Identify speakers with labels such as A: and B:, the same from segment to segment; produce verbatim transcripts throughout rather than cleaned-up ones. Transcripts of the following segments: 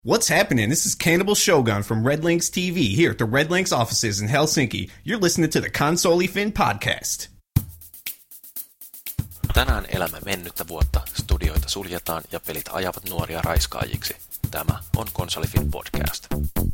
A: What's happening? This is Cannibal Shogun from Red Links T V here at the Red Links offices in Helsinki. You're listening to the Consoli Fin podcast.
B: Tänään elämme mennyttä vuotta, studioita suljetaan ja pelit ajavat nuoria raiskaajiksi. Tämä on Consoli Fin podcast.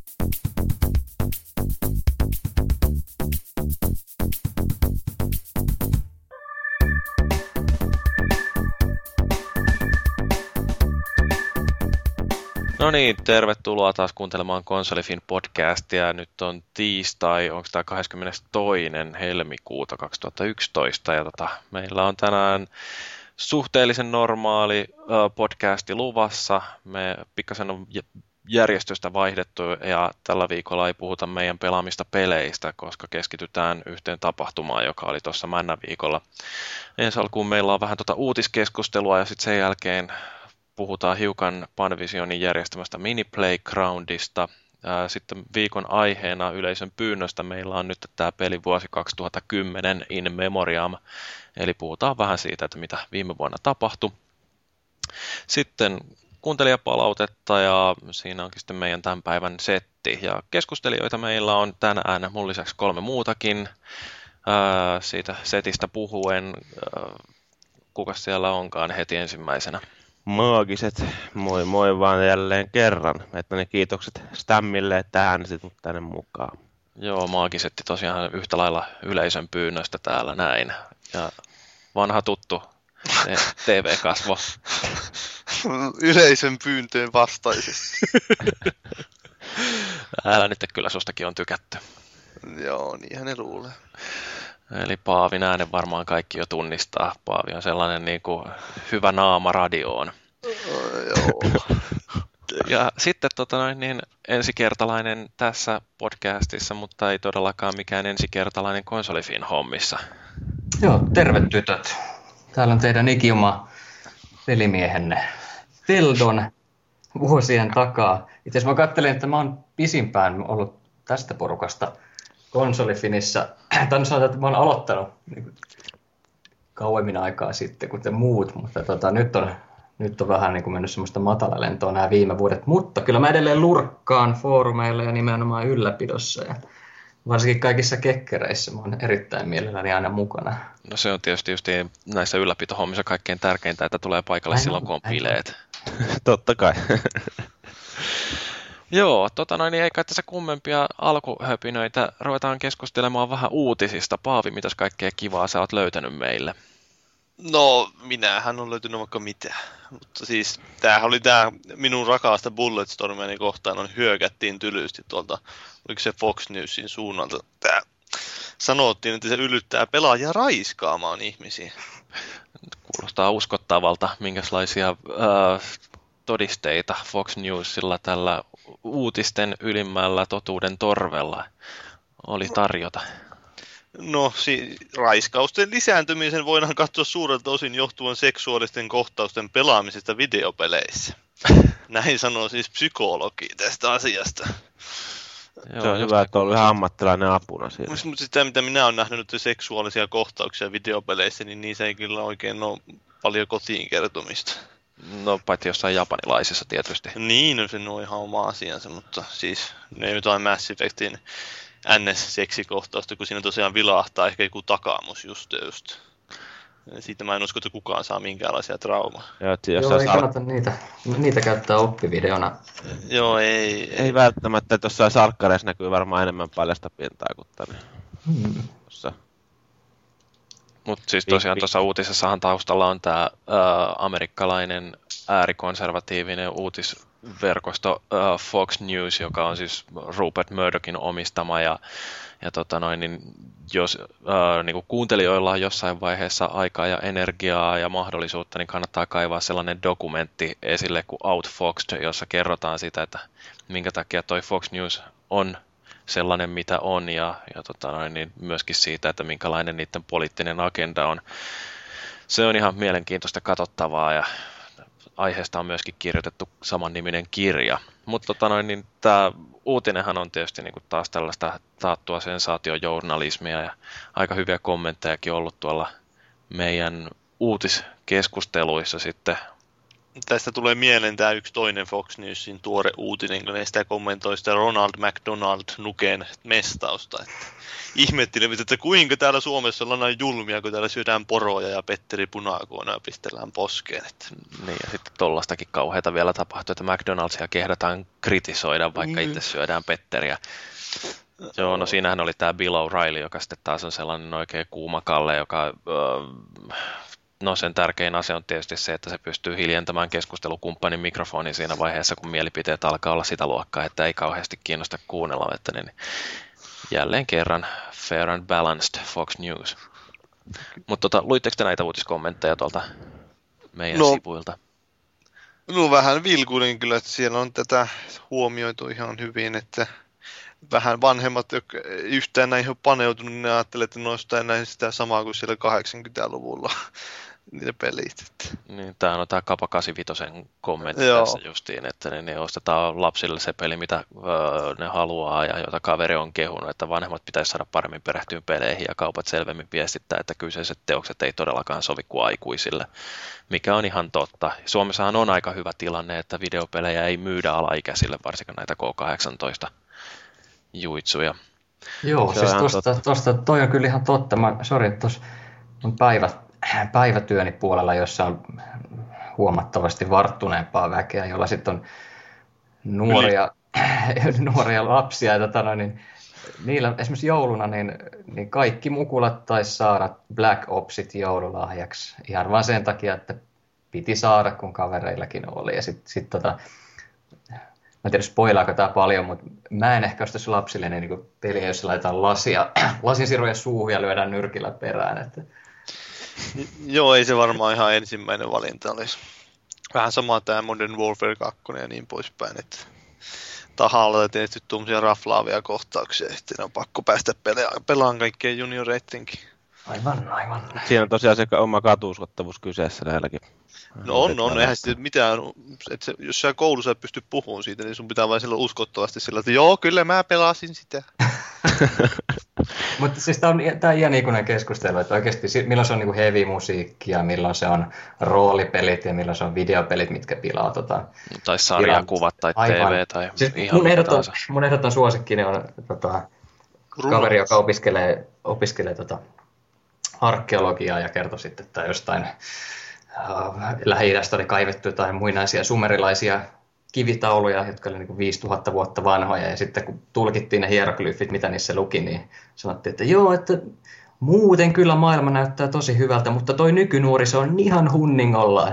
B: No niin, tervetuloa taas kuuntelemaan Consoli Fin podcastia. Nyt on tiistai, onko tämä kahdeskymmenestoinen helmikuuta kaksituhattayksitoista ja tota, meillä on tänään suhteellisen normaali uh, podcasti luvassa. Me pikkasen on järjestystä vaihdettu ja tällä viikolla ei puhuta meidän pelaamista peleistä, koska keskitytään yhteen tapahtumaan, joka oli tuossa Männän viikolla. Ensi alkuun meillä on vähän tota uutiskeskustelua ja sitten sen jälkeen puhutaan hiukan Panavisionin järjestämästä mini-playgroundista. Sitten viikon aiheena yleisön pyynnöstä meillä on nyt tämä peli vuosi kaksituhattakymmenen in memoriam, eli puhutaan vähän siitä, että mitä viime vuonna tapahtui. Sitten kuuntelijapalautetta ja siinä onkin sitten meidän tämän päivän setti. Ja keskustelijoita meillä on tänään mun lisäksi kolme muutakin. Siitä setistä puhuen, kuka siellä onkaan heti ensimmäisenä?
C: Maagiset, moi moi vaan jälleen kerran. Että ne kiitokset Stammille, että äänestit mut tänne mukaan.
B: Joo, Maagisetti tosiaan yhtä lailla yleisön pyynnöstä täällä näin. Ja vanha tuttu T V-kasvo.
D: Yleisön pyyntöön vastaisesti.
B: Älä nyt, kyllä sustakin on tykätty.
D: Joo, niinhän ne luulee.
B: Eli Paavin äänen varmaan kaikki jo tunnistaa. Paavi on sellainen niin kuin hyvä naama radioon.
D: Oh, joo.
B: Ja sitten tota noin, niin ensikertalainen tässä podcastissa, mutta ei todellakaan mikään ensikertalainen Konsolifin hommissa.
E: Joo, terve tytöt. Täällä on teidän ikioma pelimiehenne Teldon vuosien takaa. Itse asiassa mä katselin, että mä oon pisimpään ollut tästä porukasta Konsolifinissä. Tai sanotaan, että mä oon aloittanut niin kauemmin aikaa sitten kuin te muut, mutta tota, nyt, on, nyt on vähän niin kuin mennyt semmoista matalalentoa nämä viime vuodet. Mutta kyllä mä edelleen lurkkaan foorumeilla ja nimenomaan ylläpidossa ja varsinkin kaikissa kekkereissä mä oon erittäin mielelläni aina mukana.
B: No se on tietysti just näissä ylläpitohommissa kaikkein tärkeintä, että tulee paikalle aina, silloin kun on bileet.
C: Totta kai.
B: Joo, tota noin, niin ei kai tässä kummempia alkuhöpinöitä. Ruvetaan keskustelemaan vähän uutisista. Paavi, mitäs kaikkea kivaa sä oot löytänyt meille?
D: No, minähän on löytynyt vaikka mitä. Mutta siis, tämähän oli tää minun rakasta Bulletstormiani kohtaan, on hyökättiin tylysti tuolta, oliko se Fox Newsin suunnalta. Tää sanottiin, että se yllyttää pelaajia raiskaamaan ihmisiä.
B: Kuulostaa uskottavalta, minkälaisia äh, todisteita Fox Newsilla tällä uutisten ylimmällä totuuden torvella oli tarjota.
D: No, si- raiskausten lisääntymisen voidaan katsoa suurelta osin johtuvan seksuaalisten kohtausten pelaamisesta videopeleissä. Näin sanoo siis psykologi tästä asiasta.
C: Joo, se on hyvä, että on ihan ammattilainen apuna siinä.
D: Mutta sitä, mitä minä olen nähnyt nyt seksuaalisia kohtauksia videopeleissä, niin niissä ei kyllä oikein ole paljon kotiin kertomista.
B: No, paitsi jossain japanilaisissa tietysti.
D: Niin, no se on ihan oma asiansa, mutta siis ne ei nyt ole Mass Effectin N S-seksikohtausta, kun siinä tosiaan vilahtaa ehkä joku takaamus just just. Siitä mä en usko, että kukaan saa minkäänlaisia traumaa.
E: Joo, Joo ei sar... kannata niitä, niitä käyttää oppivideona.
D: Joo, ei...
C: Ei välttämättä, että jossain sarkkareissa näkyy varmaan enemmän paljasta pintaa kuin tänne. Hmm.
B: Mutta siis tosiaan tuossa uutisessahan taustalla on tämä amerikkalainen äärikonservatiivinen uutisverkosto ää, Fox News, joka on siis Rupert Murdochin omistama. Ja, ja tota noin, niin jos ää, niin kuuntelijoilla on jossain vaiheessa aikaa ja energiaa ja mahdollisuutta, niin kannattaa kaivaa sellainen dokumentti esille kuin Outfoxed, jossa kerrotaan sitä, että minkä takia toi Fox News on sellainen, mitä on, ja, ja tota noin, niin myöskin siitä, että minkälainen niiden poliittinen agenda on. Se on ihan mielenkiintoista katsottavaa, ja aiheesta on myöskin kirjoitettu samanniminen kirja. Mutta tota noin, niin tämä uutinenhan on tietysti niin kuin taas tällaista taattua sensaatiojournalismia, ja aika hyviä kommenttejakin ollut tuolla meidän uutiskeskusteluissa sitten
D: Tästä tulee mieleen tämä yksi toinen Fox Newsin tuore uutinen, kun ne sitä kommentoi sitä Ronald McDonald Nuken mestausta. Että ihmettelivät, että kuinka täällä Suomessa ollaan näin julmia, kun täällä syödään poroja ja Petteri Punakuona pistellään poskeen. Että.
B: Niin, ja sitten tollastakin kauheita vielä tapahtuu, että McDonald'sia kehdataan kritisoida, vaikka itse syödään Petteriä. Joo, no siinähän oli tämä Bill O'Reilly, joka sitten taas on sellainen oikein kuuma kalle, joka... Öö, no sen tärkein asia on tietysti se, että se pystyy hiljentämään keskustelukumppanin mikrofonin siinä vaiheessa, kun mielipiteet alkaa olla sitä luokkaa, että ei kauheasti kiinnosta kuunnella. Että niin, jälleen kerran fair and balanced Fox News. Mutta tota, luitteko te näitä uutiskommentteja tuolta meidän
D: no,
B: sivuilta?
D: No vähän vilkuinen kyllä, että siellä on tätä huomioitu ihan hyvin, että vähän vanhemmat, jotka yhtään näihin on paneutunut, niin ne ajattelee, että noista näin sitä samaa kuin siellä kahdeksankymmentäluvulla niitä pelit.
B: Niin, tämä on tämä Kapa kahdeksankymmentäviisi kommentti
D: Joo.
B: tässä justiin, että ne, ne ostetaan lapsille se peli, mitä öö, ne haluaa ja jota kaveri on kehunut, että vanhemmat pitäisi saada paremmin perehtyä peleihin ja kaupat selvemmin viestittää, että kyseiset teokset ei todellakaan sovi kuin aikuisille, mikä on ihan totta. Suomessahan on aika hyvä tilanne, että videopelejä ei myydä alaikäisille, varsinkin näitä K kahdeksantoista juitsuja.
E: Joo,
B: Se
E: siis
B: on
E: tosta, tosta, toi on kyllä ihan totta. Mä, sori, että tuossa on päivä, päivätyöni puolella, jossa on huomattavasti varttuneempaa väkeä, jolla sitten on nuoria, nuoria lapsia. Ja tota, no, niin, niillä esimerkiksi jouluna niin, niin kaikki mukulat taisi saada Black Opsit joululahjaksi. Ihan vaan sen takia, että piti saada, kun kavereillakin oli. Ja sitten sit, tota, mä en tiedä, spoilaako tämä paljon, mutta mä en ehkä ostaisi lapsille niin niin peliä, jossa laitetaan lasia, lasinsiruja suuhun ja lyödään nyrkillä perään. Että.
D: Joo, ei se varmaan ihan ensimmäinen valinta olisi. Vähän sama tämä Modern Warfare kaksi ja niin poispäin, että tahalla on tehty tuommoisia raflaavia kohtauksia, sitten on pakko päästä pelaa- pelaan kaikkien junioreittenkin.
E: Aivan, aivan.
C: Siinä on tosiaan se oma katuuskottavuus kyseessä näilläkin.
D: No on, on. Eihän sitten mitään, että se, jos sä koulussa et pysty puhumaan siitä, niin sun pitää vain silloin uskottavasti sillä, että joo, kyllä mä pelasin sitä.
E: Mutta siis tämä on, tää on ihan ikuinen keskustelu, että oikeasti milloin se on niinku heavy-musiikki ja milloin se on roolipelit ja milloin se on videopelit, mitkä pilaa tota...
B: Tai sarjakuvat tai
E: aivan.
B: T V tai
E: siis
B: ihan
E: mun ehdoton,
B: tahansa.
E: mun ehdoton suosikkini on tota, kaveri, joka opiskelee, opiskelee tota, arkeologiaa ja kertoi sitten, että jostain äh, Lähi-idästä oli kaivettu jotain muinaisia sumerilaisia kivitauluja, jotka oli niin viisituhatta vuotta vanhoja, ja sitten kun tulkittiin ne hieroglyfit, mitä niissä luki, niin sanottiin, että joo, että muuten kyllä maailma näyttää tosi hyvältä, mutta toi nykynuoriso on ihan hunningolla.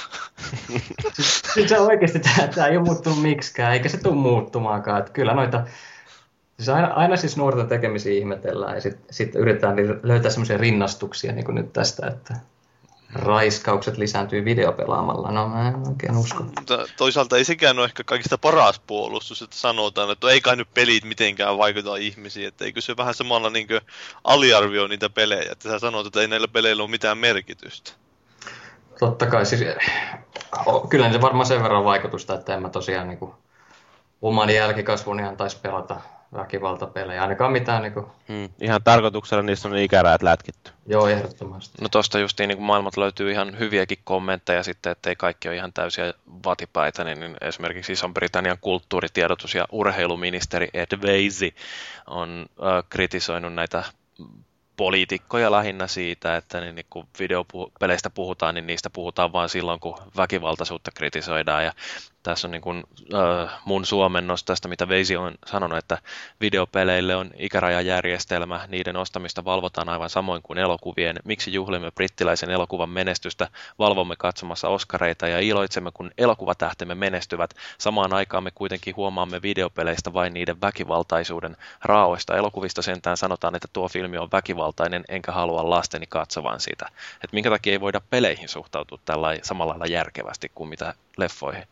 E: Siis, siis oikeasti tämä, tämä ei ole muuttunut miksikään, eikä se tule muuttumaankaan. Että kyllä noita, siis aina, aina siis nuorten tekemisiä ihmetellään, ja sitten sit yritetään löytää semmoisia rinnastuksia, niin kuin nyt tästä, että raiskaukset lisääntyy videopelaamalla. No mä en oikein usko.
D: Mutta toisaalta ei sekään ole ehkä kaikista paras puolustus, että sanotaan, että ei kai nyt pelit mitenkään vaikuta ihmisiin, että eikö se vähän samalla niin kuin aliarvioi niitä pelejä, että sä sanot, että ei näillä peleillä ole mitään merkitystä.
E: Totta kai, siis kyllä se varmaan sen verran vaikutusta, että en mä tosiaan niin kuin oman jälkikasvuni antaisi pelata väkivaltapelejä, ainakaan mitään niin kuin...
C: Hmm. Ihan tarkoituksella niissä on ikäräät lätkitty.
E: Joo, ehdottomasti.
B: No tosta justiin niin maailmalta löytyy ihan hyviäkin kommentteja sitten, ettei kaikki ole ihan täysiä vatipäitä, niin, niin esimerkiksi Ison-Britannian kulttuuritiedotus- ja urheiluministeri Ed Vaizey on äh, kritisoinut näitä poliitikkoja lähinnä siitä, että niin, niin kun videopeleistä puhutaan, niin niistä puhutaan vain silloin, kun väkivaltaisuutta kritisoidaan. Ja tässä on niin kun, äh, mun suomennos tästä, mitä Veisi on sanonut, että videopeleille on ikärajajärjestelmä, niiden ostamista valvotaan aivan samoin kuin elokuvien. Miksi juhlimme brittiläisen elokuvan menestystä, valvomme katsomassa Oscareita ja iloitsemme, kun elokuvatähtemme menestyvät. Samaan aikaan me kuitenkin huomaamme videopeleistä vain niiden väkivaltaisuuden raaoista. Elokuvista sentään sanotaan, että tuo filmi on väkivaltainen, enkä halua lasteni katsovan sitä. Et minkä takia ei voida peleihin suhtautua tällä samalla lailla järkevästi kuin mitä leffoihin?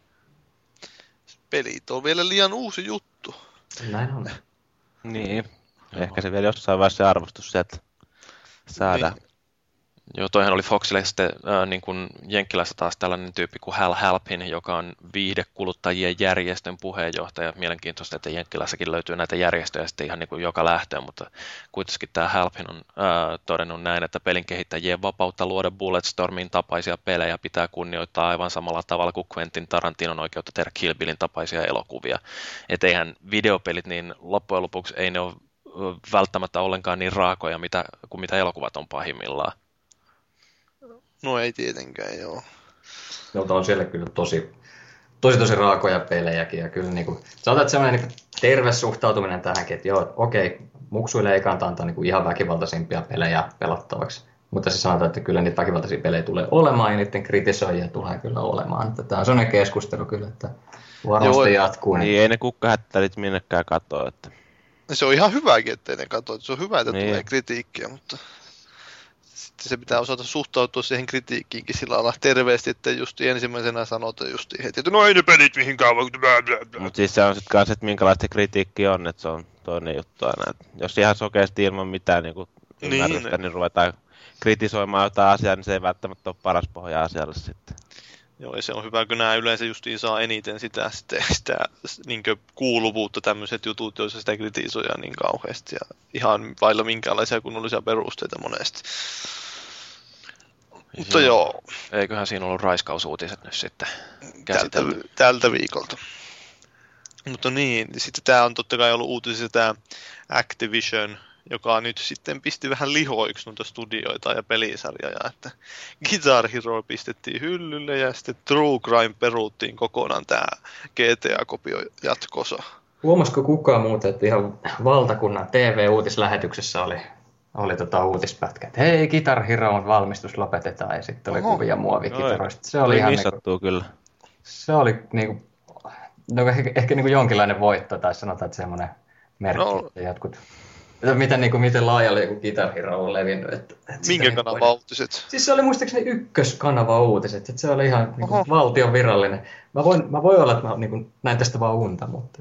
D: Pelit on vielä liian uusi juttu.
E: Näin on.
C: Niin. Ehkä se vielä jossain vaiheessa se arvostus sieltä saadaan.
B: Niin. Joo, toihan oli Foxille sitten äh, niin kuin Jenkkilässä taas tällainen tyyppi kuin Hal Halpin, joka on viihdekuluttajien järjestön puheenjohtaja. Mielenkiintoista, että Jenkkilässäkin löytyy näitä järjestöjä sitten ihan niin kuin joka lähtöön, mutta kuitenkin tämä Halpin on äh, todennut näin, että pelin kehittäjien vapautta luoda Bulletstormin tapaisia pelejä pitää kunnioittaa aivan samalla tavalla kuin Quentin Tarantinon oikeutta tehdä Kill Billin tapaisia elokuvia. Että eihän videopelit, niin loppujen lopuksi ei ne ole välttämättä ollenkaan niin raakoja mitä, kuin mitä elokuvat on pahimmillaan.
D: No ei tietenkään, joo.
E: Jolta on siellä kyllä tosi, tosi, tosi raakoja pelejäkin. Ja kyllä niin kuin, sanotaan, että sellainen niin terve suhtautuminen tähänkin, että joo, okei, muksuille ei kannata antaa niin kuin ihan väkivaltaisimpia pelejä pelattavaksi. Mutta se sanotaan, että kyllä niitä väkivaltaisia pelejä tulee olemaan ja niiden kritisoijia tulee kyllä olemaan. Että tämä on sellainen keskustelu kyllä, että varmasti joo, jatkuu.
C: Niin, niin ei ne kukkahättärit minnekään katoa. Että...
D: Se on ihan hyväkin, ettei ne katoa. Se on hyvä, että
C: niin.
D: tulee kritiikkiä, mutta... Se pitää osata suhtautua siihen kritiikkiinkin sillä lailla terveesti, että just ensimmäisenä sanota just heti, että no ei ne pelit mihinkään.
C: Mutta siis se on sitten kanssa, että minkälaista kritiikki on, että se on toinen juttu aina. Et jos ihan sokeasti ilman mitään niin ymmärrystä, niin, niin ruvetaan kritisoimaan jotain asiaa, niin se ei välttämättä ole paras pohja asialle sitten.
D: Joo, ja se on hyvä, kun nämä yleensä justiin saa eniten sitä, sitä, sitä niin kuuluvuutta, tämmöiset jutut, joissa sitä kritisoidaan niin kauheasti ja ihan vailla minkäänlaisia kunnollisia perusteita monesti. Mutta joo.
B: Eiköhän siinä ollut raiskausuutiset nyt sitten käsitelty.
D: Tältä, tältä viikolta. Mutta niin, sitten tämä on totta kai ollut uutisissa tämä Activision, joka nyt sitten pisti vähän lihoiksi noita studioita ja pelisarjoja, että Guitar Hero pistettiin hyllylle ja sitten True Crime peruuttiin kokonaan tämä G T A-kopio jatkosa.
E: Huomasiko kukaan muuta, että ihan valtakunnan T V-uutislähetyksessä oli, oli tota uutispätkä, että hei, Guitar Heroon valmistus lopetetaan ja sitten oli Oho. kuvia muovikitaroista. Se oli ihan
C: niinku, kyllä.
E: Se oli niinku, no ehkä, ehkä niinku jonkinlainen voitto tai sanotaan, että semmoinen merkki, no. että jotkut... Miten, niin kuin, miten laajalle joku Guitar Hero on levinnyt. Että, että
D: minkä kanava voi... uutiset?
E: Siis se oli muistaakseni ykköskanava uutiset. Että se oli ihan niin kuin, valtion virallinen. Mä voin, mä voin olla, että mä niin kuin, näin tästä vaan unta. Mutta...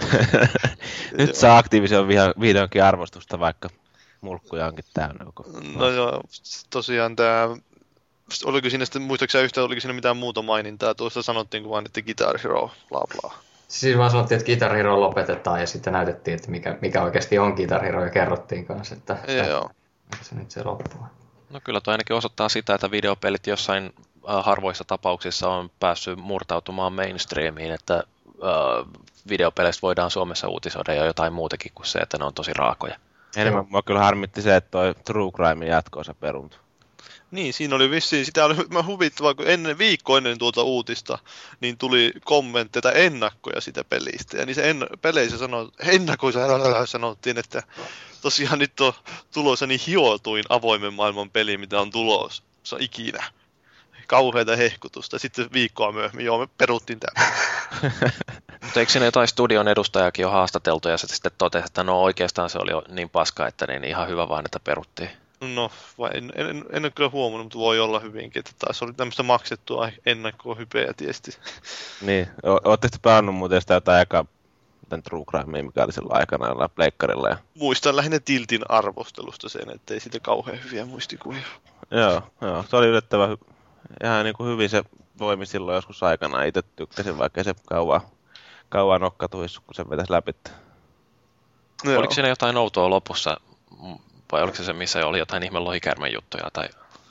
C: Nyt saa Activision vihdoinkin arvostusta, vaikka mulkkuja onkin täynnä.
D: No joo, tosiaan tämä... Oliko siinä sitten, muistaakseni yhtään, oliko siinä mitään muuta mainintaa? Tuossa sanottiin vain, että Guitar Hero, bla bla.
E: Siis vaan sanottiin, että Guitar Hero lopetetaan ja sitten näytettiin, että mikä, mikä oikeasti on Guitar Hero ja kerrottiin kanssa, että
D: joo.
E: se nyt se loppuu.
B: No kyllä toi ainakin osoittaa sitä, että videopelit jossain äh, harvoissa tapauksissa on päässyt murtautumaan mainstreamiin, että äh, videopeleistä voidaan Suomessa uutisoida jo jotain muutakin kuin se, että ne on tosi raakoja.
C: Enemmän mua kyllä harmitti se, että toi True Crime jatko-osa peruntui.
D: Niin, siinä oli vissiin, sitä oli huvittavaa, kun ennen, viikko ennen tuota uutista, niin tuli kommentteja tai ennakkoja sitä pelistä. Ja niissä en, peleissä sano, ennakoissa sanottiin, että tosiaan nyt on tulossa niin hiotuin avoimen maailman peli, mitä on tulossa ikinä. Kauheita hehkutusta. Sitten viikkoa myöhemmin, joo, me peruttiin tämän.
B: Mutta eikö siinä jotain studion edustajakin ole haastateltu ja se sitten totesi, että no oikeastaan se oli niin paska, että niin ihan hyvä vaan, että peruttiin.
D: No, vai en, en, en ole kyllä huomannut, mutta voi olla hyvinkin, että taas oli tämmöistä maksettua ennakkoa hypeä tietysti.
C: Niin, ootteko te pelannut muuten sitä jotain aikaa, True Crimea, mikä oli silloin aikana jollain pleikkarilla? Ja...
D: Muistan lähinnä Tiltin arvostelusta sen, ettei siitä kauhean hyviä muistikuvia.
C: Joo, joo, se oli yllättävän hy- ihan niin kuin hyvin se toimi silloin joskus aikana. Itse tykkäsin, vaikka se kauan, kauan nokkatuisi, kun se vetäisi läpi.
B: Joo. Oliko siinä jotain outoa lopussa? Vai oliko se se, missä oli jotain ihme lohikärmen juttuja? Tai...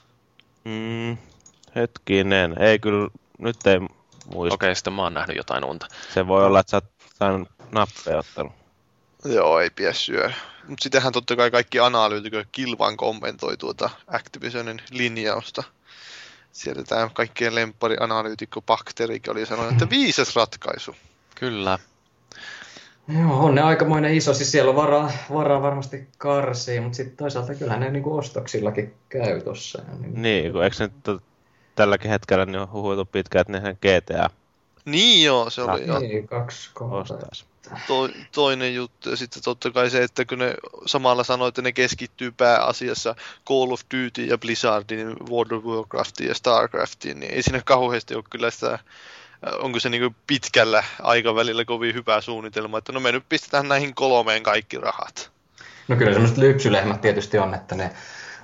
C: Mm, hetkinen. Ei kyllä, nyt ei muista.
B: Okei, sitten mä oon nähnyt jotain unta.
C: Se voi olla, että sä oot saanut nappeja ottanut.
D: Joo, ei pidä syödä. Mutta sitähän totta kai kaikki analyytikot kilvan kommentoi tuota Activisionin linjausta. Sieltä tämä kaikkien lemppari analyytikko Bakterikin oli sanonut, että viisas ratkaisu.
B: Kyllä.
E: Joo, on ne aikamoinen iso, siis siellä on varaa, varaa varmasti karsia, mutta sitten toisaalta kyllähän ne niinku ostoksillakin käy tossa.
C: Niin, niin kun eikö se nyt tälläkin hetkellä niin on huhuitu pitkään, että nehän G T A...
D: Niin joo, se oli jo.
E: Niin, kaksi kohtaa.
D: To, toinen juttu, ja sitten totta kai se, että kun ne samalla sanoi, että ne keskittyy pääasiassa Call of Duty ja Blizzardin, World of Warcraftiin ja Starcraftiin, niin ei siinä kauheasti ole kyllä sitä... Onko se niin pitkällä aikavälillä kovin hyvä suunnitelma, että no me nyt pistetään näihin kolmeen kaikki rahat.
E: No kyllä semmoiset lypsylehmät tietysti on, että ne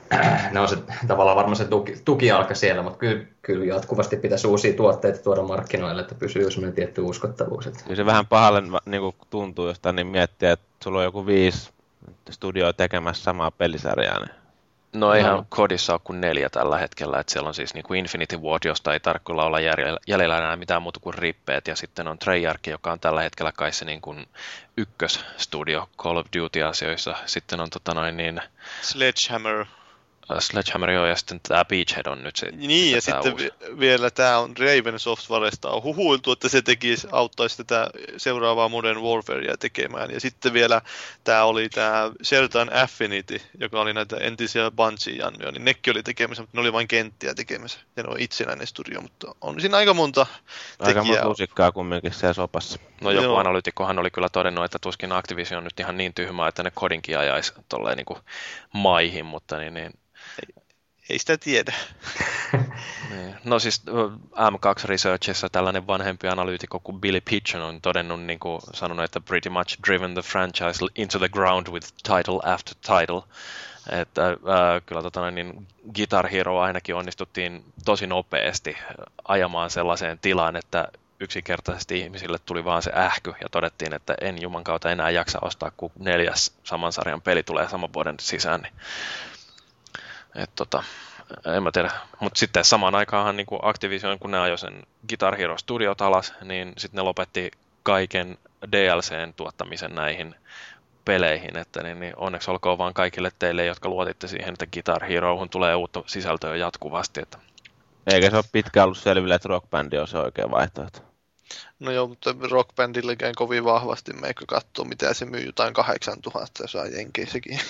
E: no se tavallaan varmaan se tuki, tukijalka siellä, mutta kyllä, kyllä jatkuvasti pitäisi uusia tuotteita tuoda markkinoille, että pysyy semmoinen tietty uskottavuus. Että...
C: Kyllä se vähän pahalle niin kuin tuntuu jostain, niin miettiä, että sulla on joku viisi studioa tekemässä samaa pelisarjaa. Niin...
B: No eihän kodissa ole kuin neljä tällä hetkellä, että siellä on siis niin kuin Infinity Ward, josta ei tarkkuilla olla jäljellä enää mitään muuta kuin rippeet, ja sitten on Treyarch, joka on tällä hetkellä kai se niin kuin ykkösstudio Call of Duty-asioissa, sitten on tota noin niin...
D: Sledgehammer.
B: Sledgehammer joo, ja sitten tämä Beachhead on nyt se.
D: Niin, ja sitten
B: uusi.
D: vielä tämä on Raven Softwaresta on huhuiltu, että se tekisi, auttaisi tätä seuraavaa Modern Warfarea tekemään. Ja sitten vielä tämä oli tämä Shelton Affinity, joka oli näitä entisiä Bungie-jannoja, niin nekin oli tekemässä, mutta ne oli vain kenttiä tekemässä. Ja ne on itsenäinen studio, mutta on siinä aika monta tekijää.
C: Aika monta lusikkaa kumminkin siellä sopassa.
B: No joku Joo. analyytikkohan oli kyllä todennut, että tuskin Activision on nyt ihan niin tyhmää, että ne kodinkin ajaisi tolleen niin kuin maihin, mutta niin... niin
D: ei sitä tiedä.
B: Niin. No siis M kaksi Researchissa tällainen vanhempi analyytikko kuin Billy Pigeon on todennut, niin kuin sanonut, että pretty much driven the franchise into the ground with title after title. Että äh, kyllä tota, niin Guitar Hero ainakin onnistuttiin tosi nopeasti ajamaan sellaiseen tilaan, että yksinkertaisesti ihmisille tuli vaan se ähky ja todettiin, että en juman kautta enää jaksa ostaa, kun neljäs saman sarjan peli tulee saman vuoden sisään. Niin. Et tota, en mä tiedä, mutta sitten samaan aikaanhan niin kuin Activision, kun ne ajoi sen Guitar Hero Studiot alas, niin sitten ne lopetti kaiken D L C:n tuottamisen näihin peleihin, että niin, niin onneksi olkoon vaan kaikille teille, jotka luotitte siihen, että Guitar Herohun tulee uutta sisältöä jatkuvasti. Että...
C: Eikä se ole pitkään ollut selville, että Rock Band on se oikea vaihtoehto.
D: No joo, mutta Rock Bandillekään kovin vahvasti meikö katsoo, mitä se myy, jotain kahdeksantuhatta, jos saa jenkeissäkin.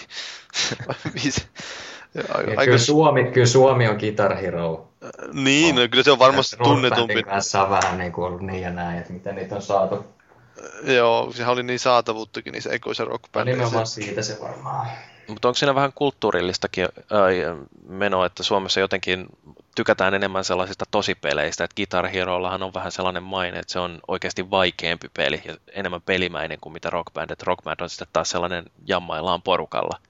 E: Aika... Kyllä, Suomi, kyllä Suomi on Guitar Hero.
D: Niin, no, kyllä se on varmasti tunnetumpi.
E: Rock kanssa on vähän niin kuin ollut niin ja näin, että miten niitä on saatu.
D: Joo, sehän oli niin saatavuuttakin niissä ekoissa Rock Bandissa.
E: Nimenomaan siitä se varmaan.
B: Mutta onko siinä vähän kulttuurillistakin äh, menoa, että Suomessa jotenkin tykätään enemmän sellaisista tosipeleistä, että Guitar Herollahan on vähän sellainen maine, että se on oikeasti vaikeampi peli ja enemmän pelimäinen kuin mitä Rock Band, että Rock Band on sitten taas sellainen jammaillaan porukalla.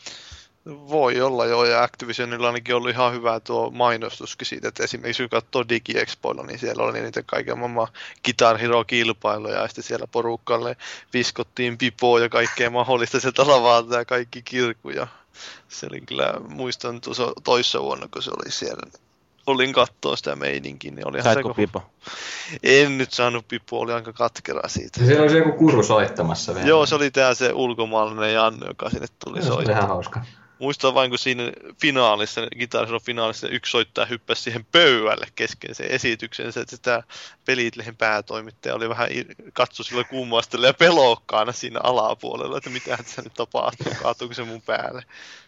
D: Voi olla joo, ja Activisionilla ainakin ollut ihan hyvä tuo mainostuskin siitä, että esimerkiksi kun katsoo DigiExpoilla, niin siellä oli niitä kaiken maailman Guitar Hero-kilpailuja, ja sitten siellä porukalle viskottiin pipoa ja kaikkea mahdollista sieltä lavalta ja kaikki kirkuja. Se oli kyllä, muistan tuossa toissa vuonna, kun se oli siellä. Olin katsoa sitä meininkin, niin olihan
C: Saitko
D: se...
C: pipo?
D: En nyt saanut pipoa, oli aika katkera siitä.
E: Siellä oli se joku kuru soittamassa vielä.
D: Joo, se oli tää se ulkomaalainen Janne, joka sinne tuli soittaa. Se oli
E: ihan hauska.
D: Muistan vain, kun siinä finaalissa, Guitar Hero finaalissa, yksi soittaja hyppäsi siihen pöydälle kesken sen esityksensä, että sitä Pelitlehen päätoimittaja oli vähän katso sillä kummastella ja pelokkaana siinä alapuolella, että mitä se nyt tapahtuu, kaatuuko se mun päälle.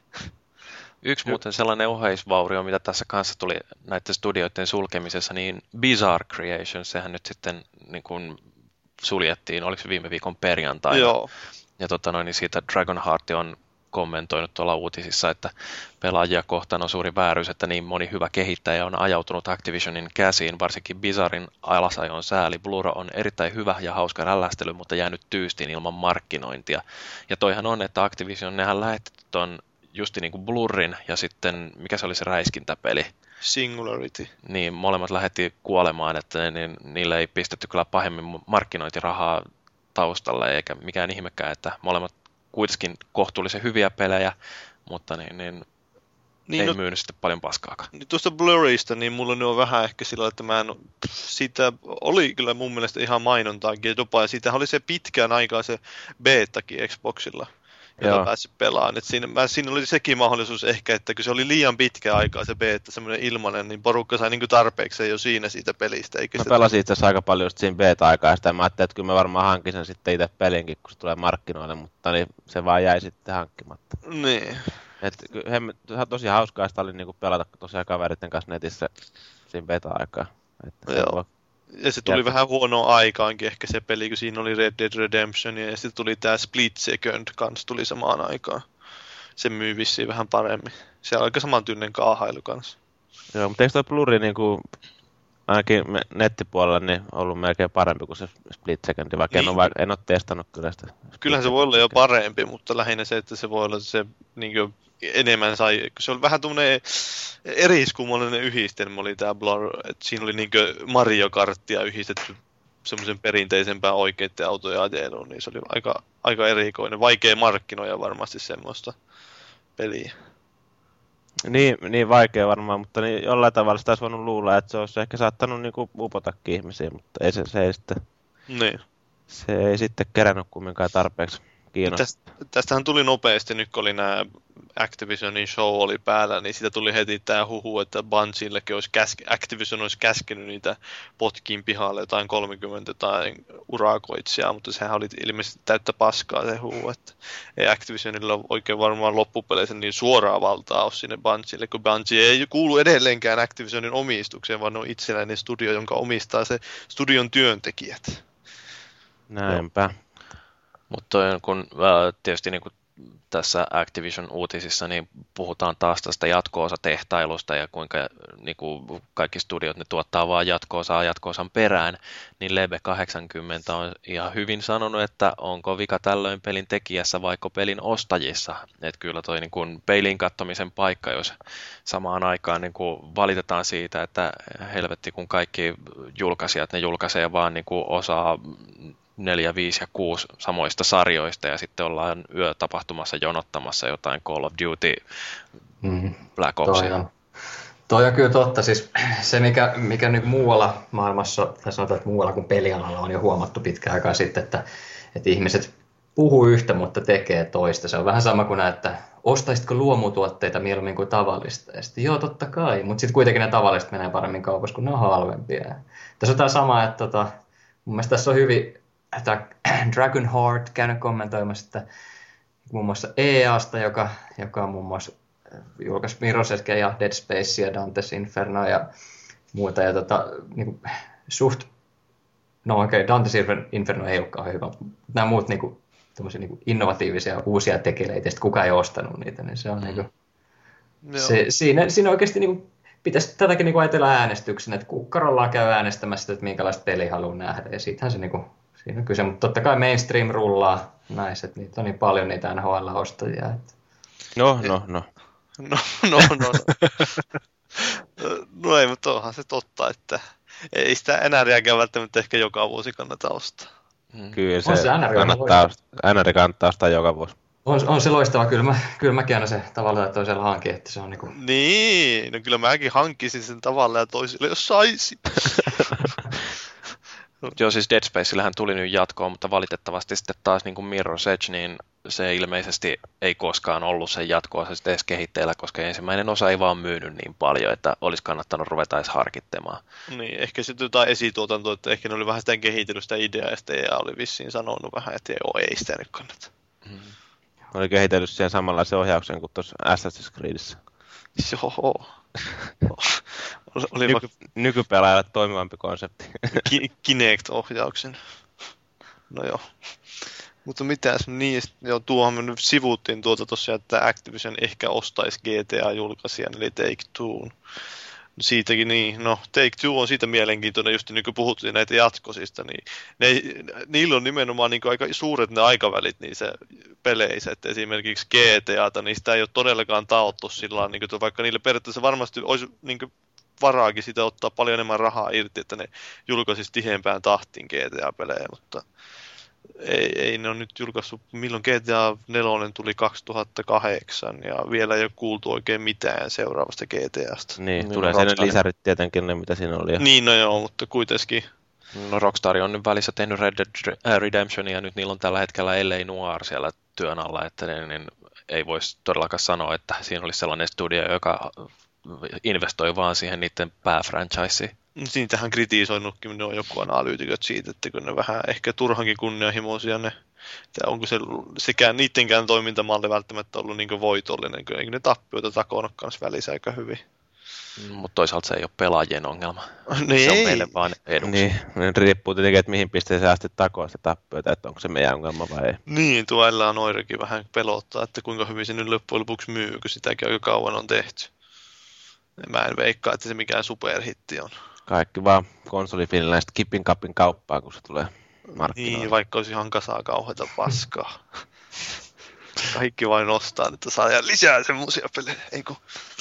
B: Yksi muuten sellainen oheisvaurio, mitä tässä kanssa tuli näiden studioiden sulkemisessa, niin Bizarre Creations, sehän nyt sitten niin kuin suljettiin, oliko se viime viikon perjantaina.
D: Joo.
B: Ja tota noin, niin siitä Dragonheart on kommentoinut tuolla uutisissa, että pelaajia kohtaan on suuri vääryys, että niin moni hyvä kehittäjä on ajautunut Activisionin käsiin, varsinkin Bizarrin alasajon sääli. Blur on erittäin hyvä ja hauska rällästely, mutta jäänyt tyystiin ilman markkinointia. Ja toihan on, että Activision, nehän lähetti tuon justi niin kuin Blurrin ja sitten, mikä se oli se räiskintäpeli?
D: Singularity.
B: Niin, molemmat lähetti kuolemaan, että niin, niille ei pistetty kyllä pahemmin markkinointirahaa taustalle, eikä mikään ihmekään, että molemmat kuitenkin kohtuullisen hyviä pelejä, mutta niin, niin, niin ei no, myynyt sitten paljon paskaakaan.
D: Niin tuosta Blurista, niin mulla ne on vähän ehkä sillä, että mä en, siitä oli kyllä mun mielestä ihan mainontaakin jopa, ja siitä oli se pitkään aikaa se betakin Xboxilla, jota pääsi pelaamaan. Et siinä, mä, siinä oli sekin mahdollisuus ehkä, että kun se oli liian pitkä aikaa se beta, semmoinen ilmainen, niin porukka sai niin tarpeeksi jo siinä siitä pelistä. Eikä
C: mä
D: sitä...
C: pelasin itse asiassa aika paljon just siinä beta-aikaa, ja sitä mä ajattelin, että kyllä mä varmaan hankin sen sitten itse pelinkin, kun se tulee markkinoille, mutta niin se vaan jäi sitten hankkimatta.
D: Niin.
C: Että he, tosi hauskaa sitä oli niinku pelata tosiaan kaveritten kanssa netissä siinä beta-aikaa. Että
D: joo. Voi... Ja se tuli Jättä. vähän huonoa aikaankin ehkä se peli, kun siinä oli Red Dead Redemption ja sitten tuli tää Split Second kanssa tuli samaan aikaan. Se myy vissiin vähän paremmin. Se on aika samantyylinen kaahailu kanssa.
C: Joo, mutta eikö toi Bluri niinku ainakin nettipuolella niin ollut melkein parempi kuin se Split Second, vaikka niin. en, ole, en ole testannut kyllä sitä.
D: Kyllähän se voi olla jo parempi, mutta lähinnä se, että se voi olla se niin kuin, enemmän sai, se oli vähän tuommoinen eriskummallinen yhdistelmä oli tämä Blur, että siinä oli niin kuin Mario Karttia yhdistetty semmoisen perinteisempään oikeiden autojen ajeluun, niin se oli aika, aika erikoinen, vaikea markkinoida varmasti semmoista peliä.
C: Niin, niin vaikea varmaan, mutta niin jollain tavalla sitä olisi voinut luulla, että se olisi ehkä saattanut niinku upotakin ihmisiä, mutta ei se, se ei sitten,
D: niin.
C: Se ei sitten kerännyt kumminkaan tarpeeksi kiinnostaa.
D: Tästä, tästähän tuli nopeasti, nyt kun oli nämä Activisionin show oli päällä, niin siitä tuli heti tämä huhu, että Bungieillekin olisi käske, Activision olisi käskenyt niitä potkiin pihalle jotain kolmekymmentä tai urakoitsijaa, mutta sehän oli ilmeisesti täyttä paskaa se huhu, että ei Activisionilla ole oikein varmaan loppupeleissä niin suoraa valtaa ole sinne Bungieille, kun Bungie ei kuulu edelleenkään Activisionin omistukseen, vaan ne on itsenäinen studio, jonka omistaa se studion työntekijät.
C: Näinpä.
B: Mutta kun äh, tietysti niin kuin tässä Activision-uutisissa niin puhutaan taas tästä jatko-osatehtailusta ja kuinka niin kuin kaikki studiot ne tuottaa vaan jatko-osaa jatko-osan perään, niin Lebe kahdeksankymmentä on ihan hyvin sanonut, että onko vika tällöin pelin tekijässä vaikka pelin ostajissa. Että kyllä toi niin kuin peilin kattomisen paikka, jos samaan aikaan niin kuin valitetaan siitä, että helvetti kun kaikki julkaisijat, ne julkaisee vaan niin kuin osaa neljä, viisi ja kuusi samoista sarjoista ja sitten ollaan yötapahtumassa jonottamassa jotain Call of Duty, mm. Black Opsia.
E: Toi on, toi on kyllä totta. Siis se, mikä, mikä nyt muualla maailmassa, tai sanotaan, että muualla kuin pelialalla on jo huomattu pitkään aikaa sitten, että, että ihmiset puhuu yhtä, mutta tekee toista. Se on vähän sama kuin että ostaisitko luomutuotteita mieluummin kuin tavallista? Ja sitten joo, totta kai, mutta sitten kuitenkin ne tavalliset menee paremmin kaupassa, kun ne on halvempia. Tässä on tämä sama, että tota, mun mielestä tässä on hyvin tämä Dragonheart käynyt kommentoimassa, että muun muassa E A:sta, joka, joka on muun muassa julkaisi Mirror's Edge ja Dead Space ja Dante's Inferno ja muuta. Ja tota, niin kuin, suht, no okei, okay, Dante's Inferno ei ole kauhean hyvä, mutta nämä muut niin kuin, niin kuin innovatiivisia uusia tekeleitä, ja sitten kukaan ei ostanut niitä, niin se on mm. niin kuin, se, siinä, siinä oikeasti niin kuin, pitäisi tätäkin niin kuin ajatella äänestyksen, että kukkarollaan käy äänestämässä, että minkälaista peliä haluaa nähdä, ja siitähän se niin kuin, siinä on kyse, mutta totta kai mainstream rullaa näissä, että niitä on niin paljon niitä N H L-ostajia. Että...
C: No, no, no.
D: No, no, no. No ei, mutta onhan se totta, että ei sitä N R:ääkään välttämättä ehkä joka vuosi kannata ostaa.
C: Hmm. Kyllä se, se kannattaa, N R kannattaa ostaa joka vuosi.
E: On, on se loistava, kyllä, mä, kyllä mäkin aina se tavalla ja toisella hankin, että se on niinku...
D: Niin, no kyllä mäkin hankkisin sen tavalla ja toisella, jos saisin.
B: Joo, siis Dead Spacellähän tuli nyt jatkoa, mutta valitettavasti sitten taas niin kuin Mirror's Edge, niin se ilmeisesti ei koskaan ollut sen jatkoa sitten edes kehitteillä, koska ensimmäinen osa ei vaan myynyt niin paljon, että olisi kannattanut ruveta edes harkittamaan.
D: Niin, ehkä sitten jotain esituotantoa, että ehkä ne oli vähän sitä kehitellyt sitä ideaa, ja sitten E A oli vissiin sanonut vähän, että joo, ei sitä nyt kannata.
C: Hmm. Oli kehitellyt siihen samanlaisen ohjauksen kuin tuossa Assassin's Creedissä.
D: Joo. Oli
C: Nyky, va- nykypelaajalle toimivampi konsepti.
D: Ki- Kinect-ohjauksen. No joo. Mutta mitäs niin, joo, tuohon me nyt sivuttiin tuota tosiaan, että Activision ehkä ostaisi G T A-julkaisijan, eli Take-Two'n. Siitäkin niin, no Take-Two on siitä mielenkiintoinen, just niin kuin puhuttiin näitä jatkosista, niin ne, niillä on nimenomaan niin kuin aika suuret ne aikavälit niissä peleissä, että esimerkiksi G T A:ta, niin sitä ei ole todellakaan taottu sillä niin kuin, vaikka niille periaatteessa varmasti olisi niin kuin varaakin sitä ottaa paljon enemmän rahaa irti, että ne julkaisisi tiheämpään tahtiin G T A-pelejä, mutta ei, ei ne on nyt julkaissut, milloin G T A neljä tuli kaksituhattakahdeksan ja vielä ei ole kuultu oikein mitään seuraavasta G T A:sta.
C: Niin, niin tulee sen lisärit tietenkin ne, mitä siinä oli.
D: Niin, no joo, mutta kuitenkin.
B: No Rockstar on nyt välissä tehnyt Red Dead Redemptionia ja nyt niillä on tällä hetkellä L A Noir siellä työn alla, että niin ei voisi todellakaan sanoa, että siinä olisi sellainen studio, joka investoi vaan siihen niiden pääfranchiseen.
D: Siitähän kritisoinutkin ne on joku analyytikot siitä, että kun ne vähän ehkä turhankin kunnianhimoisia ne, että onko se sekään niittenkään toimintamalli välttämättä ollut niin voitollinen, kun eikö ne tappioita takonut kanssa välissä aika hyvin.
B: Mutta toisaalta se ei ole pelaajien ongelma.
D: Niin.
B: Se on meille vaan eduksi.
C: Niin, riippuu tietenkin, että mihin pisteeseen asti takoa sitä tappioita, että onko se meidän ongelma vai ei.
D: Niin, tuolla on oirekin vähän pelottaa, että kuinka hyvin se nyt loppujen lopuksi myy, kun sitäkin aika kauan on tehty. Mä en veikkaa, että se mikään superhitti on.
C: Kaikki vaan konsolifiniläiset kipin kapin kauppaa, kun se tulee markkinoille.
D: Niin, vaikka olisi ihan kasaa kauheita paskaa. Kaikki vain ostaa, että saa lisää semmoisia pelejä, eikö?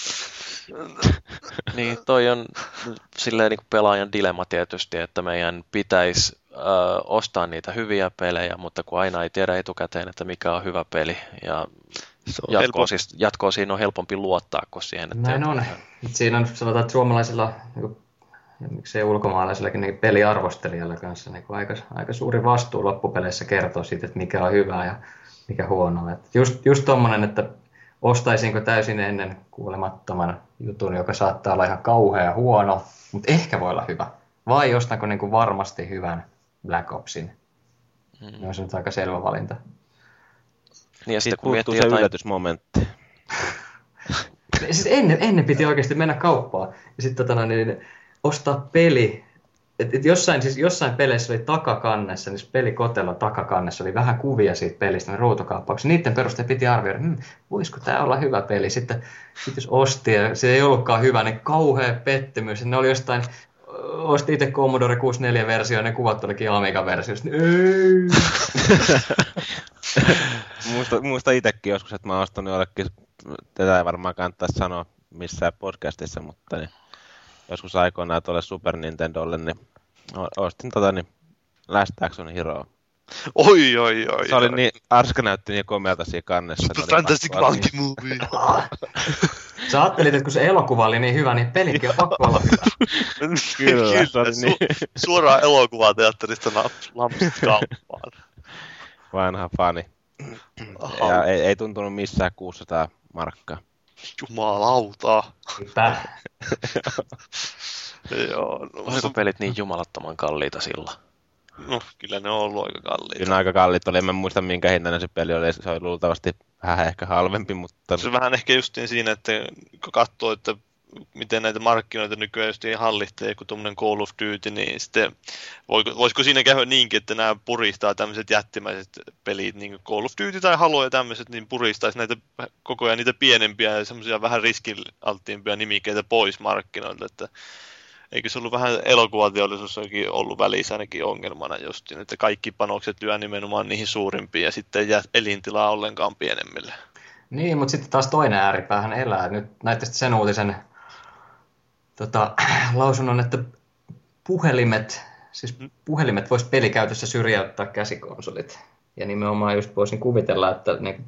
B: Niin, toi on silleen niin kuin pelaajan dilemma tietysti, että meidän pitäisi ö, ostaa niitä hyviä pelejä, mutta kun aina ei tiedä etukäteen, että mikä on hyvä peli. Ja jatkoa, siis, jatkoa siinä on helpompi luottaa kuin siihen. Että
E: näin on. Siinä on sanotaan, että suomalaisilla, ja miksei ulkomaalaisillakin niin peliarvostelijalla kanssa niin aika, aika suuri vastuu loppupeleissä kertoo siitä, että mikä on hyvää ja mikä huonoa. Et just, just tommonen, että ostaisinko täysin ennen kuulemattoman jutun, joka saattaa olla ihan kauhea huono, mutta ehkä voi olla hyvä. Vai ostanko niin kuin varmasti hyvän Black Opsin? Mm. Se on aika selvä valinta.
B: Niin ja
C: sitten kun miettii se jotain yllätysmomentti.
E: Siis ennen, ennen piti oikeasti mennä kauppaan ja sitten tota, niin, ostaa peli. Et, et jossain, siis jossain peleissä oli takakannessa, niin pelikotelon takakannessa oli vähän kuvia siitä pelistä, ruutukaappauksia. Niiden perusteella piti arvioida, hmm, voisiko tämä olla hyvä peli. Sitten sit jos osti ja se ei ollutkaan hyvä, niin kauhea pettymys. Ne oli jostain, osti itse Commodore kuusikymmentäneljä-versio ja ne kuvat olikin Amiga-versiosta. Ei!
C: muista, muista itsekin joskus, että mä oon ostanut jollekin, tätä ei varmaan kannattaisi sanoa missään podcastissa, mutta niin, joskus aikoinaan tuolle Super Nintendolle, niin ostin tota niin Last Action Hero.
D: Oi, oi, oi.
C: Se oli
D: oi.
C: niin, Arska näytti niin komealta siinä kannessa.
D: Super Fantastic Monkey Movie.
E: Sä ajattelit, että kun se elokuva oli niin hyvä, niin pelikin on pakko olla hyvä.
C: Kyllä, se oli niin.
D: Su- suoraan elokuvateatterista lampsit kauppaan.
C: Vanha fani. Ja ei, ei tuntunut missään kuusisataa markkaa.
D: Jumalauta.
E: Mitä?
D: Joo, no,
B: oliko pelit niin jumalattoman kalliita silloin?
D: No, kyllä ne on ollut aika kalliita.
C: Kyllä aika kalliit oli, en muista minkä hintainen se peli oli, se oli luultavasti vähän ehkä halvempi, mutta...
D: Se vähän ehkä justiin siinä, että kun katsoo, että miten näitä markkinoita nykyään justiin hallitsee, kun tuommoinen Call of Duty, niin sitten voiko, voisiko siinä käydä niinkin, että nämä puristaa tämmöiset jättimäiset pelit, niin kuin Call of Duty tai Halo ja tämmöiset, niin puristaisi näitä koko ajan niitä pienempiä ja semmoisia vähän riskialttiimpia nimikkeitä pois markkinoilta, että eikö se ollut vähän elokuvateollisuussakin ollut välissä ainakin ongelmana justiin, että kaikki panokset lyö nimenomaan niihin suurimpiin ja sitten ei jää elintilaa ollenkaan pienemmille.
E: Niin, mutta sitten taas toinen ääripäähän elää. Nyt näitte sen uutisen tota, lausunnon, että puhelimet, siis puhelimet vois pelikäytössä syrjäyttää käsikonsolit. Ja nimenomaan just voisin kuvitella, että niin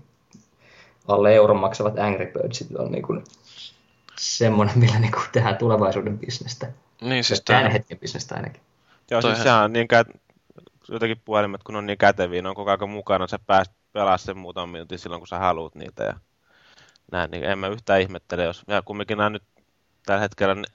E: alle euron maksavat Angry Birdsit on niin kuin semmoinen, millä niin kuin tehdään tulevaisuuden bisnestä.
B: Niin, siis
E: tämän
B: tämän
E: hetken bisnestä ainakin.
C: Joo, siis sehän on niin kä- jotenkin puhelimet, kun on niin käteviä, ne on koko ajan mukana, sä pääst pelaa sen muutaman minuutin silloin, kun sä haluut niitä. Ja näin, niin en mä yhtään ihmettele, jos ja kumminkin nämä nyt tällä hetkellä niin,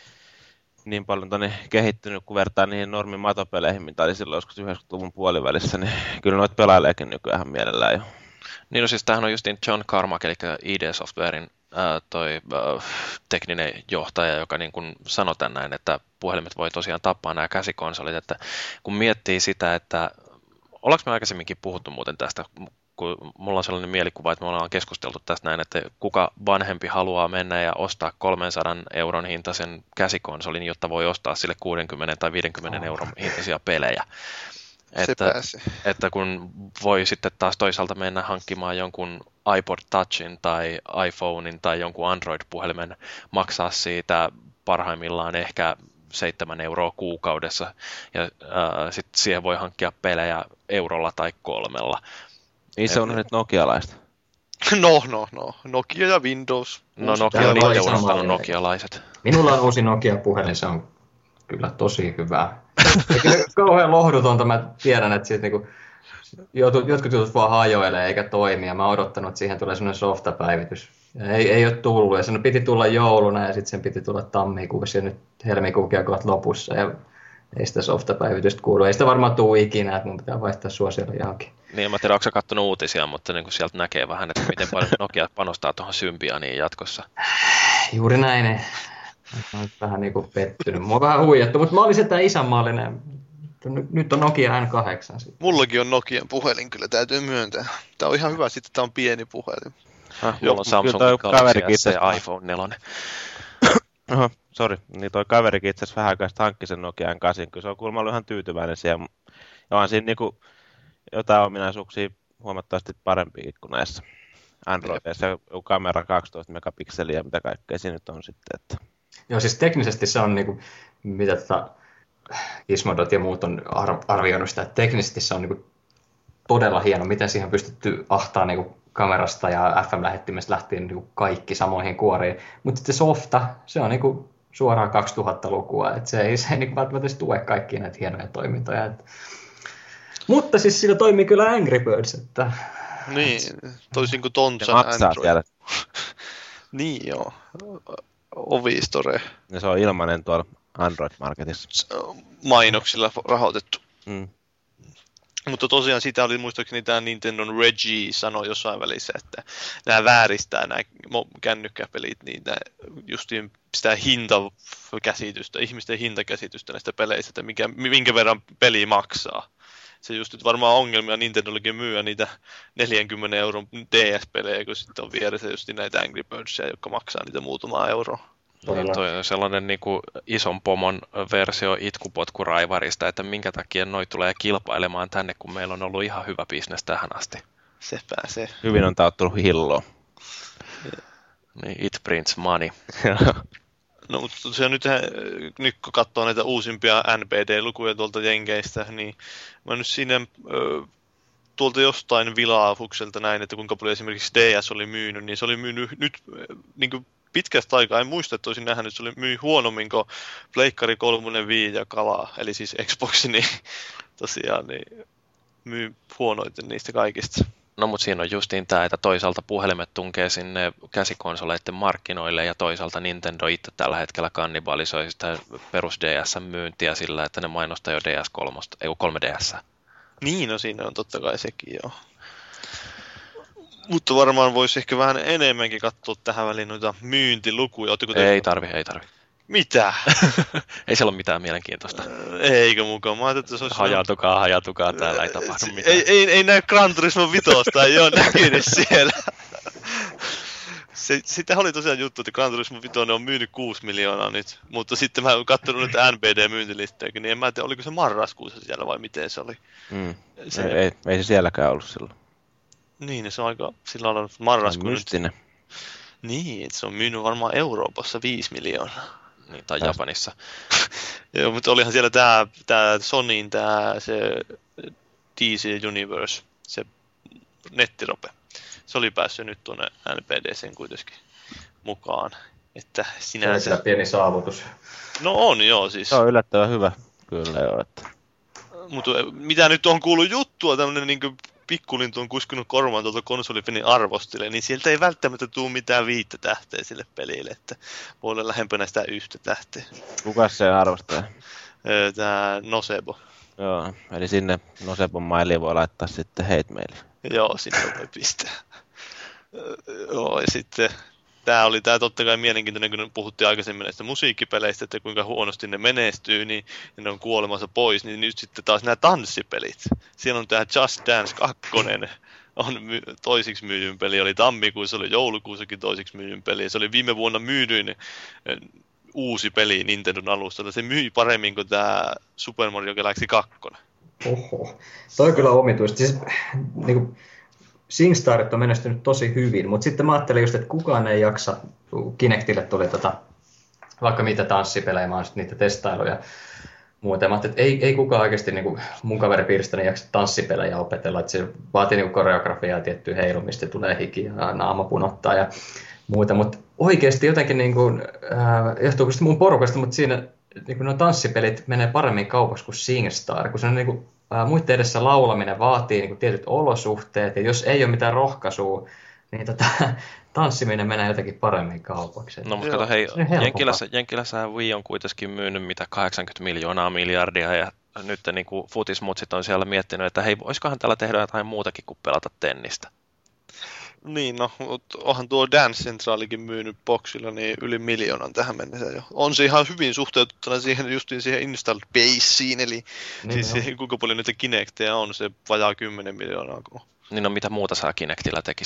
C: niin paljon tonne kehittynyt, kun vertaa niihin normin matopeleihin, mitä oli silloin joskus yhdeksänkymmentäluvun puolivälissä, niin kyllä noita pelaileekin nykyään mielellään jo.
B: Niin no siis tämähän on justiin John Carmack, eli I D Softwarein ää, toi ää, tekninen johtaja, joka niin kuin sanoi tän näin, että puhelimet voi tosiaan tappaa nämä käsikonsolit, että kun miettii sitä, että ollaanko me aikaisemminkin puhuttu muuten tästä, kun mulla on sellainen mielikuva, että me ollaan keskusteltu tästä näin, että kuka vanhempi haluaa mennä ja ostaa kolmensadan euron hintaisen käsikonsolin, jotta voi ostaa sille kuusikymmentä tai viisikymmentä oh. euron hintaisia pelejä. Että, että kun voi sitten taas toisaalta mennä hankkimaan jonkun iPod Touchin tai iPhonein tai jonkun Android-puhelimen, maksaa siitä parhaimmillaan ehkä seitsemän euroa kuukaudessa ja äh, sitten siihen voi hankkia pelejä eurolla tai kolmella.
C: Niin se on nyt nokialaista.
D: No, no, no. Nokia ja Windows.
B: No Nokia on itse unohtanut nokialaiset.
E: Minulla on uusi Nokia-puhelin, se on kyllä tosi hyvä. Eikä se kauhean lohdutonta, mä tiedän, että siitä niinku, jotkut jutut vaan hajoilee eikä toimi, ja mä oon odottanut, että siihen tulee semmoinen softapäivitys. Ja ei, ei ole tullut, ja sen piti tulla jouluna, ja sitten sen piti tulla tammikuussa, ja nyt helmikuukin on kohta lopussa, ja ei sitä softapäivitystä kuulu. Ei sitä varmaan tule ikinä, että mun pitää vaihtaa suosiolla johonkin.
B: Niin, mä tiedän, onko sä kattonut uutisia, mutta niin sieltä näkee vähän, että miten paljon Nokia panostaa tuohon Symbianiin jatkossa.
E: Juuri näin. Mä oon vähän niin kuin pettynyt. Mua on vähän huijattu, mutta mä olin sitä isänmaallinen. Nyt on Nokia N kahdeksan. Sitten.
D: Mullakin on Nokian puhelin, kyllä täytyy myöntää. Tää on ihan hyvä, sitten tää on pieni puhelin.
B: Ah, mulla on Samsung Galaxy S ja iPhone neljä.
C: Oho, sori, niin toi kaverikin itse asiassa vähän aikaa hankki sen Nokian kasin, kyllä se on kuulemma ollut ihan tyytyväinen siihen. Ja on siinä niinku jotain ominaisuuksia huomattavasti parempiakin kuin näissä Androidissa. Kamera kaksitoista megapikseliä, mitä kaikkea siinä nyt on sitten. Että...
E: Joo, siis teknisesti se on niinku, mitä tota Gizmodot ja muut on arvioinut sitä, että teknisesti se on niinku todella hieno, miten siihen on pystytty ahtaa niinku kamerasta ja F M-lähettimestä lähtien niinku kaikki samoihin kuoriin. Mutta sitten softa, se on niinku suoraan kaksituhatta-lukua, että se ei, se ei niinku välttämättä tue kaikkia näitä hienoja toimintoja. Et... Mutta siis sillä toimii kyllä Angry Birds, että...
D: Niin, toisin kuin Tontsan Android. Niin joo, Ovistore.
C: Ja se on ilmainen tuolla Android-marketissa.
D: Mainoksilla rahoitettu.
C: Mm.
D: Mutta tosiaan sitä oli muistaakseni tämä Nintendon Reggie sanoi jossain välissä, että nämä vääristää nämä kännykkäpelit, niin justiin sitä hintakäsitystä, ihmisten hintakäsitystä näistä peleistä, että mikä, minkä verran peli maksaa. Se just nyt varmaan ongelmia Nintendollekin myyä niitä neljänkymmenen euron D S-pelejä, kun sitten on vieressä just näitä Angry Birdsia, jotka maksaa niitä muutamaa euroa.
B: Niin, toi on sellainen niin kuin ison pomon versio itkupotkuraivarista, että minkä takia noi tulee kilpailemaan tänne, kun meillä on ollut ihan hyvä bisnes tähän asti.
D: Se pääsee.
C: Hyvin on tauttunut hilloa.
B: Niin, it prints money.
D: No mutta tosiaan nyt, nyt kun katsoo näitä uusimpia N B D-lukuja tuolta Jenkeistä, niin mä nyt siinä ö, tuolta jostain vilaafukselta näin, että kuinka paljon esimerkiksi D S oli myynyt, niin se oli myynyt nyt niin kuin pitkästä aikaa, en muista, että olisin nähnyt, että se oli myy huonommin kuin Pleikkari kolme, Wii ja Kala, eli siis Xbox, niin tosiaan niin myy huonoiten niistä kaikista.
B: No mutta siinä on justiin tämä, että toisaalta puhelimet tunkee sinne käsikonsoleiden markkinoille ja toisaalta Nintendo itse tällä hetkellä kannibalisoi sitä perus D S-myyntiä sillä, että ne mainostaa jo D S kolme, ei kolme D S.
D: Niin, no siinä on totta kai sekin joo. Mutta varmaan voisi ehkä vähän enemmänkin katsoa tähän väliin noita myyntilukuja.
B: Ei tarvi, ei tarvi.
D: Mitä?
B: Ei siellä ole mitään mielenkiintoista.
D: Eikö mukaan? Mä ajattelin, että se olisi...
B: Hajautukaa, hajautukaa, täällä ei tapahdu mitään.
D: Ei, ei, ei näy Gran Turismo vitosta, ei ole näkynyt siellä. Se, sitä oli tosiaan juttu, että Gran Turismo viisi on myynyt kuusi miljoonaa nyt. Mutta sitten mä oon katsonut nyt N B D-myyntilistejäkin, niin en mä tiedä, oliko se marraskuussa siellä vai miten se oli.
C: Mm. Se... Ei, ei, ei se sielläkään ollut silloin.
D: Niin, se on aika sillä lailla marraskuun nyt.
C: Mystinen.
D: Niin, että se on myynyt varmaan Euroopassa viisi miljoonaa.
B: Niin, tai Tästä. Japanissa.
D: Joo, mutta olihan siellä tää, tää Sonyin tää se D C Universe, se nettirope. Se oli päässyt nyt tuonne N P D:seen kuitenkin mukaan. Että sinänsä...
E: Se on pieni saavutus.
D: No on joo siis.
C: Se on yllättävän hyvä, kyllä joo. Että...
D: Mutta mitä nyt on kuullut juttua, tämmönen niinku pikkulintu on kuskunut korvaan tuolta konsolifinin arvostille, niin sieltä ei välttämättä tule mitään viittä tähteä sille pelille, että voi olla lähempänä sitä yhtä tähteä.
C: Kuka se arvostaa?
D: Tää Nosebo.
C: Joo, eli sinne Nosebon mailiin voi laittaa sitten hate maili.
D: Joo, sinne voi pistää. Joo, ja sitten tää oli tää totta kai mielenkiintoinen, kun puhuttiin aikaisemmin näistä musiikkipeleistä, että kuinka huonosti ne menestyy, niin ne on kuolemassa pois, niin nyt sitten taas nämä tanssipelit. Siellä on tää Just Dance kaksi, on my- toisiksi myydyn peli, oli tammikuussa, oli joulukuussakin toisiksi myydyn peli, se oli viime vuonna myydyin uusi peli Nintendon alustalla. Se myi paremmin kuin tää Super Mario Galaxy kaksi.
E: Oho, toi on kyllä omituista. Siis, niin kuin... SingStarit on menestynyt tosi hyvin, mutta sitten mä ajattelin just, että kukaan ei jaksa, Kinectille tuli tota, vaikka mitä tanssipelejä, mä oon niitä testailuja muuta. Mä ajattelin, että ei, ei kukaan oikeasti niin kuin mun kaveripiiristä niin jaksa tanssipelejä opetella, että se vaatii niin kuin koreografiaa, tiettyä heilumista, tulee hiki ja naama punottaa ja muuta, mutta oikeasti jotenkin, niin kuin, äh, johtuu mun porukasta, mutta siinä niin kuin nuo tanssipelit menee paremmin kaupaksi kuin SingStar, kun se on niin kuin muiden edessä laulaminen vaatii niin kuin tietyt olosuhteet, ja jos ei ole mitään rohkaisua, niin tota, tanssiminen menee jotenkin paremmin kaupaksi.
B: No mutta kato, hei, Jenkilässä, Jenkilässähän Wii on kuitenkin myynyt mitä kahdeksankymmentä miljoonaa miljardia, ja nyt niin kuin futismutsit on siellä miettinyt, että hei, voisikohan täällä tehdä jotain muutakin kuin pelata tennistä.
D: Niin, no, mutta onhan tuo Dance Centralikin myynyt boxilla niin yli miljoonan tähän mennessä jo. On se ihan hyvin suhteutettuna siihen justiin siihen installed baseen, eli niin siis siihen, kuinka paljon niitä Kinecteja on, se vajaa kymmenen miljoonaa.
B: Niin no mitä muuta sä Kinectillä tekisit?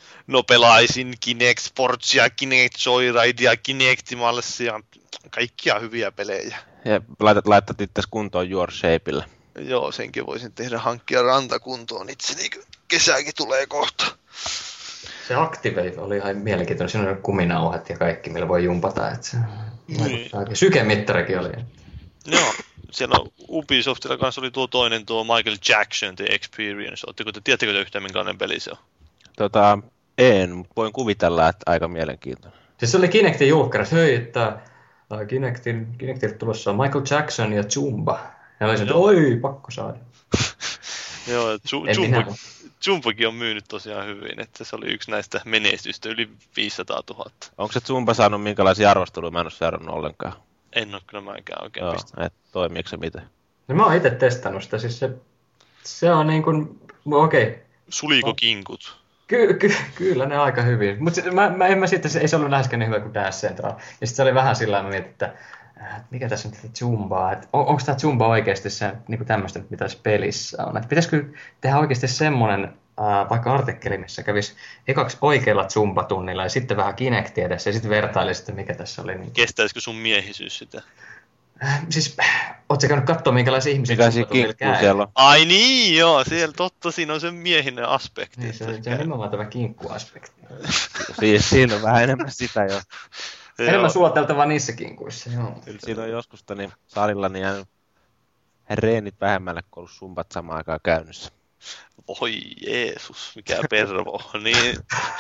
D: No pelaisin Kinect Sportsia, Kinect Joyridea, Kinectimalsia, kaikkia hyviä pelejä.
C: Ja laitat, laitat itse kuntoon Your Shapeillä.
D: Joo, senkin voisin tehdä, hankkia rantakuntoon itseni, kun kesäkin tulee kohta.
E: Se Activate oli ihan mielenkiintoinen. Siinä on kuminauhat ja kaikki, millä voi jumpata. Että se
D: niin.
E: Sykemittarikin oli.
D: Joo, siellä on Ubisoftilla kanssa oli tuo toinen, tuo Michael Jackson, The Experience. Ootteko te, tiedättekö te yhtään, minkälainen peli se on?
C: Tota, en, mutta voin kuvitella, että aika mielenkiintoinen.
E: Siis se oli Kinectin julkkaras. Hei, että Kinectin, Kinectin tulossa on Michael Jackson ja Zumba. Ja oli se, että oi, pakko saada.
D: Joo, Zumba, Zumbakin on myynyt tosiaan hyvin, että se oli yksi näistä menestystä, yli viisisataatuhatta.
C: Onko se Zumba saanut minkälaisia arvosteluja? Mä en ole seurannut ollenkaan.
D: En ole kyllä mäkään oikein
C: Joo,
D: pistänyt.
C: et toimiiko se miten?
E: No mä oon itse testannut sitä, siis se, se on niin kuin, okei. Okay.
D: Suliko kinkut?
E: Ky- ky- kyllä ne aika hyvin, mutta mä, mä en mä siitä, ei se ollut läheskään niin hyvä kuin Dance Central. Ja sitten se oli vähän sillä tavalla, että äh, mikä tässä on tätä Zumbaa, että on, onko tämä Zumba oikeasti se, niin tämmöistä, mitä tässä pelissä on. Että pitäisikö tehdä oikeasti semmoinen äh, vaikka artikkeli, missä kävisi ekaksi oikealla Zumba-tunnilla ja sitten vähän Kinectia edessä ja sitten vertaili sitten, mikä tässä oli. Niin...
D: Kestäisikö sun miehisyys sitä?
E: Äh, siis, ootko käynyt katsoa, minkälaisia ihmisiä
C: Zumba-tunnilla käy? Siellä on?
D: Ai niin, joo, siellä totta, siinä on se miehinen aspekti.
E: Niin, se, se on nimenomaan tämä kinkkuaspekti.
C: Siis siinä on vähän enemmän sitä jo.
E: Enemmän suoteltavaa niissä kinkuissa, joo.
C: Kyllä siinä on joskus niin salillani jäänyt reenit vähemmälle, kun ollut sumpat samaan aikaan käynnissä.
D: Voi Jeesus, mikä pervo, niin.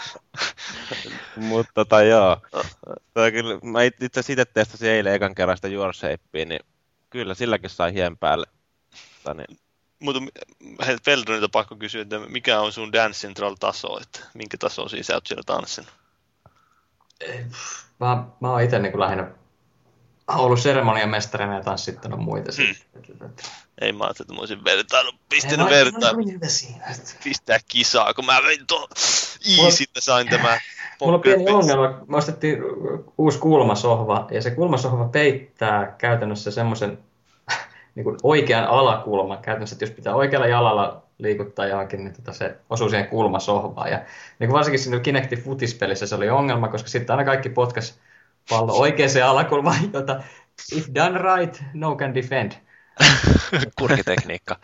C: Mutta tota joo. Kyllä, mä itse asiassa testasin eilen ekan kerran sitä Your Shapea, niin kyllä silläkin sai hien päälle. Niin.
D: Mutta Feldronilta pakko kysyä, että mikä on sun Dance Central-taso, että minkä taso siis sä oot siellä tanssinut?
E: Mä, mä oon itse niin lähinnä ollut seremoniamestarina ja tanssittanut muita. Hmm.
D: Ei mä ajattelin, että mä olisin vertaillut, pistänyt vertaillut, pistää kisaa, kun mä vein tuon Easyltä sain tämän.
E: Mulla on pieni ongelma, me ostettiin uusi kulmasohva ja se kulmasohva peittää käytännössä semmoisen niin kuin oikean alakulman. Käytännössä, että jos pitää oikealla jalalla liikuttaa johonkin, niin tota se osuu siihen kulmasohvaan. Ja niin kuin varsinkin siinä Kinectin futispelissä se oli ongelma, koska sitten aina kaikki potkas pallo oikeaan alakulmaan, jota if done right, no can defend.
B: Kurkitekniikka.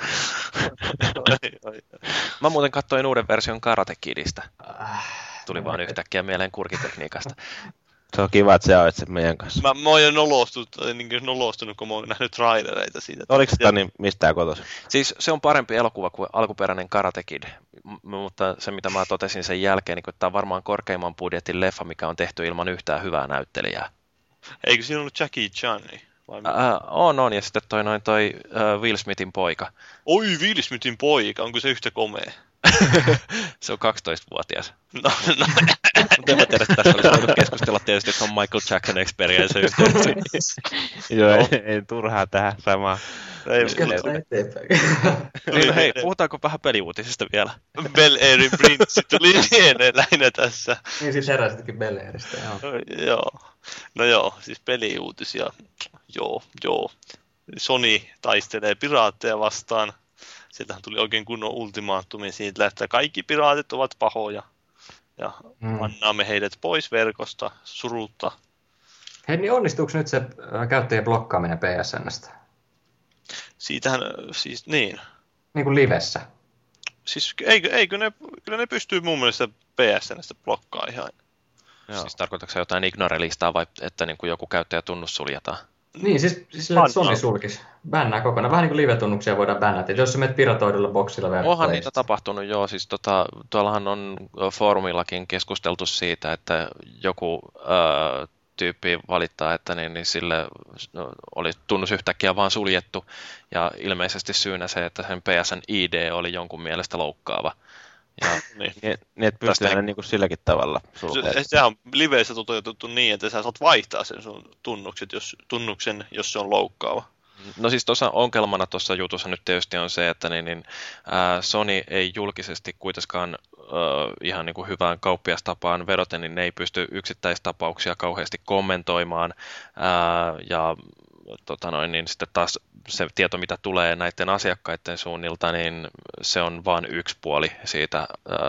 B: Mä muuten katsoin uuden version Karate Kidistä. Tuli vaan yhtäkkiä mieleen kurkitekniikasta.
C: Se on kiva, että sä olet sen meidän kanssa.
D: Mä, mä oon jo nolostunut, niin nolostunut, kun mä oon nähnyt trailereita siitä.
C: Oliko sitä niin mistään kotoisin?
B: Siis se on parempi elokuva kuin alkuperäinen Karate Kid, M- mutta se mitä mä totesin sen jälkeen, niin että tämä on varmaan korkeimman budjetin leffa, mikä on tehty ilman yhtään hyvää näyttelijää.
D: Eikö siinä ollut Jackie Chan?
B: Äh, on, on, ja sitten toi, noin, toi uh, Will Smithin poika.
D: Oi, Will Smithin poika, onko se yhtä komea?
B: Se on kaksitoistavuotias.
D: No, no.
B: Mutta en mä tiedä, että tässä olisi voinut keskustella tietysti, että on Michael Jackson Experience yhteydessä.
C: Joo, ei, ei turhaa tähän samaan.
E: Ei, eteenpäin.
B: Niin, hei, puhutaanko vähän peliuutisista vielä?
D: Bel Airin prinssi tuli mieleen lähinnä tässä.
E: Niin, siis heräsitkin Bel Airista, joo.
D: No, joo. No joo, siis peliuutisia. Joo, joo. Sony taistelee piraatteja vastaan. Sieltähän tuli oikein kunnon ultimaattumi siitä, että kaikki piraatit ovat pahoja. Ja mm. annaamme heidät pois verkosta, surutta.
E: Hei, niin onnistuuko nyt se käyttäjien blokkaaminen P S N:stä?
D: Siitähän, siis niin.
E: Niin kuin livessä?
D: Siis eikö, eikö ne, kyllä ne pystyy mun mielestä P S N:stä blokkaa ihan.
B: Joo. Siis tarkoitatko se jotain ignore-listaa vai että niin kuin joku käyttäjätunnus suljetaan?
E: Niin, siis, siis sillä, että Sony sulkisi. Bännää kokonaan. Vähän niin kuin live-tunnuksia voidaan bännätä. Jos sä menet piratoidulla boksilla verkkoon.
B: Onhan niitä tapahtunut, joo. Siis tota, tuollahan on foorumillakin keskusteltu siitä, että joku ää, tyyppi valittaa, että niin, niin sille no, oli tunnus yhtäkkiä vaan suljettu. Ja ilmeisesti syynä se, että sen P S N I D oli jonkun mielestä loukkaava. Ja,
C: niin, niin, niin että pystyy aina niin kuin silläkin tavalla sulkemaan.
D: Se, sehän on liveissä toteutettu niin, että sä saat vaihtaa sen sun tunnukset, jos, tunnuksen, jos se on loukkaava.
B: No siis tuossa ongelmana tuossa jutussa nyt tietysti on se, että niin, niin, ää, Sony ei julkisesti kuitenkaan ää, ihan niin kuin hyvään kauppiastapaan vedoten, niin ne ei pysty yksittäistapauksia kauheasti kommentoimaan. Ää, ja tota noin, niin sitten taas se tieto, mitä tulee näiden asiakkaiden suunnilta, niin se on vain yksi puoli siitä ää,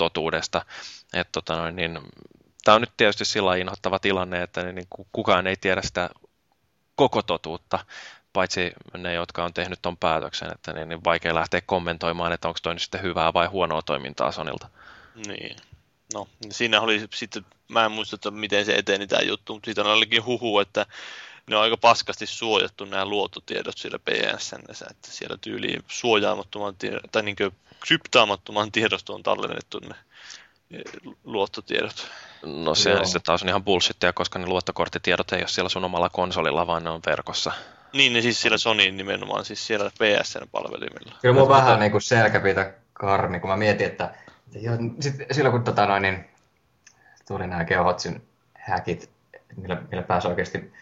B: totuudesta. Et, tota noin, niin, tämä on nyt tietysti sillä inhottava tilanne, että niin, kukaan ei tiedä sitä koko totuutta, paitsi ne, jotka on tehnyt ton päätöksen, että niin, niin vaikea lähteä kommentoimaan, että onko toi nyt sitten hyvää vai huonoa toimintaa Sonylta.
D: Niin. No, siinä oli sitten, mä en muista, että miten se eteni tämä juttu, mutta siitä on ainakin huhu, että ne on aika paskasti suojattu nämä luottotiedot siellä P S N:ssä, että siellä tyyliin suojaamattoman tai niin kuin kryptaamattoman tiedostoon tallennettu ne luottotiedot.
B: No se on sitten taas ihan bullshittia, koska ne luottokorttitiedot ei ole siellä sun omalla konsolilla, vaan ne on verkossa.
D: Niin, ne siis siellä Sonyin nimenomaan, siis siellä P S N-palvelimilla.
E: Kyllä mun vähän niin kuin selkäpiitä karmi, kun mä mietin, että jo, sit, silloin kun tota noin, niin tuli nämä Geohotsin häkit, millä, millä pääsi oikeasti,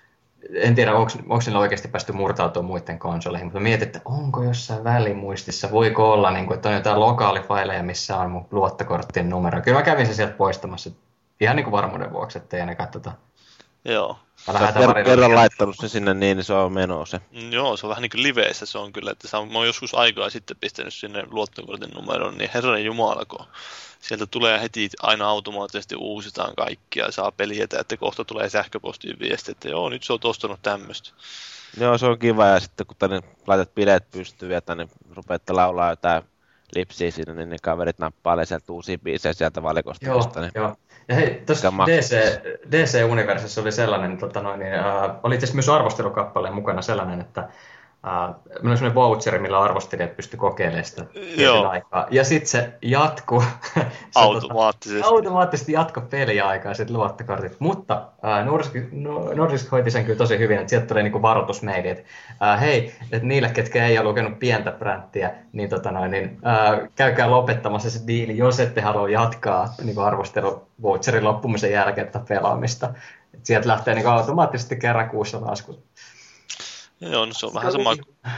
E: en tiedä onko, onko niillä oikeasti päästy murtautumaan muiden konsoleihin, mutta mietin, että onko jossain välimuistissa, voiko olla, niin kuin, että on jotain lokaalifaileja, missä on mun luottokorttien numero. Kyllä mä kävin se sieltä poistamassa ihan niin kuin varmuuden vuoksi, ettei ainakaan tota...
D: Joo.
C: Ker- kerran laittanut sen sinne niin, niin se on menoa se.
D: Joo, se on vähän niin kuin liveissä se on kyllä, että se on, mä oon joskus aikaa sitten pistänyt sinne luottokortin numeron, niin herranen jumala, kun sieltä tulee heti aina automaattisesti uusitaan kaikkia ja saa pelietä, että kohta tulee sähköpostiin viesti, että joo, nyt se on ostanut tämmöistä.
C: Joo, se on kiva ja sitten kun tänne laitat bileet pystyyn ja tänne rupeatte laulaa jotain lipsiä sinne, niin ne kaverit nappailee sieltä uusia biisejä sieltä valikosta.
E: Joo,
C: niin...
E: joo. Ja hei, tuossa D C, D C-universissa oli sellainen, tota noin, niin, äh, oli itse myös mukana mukana sellainen, että äh, meillä oli sellainen voucheri, millä arvostelijat pystyi kokeilemaan sitä tietyn aikaa. Ja sitten se jatkuu.
D: Automaattisesti.
E: Tota, automaattisesti jatko peliaikaa sitten luottokortit. Mutta äh, Nordisk, Nordisk hoiti sen kyllä tosi hyvin, että sieltä tuli niinku varoitusmeili, että äh, hei, että niille, ketkä ei ole lukenut pientä bränttiä, niin, tota noin, niin äh, käykää lopettamassa se diili, jos ette halua jatkaa niin arvostelu voucherin loppumisen jälkeen tätä pelaamista. Et sieltä lähtee niin automaattisesti kerran kuussa laskut.
D: Joo, no se on vähän sama,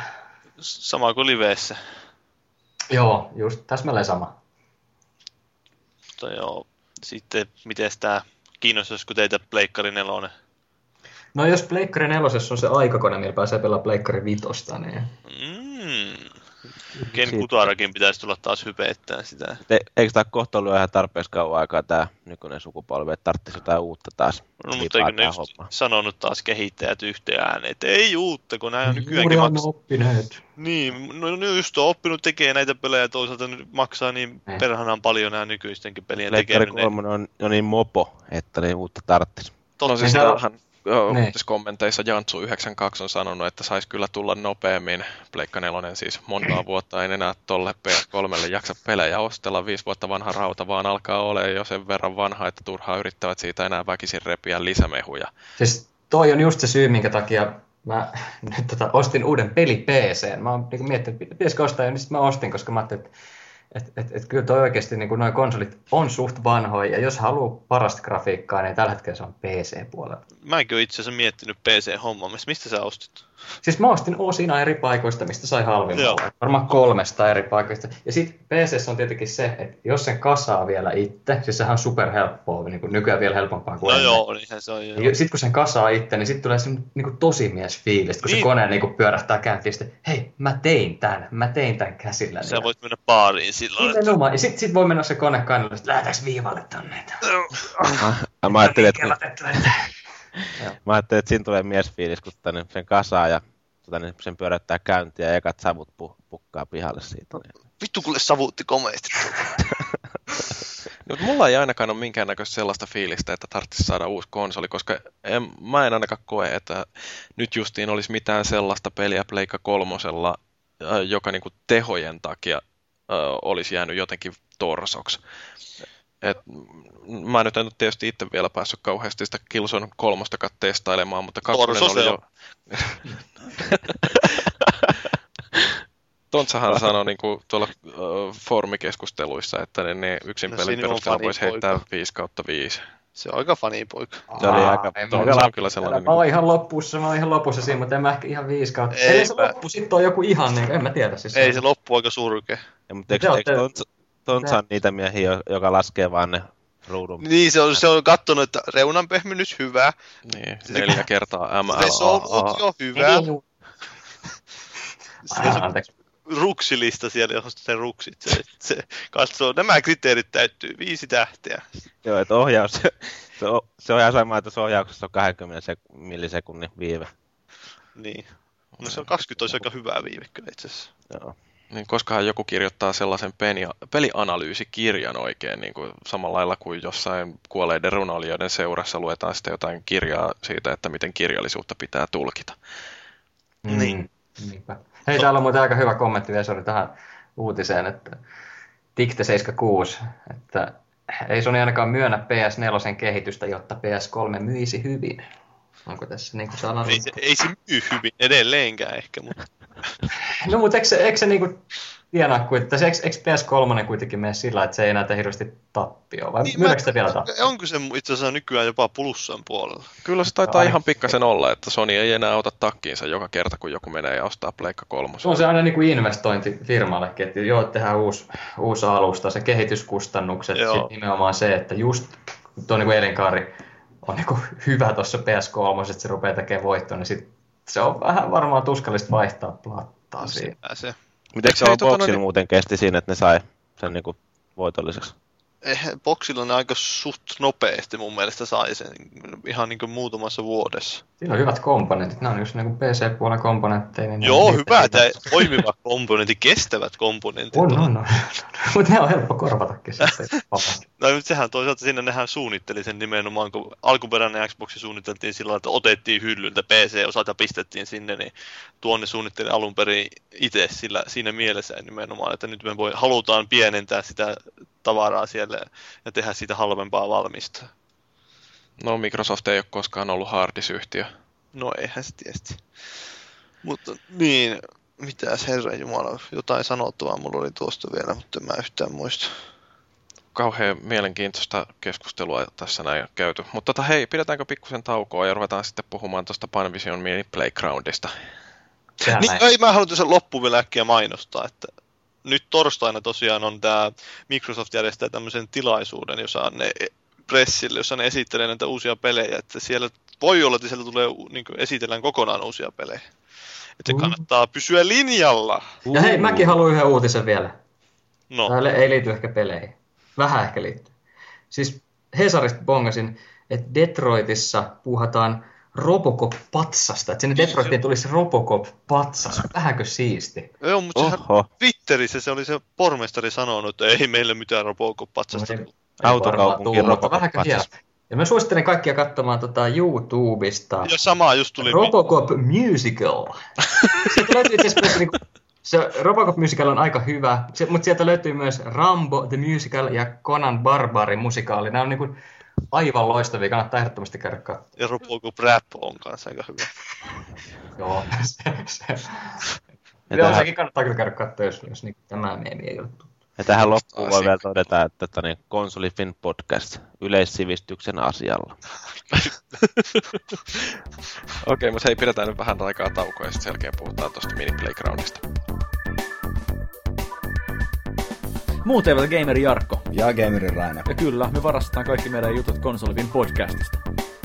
D: sama kuin liveissä.
E: Joo, just täsmälleen sama.
D: Mutta joo, sitten miten tämä kiinnostaisiko teitä Pleikkari nelonen?
E: No jos Pleikkari nelosessa on se aikakone, millä pääsee pelaamaan Pleikkari vitosta, niin...
D: Mm. Ken Kutarakin pitäisi tulla taas hypeettään sitä.
C: E, eikö tämä kohta ollut ihan tarpeeksi kauan aikaa tämä nykyinen sukupolvi, että tarvitsisi jotain uutta taas?
D: No mutta eikö ne sanonut taas kehittäjät yhteen ääneen, että ei uutta, kun nämä nykyäänkin maksaa.
E: oppineet.
D: Niin, no ne just on oppinut tekemään näitä pelejä, toisaalta ne maksaa niin eh. perhanaan paljon nämä nykyistenkin pelien tekeminen.
C: Pleikkari kolmonen on jo niin mopo, että niin uutta tarvitsisi.
B: No siis tämähän uutiskommenteissa Jantsu yhdeksänkymmentäkaksi on sanonut, että saisi kyllä tulla nopeammin. Pleikka nelonen siis montaa vuotta ei enää tolle P S kolmelle jaksa pelejä ostella. Viisi vuotta vanha rauta vaan alkaa olemaan jo sen verran vanha, että turhaa yrittävät siitä enää väkisin repiä lisämehuja.
E: Siis toi on just se syy, minkä takia mä nyt tota, ostin uuden peli P C:n. Mä oon niin miettinyt, että pitäisikö ostaa, ja niin sitten mä ostin, koska mä ajattelin, että et, et, et kyllä toi oikeasti niin nuo konsolit on suht vanhoja, ja jos haluaa parasta grafiikkaa, niin tällä hetkellä se on P C-puolella.
D: Mäkin olen itse asiassa miettinyt P C-hommaamista. Mistä sä ostit?
E: Siis mä ostin osina eri paikoista, mistä sai halvimmalla. Varmaan kolmesta eri paikoista. Ja sitten P C:ssä on tietenkin se, että jos sen kasaa vielä itse, siis sehän on superhelppoa, niin kuin nykyään vielä helpompaa kuin
D: no
E: ennen.
D: joo, niinhän se on.
E: Sitten kun sen kasaa itse, niin sitten tulee se niin tosimies fiilis, kun niin. Se kone niin kuin pyörähtää käyntiin, sitten hei, mä tein tämän, mä tein tämän käsillä.
D: Sä voit mennä baariin silloin.
E: Nimenomaan. Ja sitten sit voi mennä se kone kainaloon, että lähdetäänkö viivalle tonne.
C: Mä ajattelin, että... Mä ajattelin, että siinä tulee miesfiilis, kun tänne sen kasaa ja tänne sen pyöräyttää käyntiä ja ekat savut pu- pukkaa pihalle siitä.
D: Vittu, kuule savuutti komeasti.
B: No, mulla ei ainakaan ole minkäännäköistä sellaista fiilistä, että tarvitsisi saada uusi konsoli, koska en, mä en ainakaan koe, että nyt justiin olisi mitään sellaista peliä Pleikka kolmosella, joka niinku tehojen takia ö, olisi jäänyt jotenkin torsoksi. Et, mä nyt en ole tietysti itse vielä päässyt kauheasti sitä Killzone kolmostakaan testailemaan, mutta kakkonen oli jo... Tontsahan sanoi niin kuin tuolla uh, foorumikeskusteluissa, että ne, ne yksin no, pelin perusteella voisi heittää viisi kautta viisi.
D: Se on aika fanipoika.
C: Se oli aika...
B: Tontsa on kyllä sellainen...
E: Mä oon ihan lopussa, mä oon ihan lopussa siinä, mutta en mä ehkä ihan viisi kautta. Ei, se mä... loppu sitten on joku ihan, niin en mä tiedä. Siis
D: ei se loppu aika surkea.
C: Ja, mutta eikö, eikö Tontsa, Tontsa on niitä miehiä, joka laskee vaan ne ruudun?
D: Niin, se on, se on kattonut, että reunan pehmennys hyvä.
B: Niin, neljä kertaa M L A.
D: Resolve jo hyvä.
E: Ah, anteeksi.
D: ruksilista siellä, johon sitten ruksit. Se, se katsoo, nämä kriteerit täyttyy, viisi tähteä.
C: Joo, että ohjaus, se, se on ihan sama, että ohjauksessa on kaksikymmentä sek- millisekunnin viive.
D: Niin. No se on kaksikymmentä olisi aika hyvää viive kyllä itse asiassa.
C: Joo.
B: Niin koskahan joku kirjoittaa sellaisen peli, pelianalyysikirjan oikein, niin kuin samalla lailla kuin jossain kuolleiden runoilijoiden seurassa luetaan sitten jotain kirjaa siitä, että miten kirjallisuutta pitää tulkita.
E: Mm.
D: Niin.
E: Niinpä. Hei, täällä on muuten aika hyvä kommentti vielä, sori tähän uutiseen, että Dicte seitsemänkymmentäkuusi, että ei Sony ainakaan myönnä P S neljä kehitystä, jotta P S kolme myisi hyvin. Onko tässä niin kuin sanonut?
D: Ei se, ei se myy hyvin edelleenkään ehkä, mutta...
E: No mutta eikö se, eikö se niin kuin tienaa kuitenkin, eikö, eikö P S kolme kuitenkin mene sillä, että se ei enää tee hirveästi tappioon, vai niin, myydäänkö sitä vielä tappioon?
D: Onko se itse asiassa nykyään jopa plussan puolella?
B: Kyllä se taitaa no, ihan pikkasen olla, että Sony ei enää ota takkiinsa joka kerta, kun joku menee ja ostaa Pleikka kolmosen.
E: Se on se aina niin kuin investointi firmallekin, että joo, tehdään uusi, uusi alusta, se kehityskustannukset, sit nimenomaan se, että just tuo niin kuin elinkaari on niin kuin hyvä tuossa P S kolme, että se rupeaa tekemään voittoa, niin sit se on vähän varmaan tuskallista vaihtaa plattaa siinä.
D: Se.
C: Miten se on Boxilla niin... muuten kesti siinä, että ne sai sen niin kuin voitolliseksi?
D: Eh, Boxilla ne aika suht nopeasti mun mielestä sai sen ihan niin kuin muutamassa vuodessa.
E: Siinä on hyvät komponentit, nämä on just niin kuin P C-puolen komponentteja. Niin
D: joo, hyvät ja toimivat komponentit, kestävät komponentit.
E: On, on, on. Mutta ne on helppo korvatakin sitten.
D: No nyt sehän toisaalta siinä nehän suunnitteli sen nimenomaan, kun alkuperäinen Xbox suunniteltiin sillä että otettiin hyllyltä P C-osat ja pistettiin sinne, niin tuonne suunnitteli alun perin itse sillä, siinä mielessä nimenomaan, että nyt me voi, halutaan pienentää sitä tavaraa siellä ja tehdä siitä halvempaa valmista.
B: No Microsoft ei ole koskaan ollut hardisyhtiö.
D: No eihän se tietysti. Mutta niin, mitäs herran jumala, jotain sanottavaa mulla oli tuosta vielä, mutta en mä yhtään muista.
B: Kauhean mielenkiintoista keskustelua tässä näin käyty. Mutta tota, hei, pidetäänkö pikkusen taukoa ja ruvetaan sitten puhumaan tuosta Panvision Mini Playgroundista.
D: Niin, ei mä haluan sen loppuun vielä äkkiä mainostaa, että nyt torstaina tosiaan on tämä Microsoft järjestää tämmöisen tilaisuuden, jossa ne pressille, jossa ne esittelee näitä uusia pelejä, että siellä voi olla, että siellä tulee, niin kuin esitellään kokonaan uusia pelejä. Että uh. kannattaa pysyä linjalla.
E: Uh. Ja hei, mäkin haluan yhden uutisen vielä.
D: No.
E: Tämä ei liity ehkä peleihin. Vähän ehkä liittyy. Siis Hesarista bongasin, että Detroitissa puhutaan Robocop-patsasta. Että sinne Detroitiin tulisi Robocop-patsas. Vähänkö siisti?
D: Joo, mutta sehän Twitterissä se oli se pormestari sanonut, että ei meille mitään Robocop-patsasta.
E: No, autokaupunkin Robocop-patsas. Ja mä suosittelen kaikkia katsomaan tota YouTubesta.
D: Ja sama just tuli.
E: Robocop Musical. Sieltä löytyy itse asiassa niinku, se Robocop Musical on aika hyvä, se, mutta sieltä löytyy myös Rambo the Musical ja Conan Barbari musikaali. Nämä on niinku aivan loistavia, kannattaa ehdottomasti käydä katsomaan.
D: Ja Robocop Rap on kanssa aika hyvä. Joo,
E: se, se. Ja tähän... sekin kannattaa kyllä käydä katsoa, jos, jos niin, tämä meemi ei ole tuttu.
C: Ja tähän loppuun voi vielä todeta, että, että niin, Konsolifin podcast yleissivistyksen asialla.
B: Okei, okay, mutta hei, pidetään nyt vähän aikaa taukoa ja sitten sen jälkeen puhutaan tuosta Mini Playgroundista.
F: Muut eivät Gameri Jarkko.
G: Ja Gameri Raina.
F: Ja kyllä, me varastetaan kaikki meidän jutut Konsolifin podcastista.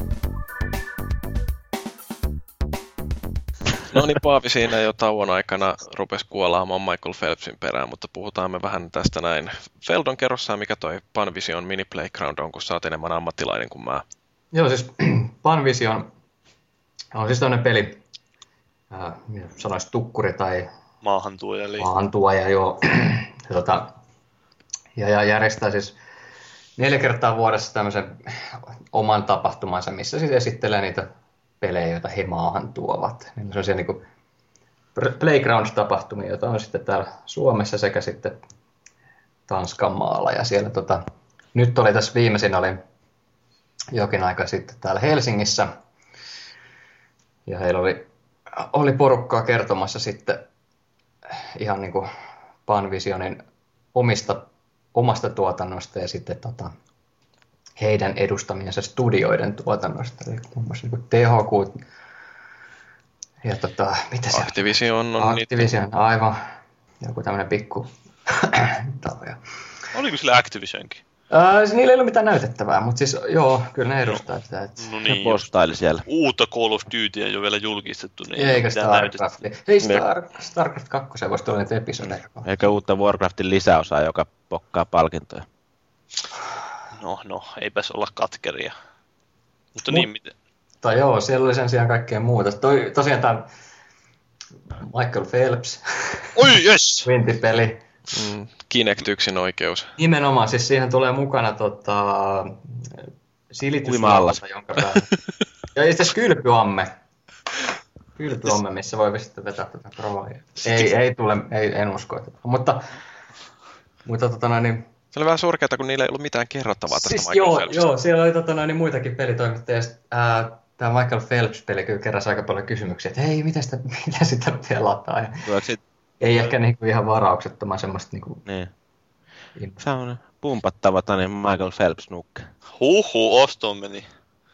B: No niin, Paavi siinä jo tauon aikana rupesi kuolaamaan Michael Phelpsin perään, mutta puhutaan me vähän tästä näin. Feldon, kerrossaan, mikä toi Panvision Mini Playground on, kun sä oot enemmän ammattilainen kuin mä.
E: Joo, siis Panvision on siis tämmöinen peli, äh, sanoisi tukkuri tai
D: maahantuoja.
E: Maahantuoja, joo. ja, tota, ja, ja järjestää siis neljä kertaa vuodessa tämmöisen oman tapahtumansa, missä siis esittelee niitä pelejä, joita he maahan tuovat. Niin se on siellä niin Playground-tapahtumia, joita on sitten täällä Suomessa sekä sitten Tanskan maalla. Ja siellä tota, nyt oli tässä viimeisin oli jokin aika sitten täällä Helsingissä. Ja heillä oli, oli porukkaa kertomassa sitten ihan niin kuin Panvisionin omista, omasta tuotannosta ja sitten tota, heidän edustamiensa studioiden tuotannosta. Eli muun muassa niin T H Q ja tota, mitä se
B: Activision on
E: Activision, niitä. Aivan. Joku tämmöinen pikku talo.
D: Oliko sillä Activisionkin?
E: Äh, niillä ei ole mitään näytettävää, mutta siis joo, kyllä ne edustaa no, sitä. Että...
D: No niin,
C: postaili siellä.
D: Uutta Call of Dutyä ei ole vielä julkistettu. Niin
E: eikä Starcraftia. Hei, Star, Starcraft kaksi voisi tulla niitä episodeja.
C: Eikä uutta Warcraftin lisäosaa, joka pokkaa palkintoja.
D: No, no, eipäs olla katkeria. Mutta Mut, niin miten?
E: Tai joo, siellä oli sen sijaan kaikkea muuta. Toi, tosiaan tämä Michael Phelps.
D: Oi, yes!
E: Vintipeli.
B: Mm, Kinect yksin oikeus.
E: Nimenomaan, siis siihen tulee mukana tota, silitysvalta, jonka päällä. Ja itse asiassa kylpyamme. Kylpyamme, missä voi sitten vetää tätä provaa. Ei, ei tule, ei, en usko. Että. Mutta, mutta tota noin, niin...
B: Se oli vähän surkeata, kun niillä ei ollut mitään kerrottavaa tästä
E: siis
B: Michael
E: joo,
B: Phelpsista.
E: Joo, siellä oli tota noin, muitakin pelitoimittajia. Tämä Michael Phelps-peli kyllä keräsi aika paljon kysymyksiä, että hei, mitä sitä, mitä sitä pelataan? Ja
C: sit...
E: Ei ehkä niinku ihan varauksettoman semmoista... Niinku...
C: Niin. Se on pumpattava tänne Michael Phelps-nukke.
D: Huhhuh, ostoon meni.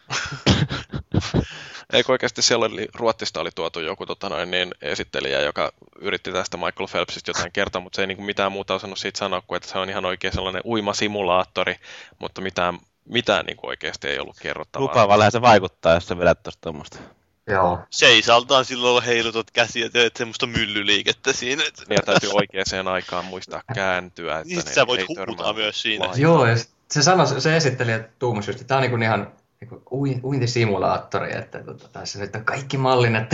B: Eikö oikeasti siellä oli, Ruotsista oli tuotu joku tota noin, niin esittelijä, joka yritti tästä Michael Phelpsistä jotain kertaa, mutta se ei niin kuin mitään muuta osannut siitä sanoa, kuin että se on ihan oikein sellainen uimasimulaattori, mutta mitään, mitään niin kuin oikeasti ei ollut kerrottavaa.
C: Lupaavallehan se vaikuttaa, jos sä vedät tuosta tuommoista.
E: Joo.
D: Seisaltaan silloin heilutot käsiä ja teet semmoista myllyliikettä siinä. Että...
B: Niin, täytyy oikeaan aikaan muistaa kääntyä. Että
D: niin, sä voit huutaa myös siinä.
E: Laitaan. Joo, ja se sanoi, se esittelijä tuumasi just, että tämä on niin ihan niin uintisimulaattori, että tota, tässä nyt on kaikki mallinnettu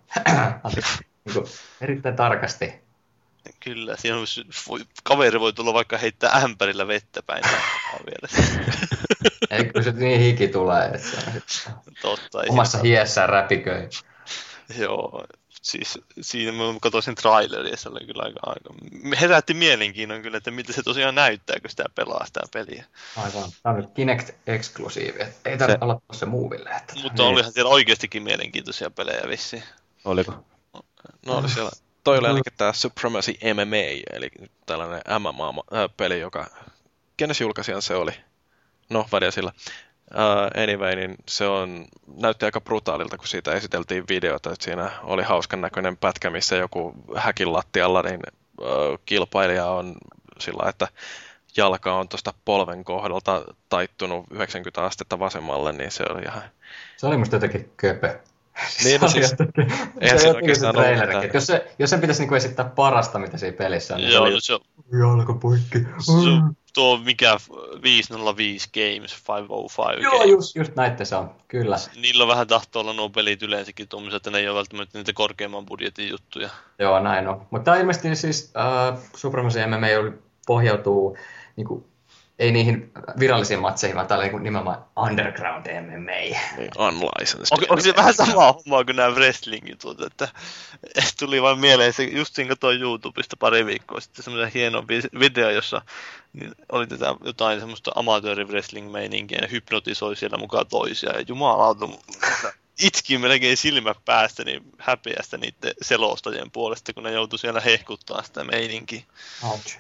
E: niin erittäin tarkasti.
D: Kyllä, siinä on, voi, kaveri voi tulla vaikka heittää ämpärillä vettä päin vieressä.
E: Ei, kun se niin hiki tulee, että se on
D: totta,
E: omassa hiessään räpiköi.
D: Joo, siis siinä mä katsoin sen traileria, ja se oli kyllä aika, aika... herätti mielenkiinnon kyllä, että miltä se tosiaan näyttää, kun sitä pelaa sitä peliä.
E: Aivan, tämä on nyt Kinect-eksklusiivi, ei tarvitse se... olla se muuville. Että...
D: Mutta niin. Olihan siellä oikeastikin mielenkiintoisia pelejä vissiin.
C: Oliko?
B: No oli siellä. Toi oli ainakin tämä Supremacy M M A, eli tällainen M M A-peli, joka... Kenes julkaisijan se oli? No, väliä sillä. Uh, anyway, niin se on, näytti aika brutaalilta, kun siitä esiteltiin videota, että siinä oli hauskan näköinen pätkä, missä joku häkin lattialla, niin uh, kilpailija on sillä, että jalka on tuosta polven kohdalta taittunut yhdeksänkymmentä astetta vasemmalle, niin se oli ihan...
E: Se oli musta jotenkin köpö.
B: Niin, no siis, eihän siinä oikeastaan ollut mitään.
E: Jos, se, jos sen pitäisi niinku esittää parasta, mitä siinä pelissä on, niin
D: joo,
E: se oli
D: se on...
E: jalka poikki.
D: Se, tuo mikä viisi nolla viisi Games, viisi
E: Joo, just, just näitte se on, kyllä.
D: Niillä on vähän tahto olla nuo pelit yleensäkin tuommoiset, että ne ei ole välttämättä niitä korkeamman budjetin juttuja.
E: Joo, näin on. Mutta tämä ilmeisesti siis uh, Supremacy M M A pohjautuu niinku, ei niihin virallisiin matseihin, vaan täällä on nimenomaan Underground M M A.
B: Unlicensed.
D: On, onko se vähän samaa hommaa kuin nämä wrestlingit, että tuli vain mieleen, se just siinä katsoin YouTubesta pari viikkoa sitten semmoisen hienon video, jossa niin oli tätä jotain semmoista amatööri wrestling-meininkiä ja hypnotisoi siellä mukaan toisia. Ja jumalauta, itkin melkein silmät päästä niin häpeästä niiden selostajien puolesta, kun ne joutui siellä hehkuttaa sitä meininkiä.
E: Ouch.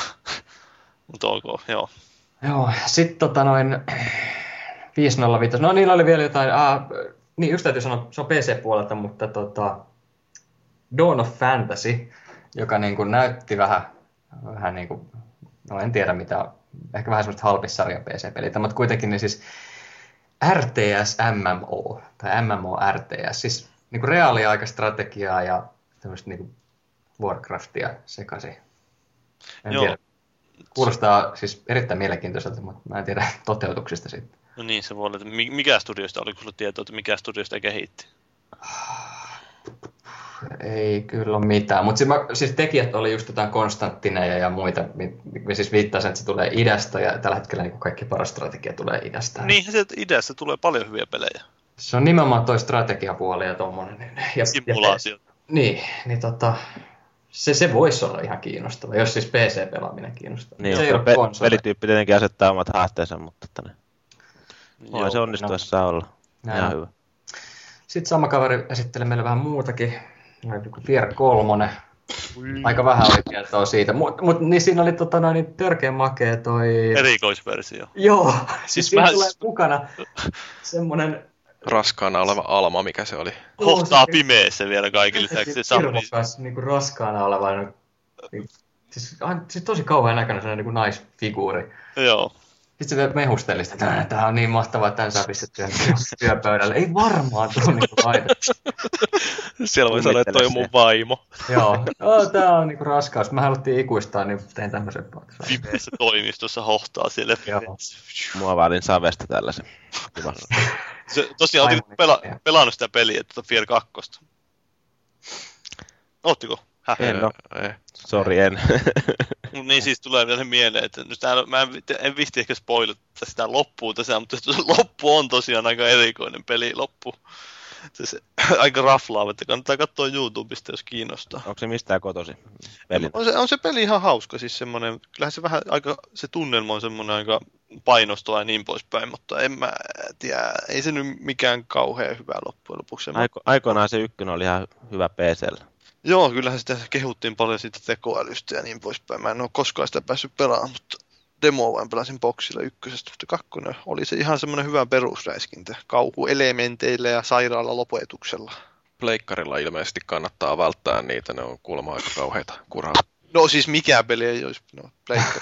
D: Mutta ok, joo.
E: Joo, sitten tota noin viisi nolla viisi. No niillä oli vielä jotain, ah, niin just täytyy sanoa, se on P C-puolelta, mutta tota Dawn of Fantasy, joka niin kuin näytti vähän, vähän niin kuin, no en tiedä mitä, ehkä vähän semmoista halpissarja P C-pelitä, mutta kuitenkin niin siis R T S M M O, tai M M O R T S, siis niin kuin reaaliaikastrategiaa ja tämmöistä niin kuin Warcraftia sekaisin. En
D: joo.
E: tiedä. Kuulostaa siis erittäin mielenkiintoiselta, mutta mä en tiedä toteutuksista sitten.
D: No niin, se voi olla, että mikä studiosta, oliko sulla tietoa, että mikä studiosta kehitti?
E: Ei kyllä ole mitään, mutta siis, siis tekijät oli just jotain Konstantineja ja muita, mä siis viittasin, että se tulee idästä ja tällä hetkellä niin kaikki paras strategia tulee idästä.
D: Niin, se idästä tulee paljon hyviä pelejä.
E: Se on nimenomaan toi strategiapuoli ja tommonen. Ja,
D: simulaatio.
E: Ja, niin, niin tota... Se, se voisi olla ihan kiinnostava, jos siis P C-pelaaminen kiinnostaa.
C: Niin,
E: se ei ole
C: pe-
E: konsoli.
C: pelityyppi tietenkin asettaa omat haasteensa, mutta tänne. Voi se onnistuessa no. olla. Ihan hyvä.
E: Sitten sama kaveri esittelee meille vähän muutakin. Fier kolmonen. Aika vähän oli tietoa siitä, mutta mut, niin siinä oli tota, no, niin törkeä makea toi...
D: Erikoisversio.
E: Joo, siis siinä tulee mukana semmonen...
B: Raskaana oleva Alma, mikä se oli.
D: Hohtaa se, pimeessä vielä kaikille lisäksi.
E: Se hirvokas, niin kuin raskaana oleva, niin, siis, siis tosi kauhean näköinen sellainen niin kuin naisfiguuri.
D: Joo.
E: Sitten se mehusteli sitä, että tämä on niin mahtavaa, että tämän saa pistettyä työpöydälle. Ei varmaan tule niin laitettu.
B: Siellä voi sanoa, että toi on mun vaimo.
E: Joo, no, tämä on niin raskaus. Mä haluttiin ikuistaa, niin tein tämmöisen.
D: Pimeässä toimistossa hohtaa siellä.
C: Mua välin savesta tällaisen.
D: Se, tosiaan olet pela, pelannut sitä peliä, tuota Fear kaksi. Oottiko? Häh?
C: En no. Sori, en.
D: Niin siis tulee vielä mieleen, että nyt täällä, mä en, en vihti ehkä spoilata sitä loppuun tässä, mutta loppu on tosiaan aika erikoinen peli loppu. Se, aika raflaava, että kannattaa katsoa YouTubesta, jos kiinnostaa.
C: Onko se mistään kotosi?
D: On se, on se peli ihan hauska, siis semmoinen, kyllähän se vähän aika, se tunnelma on semmoinen aika painostava ja niin poispäin, mutta en mä tiedä, ei se nyt mikään kauhean hyvä loppujen lopuksi.
C: Aiko, aikoinaan se ykkönen oli ihan hyvä P C:llä.
D: Joo, kyllähän sitä kehuttiin paljon siitä tekoälystä ja niin poispäin. Mä en ole koskaan sitä päässyt pelaamaan, mutta demoa vain pelasin boksilla ykkösestä, mutta kakkonen oli se ihan semmoinen hyvä perusräiskintä. Kauhuelementeillä ja sairaalla lopetuksella.
B: Pleikkarilla ilmeisesti kannattaa välttää niitä, ne on kuulemma aika kauheita kuraa.
D: No siis mikä peli ei olisi, no pleikkari.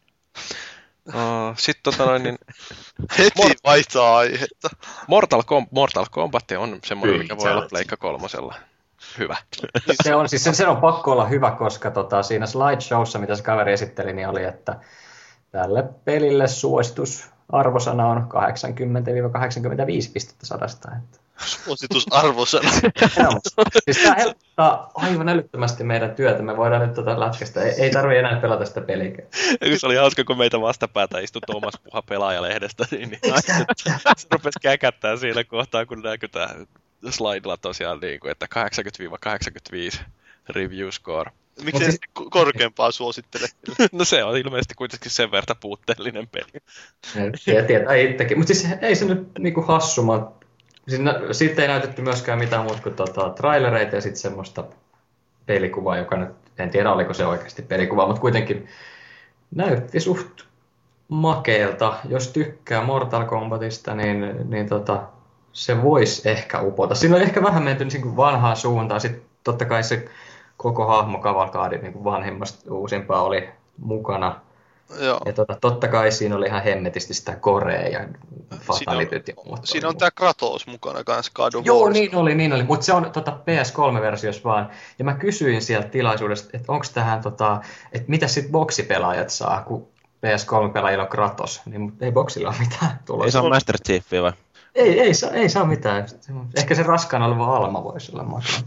B: Uh, Sitten tota noin, niin
D: heti Mor- vaihtaa aihetta.
B: Mortal, Com- Mortal Kombat on semmoinen, mikä voi olla Pleikka kolmosella. Hyvä.
E: Se on, siis sen, sen on pakko olla hyvä, koska tota, siinä slideshowssa, mitä se kaveri esitteli, niin oli, että tälle pelille suositusarvosana on kahdeksankymmentä kahdeksankymmentäviisi pistettä sadasta.
D: Suositusarvosana?
E: Siis tämä helpottaa aivan älyttömästi meidän työtä. Me voidaan nyt tota lätkästä. Ei, ei tarvitse enää pelata sitä peliä.
B: Se oli hauska, kun meitä vastapäätä istui Tuomas Puha pelaajalehdestä, niin, niin se rupesi käkättää siinä kohtaa, kun näkyy tämä slidella tosiaan, niin kuin, että kahdeksankymmentä kahdeksankymmentäviisi review score.
D: Miksi siis korkeampaa suosittelee?
B: No se on ilmeisesti kuitenkin sen verran puutteellinen peli.
E: Tietää itsekin, mutta siis ei se nyt niinku hassuma. Siitä ei näytetty myöskään mitään muuta kuin tota, trailereita ja sitten semmoista pelikuvaa, joka nyt, en tiedä oliko se oikeasti pelikuva, mutta kuitenkin näytti suht makeelta. Jos tykkää Mortal Kombatista, niin, niin tota, se voisi ehkä upota. Siinä on ehkä vähän menty niin vanhaan suuntaan. Sitten totta kai se koko hahmokavalkaadi niin vanhimmasta uusimpaa oli mukana.
D: Joo.
E: Ja tota, totta kai siinä oli ihan hemmetisti sitä Korea ja Fatalityt ja muuta.
D: Siinä on tämä Kratos mukana kanssa God of
E: Joo,
D: Warista.
E: niin oli, niin oli. Mutta se on tota, P S kolme -versiossa vaan. Ja mä kysyin sieltä tilaisuudesta, että onko tähän, tota, että mitä sitten boksipelaajat saa, kun P S kolme -pelaajilla on Kratos. Niin ei boksilla ole mitään tulossa.
C: Ei saa Master Chiefia vai?
E: Ei, ei, saa, ei saa mitään. Ehkä se raskaan oleva Alma voisi olla maksaa.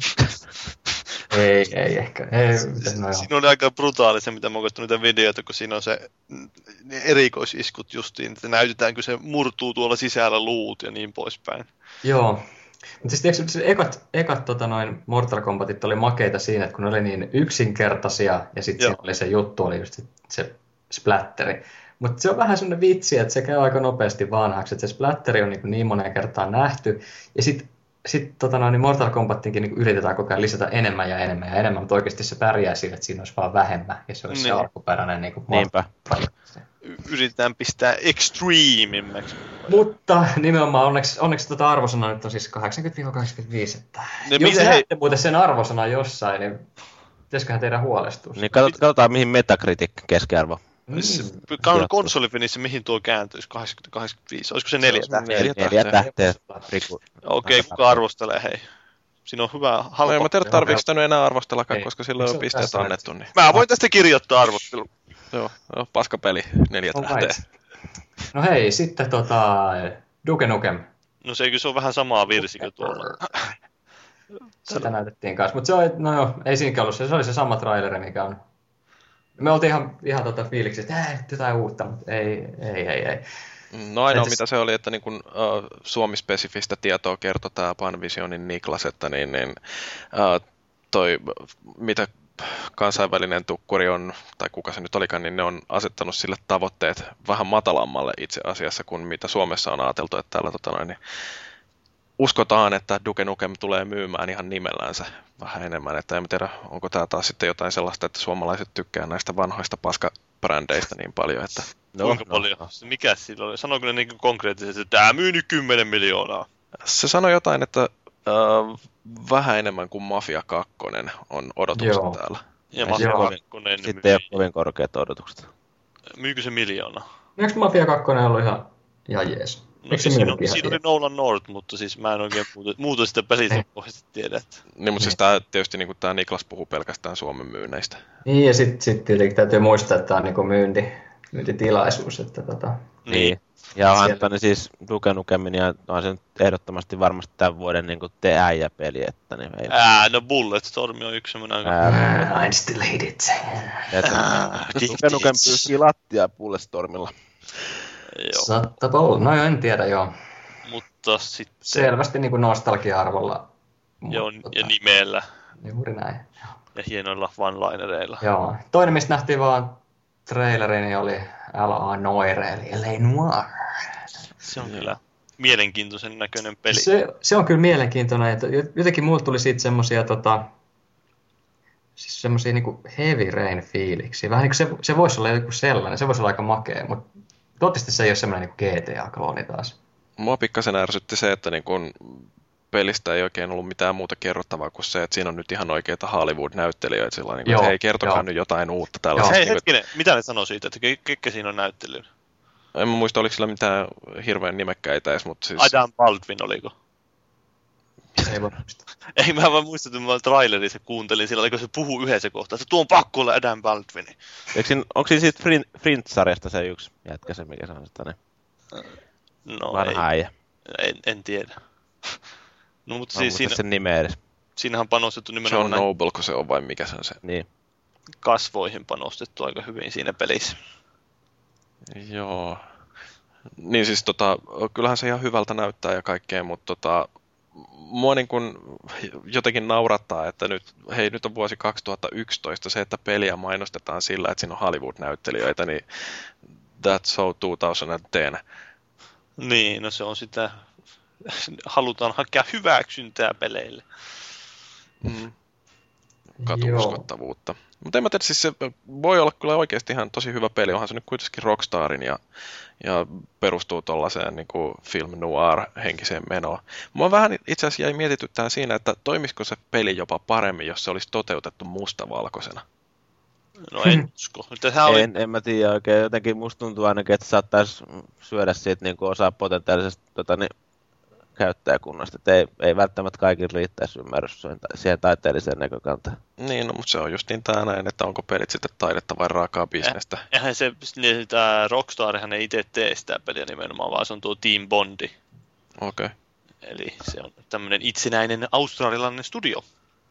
E: Ei, ei ehkä. Ei, no
D: siinä on aika brutaali se, mitä mä oon katsonut niitä videoita, kun siinä on se erikoisiskut justiin, että näytetään, kun se murtuu tuolla sisällä luut ja niin poispäin.
E: Joo. Mutta siis tiedätkö, se ekat, ekat tota noin Mortal Kombatit oli makeita siinä, että kun ne oli niin yksinkertaisia ja sitten siinä oli se juttu, oli just se splatteri. Mutta se on vähän sellainen vitsi, että se käy aika nopeasti vanhaksi, että se splatteri on niin, niin moneen kertaan nähty ja sitten Sitten tota noin, niin Mortal Kombatinkin niin yritetään koko ajan lisätä enemmän ja enemmän ja enemmän, mutta oikeasti se pärjää sillä, että siinä olisi vaan vähemmän ja se olisi niin. Se alkuperäinen niin kuin
C: Niinpä.
D: Yritetään pistää extreemimmäksi.
E: Mutta nimenomaan onneksi, onneksi tota arvosana nyt on siis kahdeksankymmentä kahdeksankymmentäviisi. Että
D: no,
E: jos
D: mitä
E: näette
D: he...
E: muuten sen arvosana jossain, niin pitäisiköhän teidän huolestua?
C: Niin katsotaan mihin Metacritic keskiarvo.
E: Mm.
D: Konsolifinissä mihin tuo kääntyisi kahdeksankymmentä kahdeksankymmentäviisi? Olisiko se neljä tähteä?
C: Neljä, neljä tähteä.
D: Okei, okay, kuka arvostelee, hei. Siinä on hyvä halpa.
B: No en mä tiedä, tarviiko sitä nyt enää arvostellakaan, ei, koska silloin on pisteet annettu. Niin.
D: Mä voin tästä kirjoittaa arvostelun.
B: Joo, no, paskapeli, neljä
E: oh,
B: tähteä.
E: No hei, sitten tota, Duke Nukem.
D: No se, se on vähän samaa virsikö tuolla.
E: Sitä näytettiin kanssa, mutta se oli, no joo, ei siinäkään ollut se, se oli se sama traileri, mikä on. Me oltiin ihan, ihan tota fiiliksi, että äh, jotain uutta, mutta ei, ei, ei, ei.
B: No ainoa mitä se oli, että niin kun, uh, Suomi-spesifistä tietoa kertoi tämä Panvisionin Niklas, että niin, niin, uh, toi, mitä kansainvälinen tukkuri on, tai kuka se nyt olikaan, niin ne on asettanut sille tavoitteet vähän matalammalle itse asiassa kuin mitä Suomessa on ajateltu, että täällä tota noin, niin, uskotaan, että Duke Nukem tulee myymään ihan nimellänsä vähän enemmän, että en tiedä, onko tämä taas sitten jotain sellaista, että suomalaiset tykkää näistä vanhoista paskabrändeistä niin paljon, että...
D: No, kuinka no, paljon? No. Mikä sillä oli? Sanoiko ne niin konkreettisesti, että tämä myy nyt kymmenen miljoonaa?
B: Se sanoi jotain, että äh, vähän enemmän kuin Mafia kaksi on odotukset
E: Joo.
B: täällä.
D: Ja Mafia kaksi
C: Sitten ei ole kovin korkeat odotukset.
D: Myykö se miljoona?
E: Eikö Mafia kaksi ollut ihan, ihan jees?
D: No, se siinä, on, siinä oli Nolan North, mutta siis mä en oikein muuta, muuta sitä pelistä pohjasta tiedä. Että...
B: Niin, mutta siis tää, tietysti niin tämä Niklas puhuu pelkästään Suomen myynneistä.
E: Niin, ja sitten sit tietenkin täytyy muistaa, että tämä on niin myynti, myyntitilaisuus. Että tota...
C: Niin. Ja on Antoni siis Duke Nukemin ja on se nyt ehdottomasti varmasti tämän vuoden niin te äijäpeli. Että niin ei...
D: Ää, no Bulletstorm on yksi semmoinen aika...
E: I still hate it.
C: Duke Nukem pyyhkii lattiaa Bulletstormilla.
E: Saattaa olla. No jo, en tiedä, joo.
D: Mutta sitten...
E: Selvästi niin kuin nostalgia-arvolla.
D: Joo, tota... ja nimellä.
E: Juuri näin.
D: Ja hienoilla one-linereilla.
E: Joo. Toinen, mistä nähtiin vaan trailerin, niin oli L A. Noire, eli L A. Noire.
D: Se on kyllä mielenkiintoisen näköinen peli.
E: Se, se on kyllä mielenkiintoinen. Että jotenkin mulle tuli siitä semmosia tota... Siis semmosia niinku Heavy Rain-fiiliksiä. Vähän niin kuin se, se voisi olla joku sellainen. Se voisi olla aika makea, mutta... Toivottavasti se ei ole semmoinen niin G T A-klooni taas.
B: Mua pikkasen ärsytti se, että niin kun pelistä ei oikein ollut mitään muuta kerrottavaa kuin se, että siinä on nyt ihan oikeita Hollywood-näyttelijöitä. Sillä niin kuin, hei, kertokaa joo. nyt jotain uutta tällaista.
D: Hei, hetkinen, mitä ne sanoo siitä, että ketkä siinä on näyttelijänä?
B: En mä muista, oliko sillä mitään hirveän nimekkäitä edes, mutta siis...
D: Adam Baldwin oliko?
E: Ei voi muista.
D: Ei, mä vaan muistin, että mä trailerissa kuuntelin sillä, kun se puhuu yhdessä kohtaa, että tuo on pakko olla Adam Baldwin.
C: Onko siinä siitä Fringe-sarjasta se yksi jätkä se, mikä se on sitä, niin
D: no,
C: vanha äijä?
D: En, en tiedä. No, mutta
C: mä
D: siis siinä,
C: sen nimeä edes.
D: Siinähän on panostettu nimenomaan...
B: John Noble, kun se on vai mikä se on se?
C: Niin.
D: Kasvoihin panostettu aika hyvin siinä pelissä.
B: Joo. Niin siis tota, kyllähän se ihan hyvältä näyttää ja kaikkea, mutta tota... Mua niin kuin jotenkin naurattaa, että nyt, hei, nyt on vuosi kaksituhattayksitoista, se, että peliä mainostetaan sillä, että siinä on Hollywood-näyttelijöitä, niin that's so twenty ten.
D: Niin, no se on sitä, halutaan hakea hyväksyntää peleille.
B: Mm. Katuuskottavuutta. Mutta en mä tiedä, siis se voi olla kyllä oikeasti ihan tosi hyvä peli, onhan se nyt kuitenkin Rockstarin ja, ja perustuu tollaiseen niin kuin film noir-henkiseen menoon. Mua vähän itse asiassa jäi mietityttää siinä, että toimisiko se peli jopa paremmin, jos se olisi toteutettu mustavalkoisena.
D: No en usko.
C: Oli... En, en mä tiedä oikein, jotenkin musta tuntuu ainakin, että saattaisi syödä siitä niin kuin osaa potentiaalisesta tota, niin, käyttäjäkunnasta, että ei, ei välttämättä kaikille riittäisi ymmärrys siihen taiteelliseen näkökantaan.
B: Niin, no, mutta se on just niin tää näin, että onko pelit sitten taidetta vai raakaa bisnestä.
D: Eh, eihän se, tämä Rockstarhan ei itse tee sitä peliä nimenomaan, vaan se on tuo Team Bondi.
B: Okei. Okay.
D: Eli se on tämmöinen itsenäinen australialainen studio.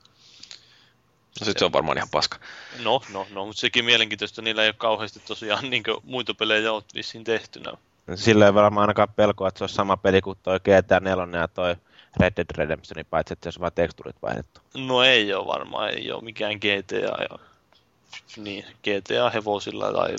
B: No sit se on varmaan ihan paska.
D: No, no, no, mutta sekin mielenkiintoista, niillä ei ole kauheasti tosiaan niin muita pelejä olet vissiin tehtynä.
C: Sillä ei varmaan ainakaan pelkoa, että se olisi sama peli kuin toi G T A neljä ja toi Red Dead Redemption, paitsi että se olisi vain teksturit vaihdettu.
D: No ei ole varmaan, ei ole mikään G T A. Ja... Niin, G T A hevosilla tai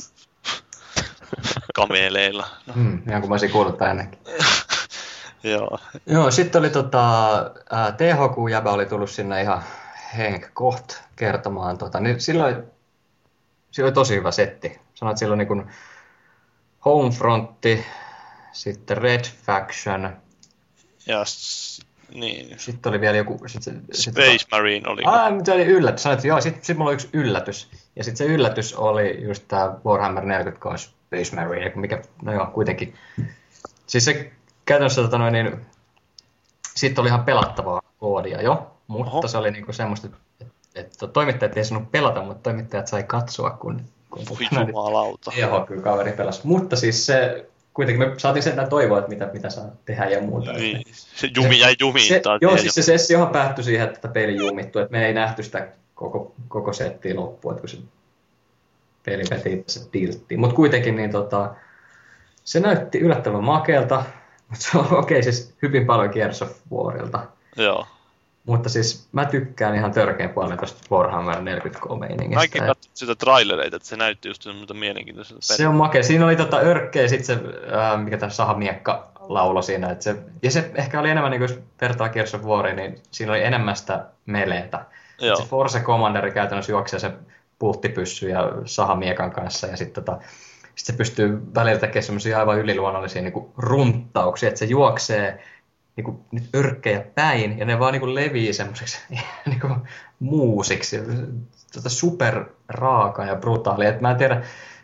D: kameleilla. No.
E: Mm, ihan kuin mä olisin kuullut tämän ennenkin.
D: Joo.
E: Joo, sitten oli tota, ää, T H Q-jäbä oli tullut sinne ihan Henk Koht kertomaan. Tota, niin silloin, silloin oli tosi hyvä setti. Sanoit, että silloin niin kuin Homefrontti, sitten Red Faction.
D: Ja s- niin.
E: Sitten oli vielä joku... Sit se,
D: Space
E: sit,
D: Marine oli.
E: Ah, se oli yllätys. Sanoit, että joo, sitten sit mulla oli yksi yllätys. Ja sitten se yllätys oli just tää Warhammer neljäkymmentä Space Marine, mikä, no joo, kuitenkin. Siis se käytännössä, tota noin, niin, sitten oli ihan pelattavaa koodia jo, mutta Oho. se oli niinku semmoista, että, että toimittajat ei sanonut pelata, mutta toimittajat sai katsoa, kun...
D: Voi jumalauta.
E: Joo, kyllä kaveri pelasi. Mutta siis se, kuitenkin me saatiin sentään toivoa, että mitä, mitä saa tehdä ja muuta.
D: Niin, se jumi jäi jumiin.
E: Se, joo, siis se sessiohan päättyi siihen, että peli jumittu, että me ei nähty sitä koko, koko settiä loppuun, että kun se peli veti se tilttiin. Mutta kuitenkin niin tota, se näytti yllättävän makealta, mutta se on okei, okay, siis hyvin paljon Gears of Warilta.
D: Joo.
E: Mutta siis mä tykkään ihan törkeän paljon tästä Warhammer neljäkymmentä-meiningistä.
D: Mäkin katsoin sitä trailereita, että se näytti just semmoista mielenkiintoiselta.
E: Se on makea. Siinä oli tota örkkeä sit se, ää, mikä tämä Sahamiekka laulo siinä. Et se, ja se ehkä oli enemmän, niin kuin jos vertaa Gears of Waria, niin siinä oli enemmän sitä meleetä. Se Force Commanderi käytännössä juoksee se pulttipyssy ja Sahamiekan kanssa. Ja sitten tota, sit se pystyy välillä tekemään semmoisia aivan yliluonnollisia niin kuin runttauksia, että se juoksee niinku nyt örkkejä päin, ja ne vaan niinku levii semmoiseksi niinku muusiksi. Tota super raaka ja brutaali. Et mä en tiedä,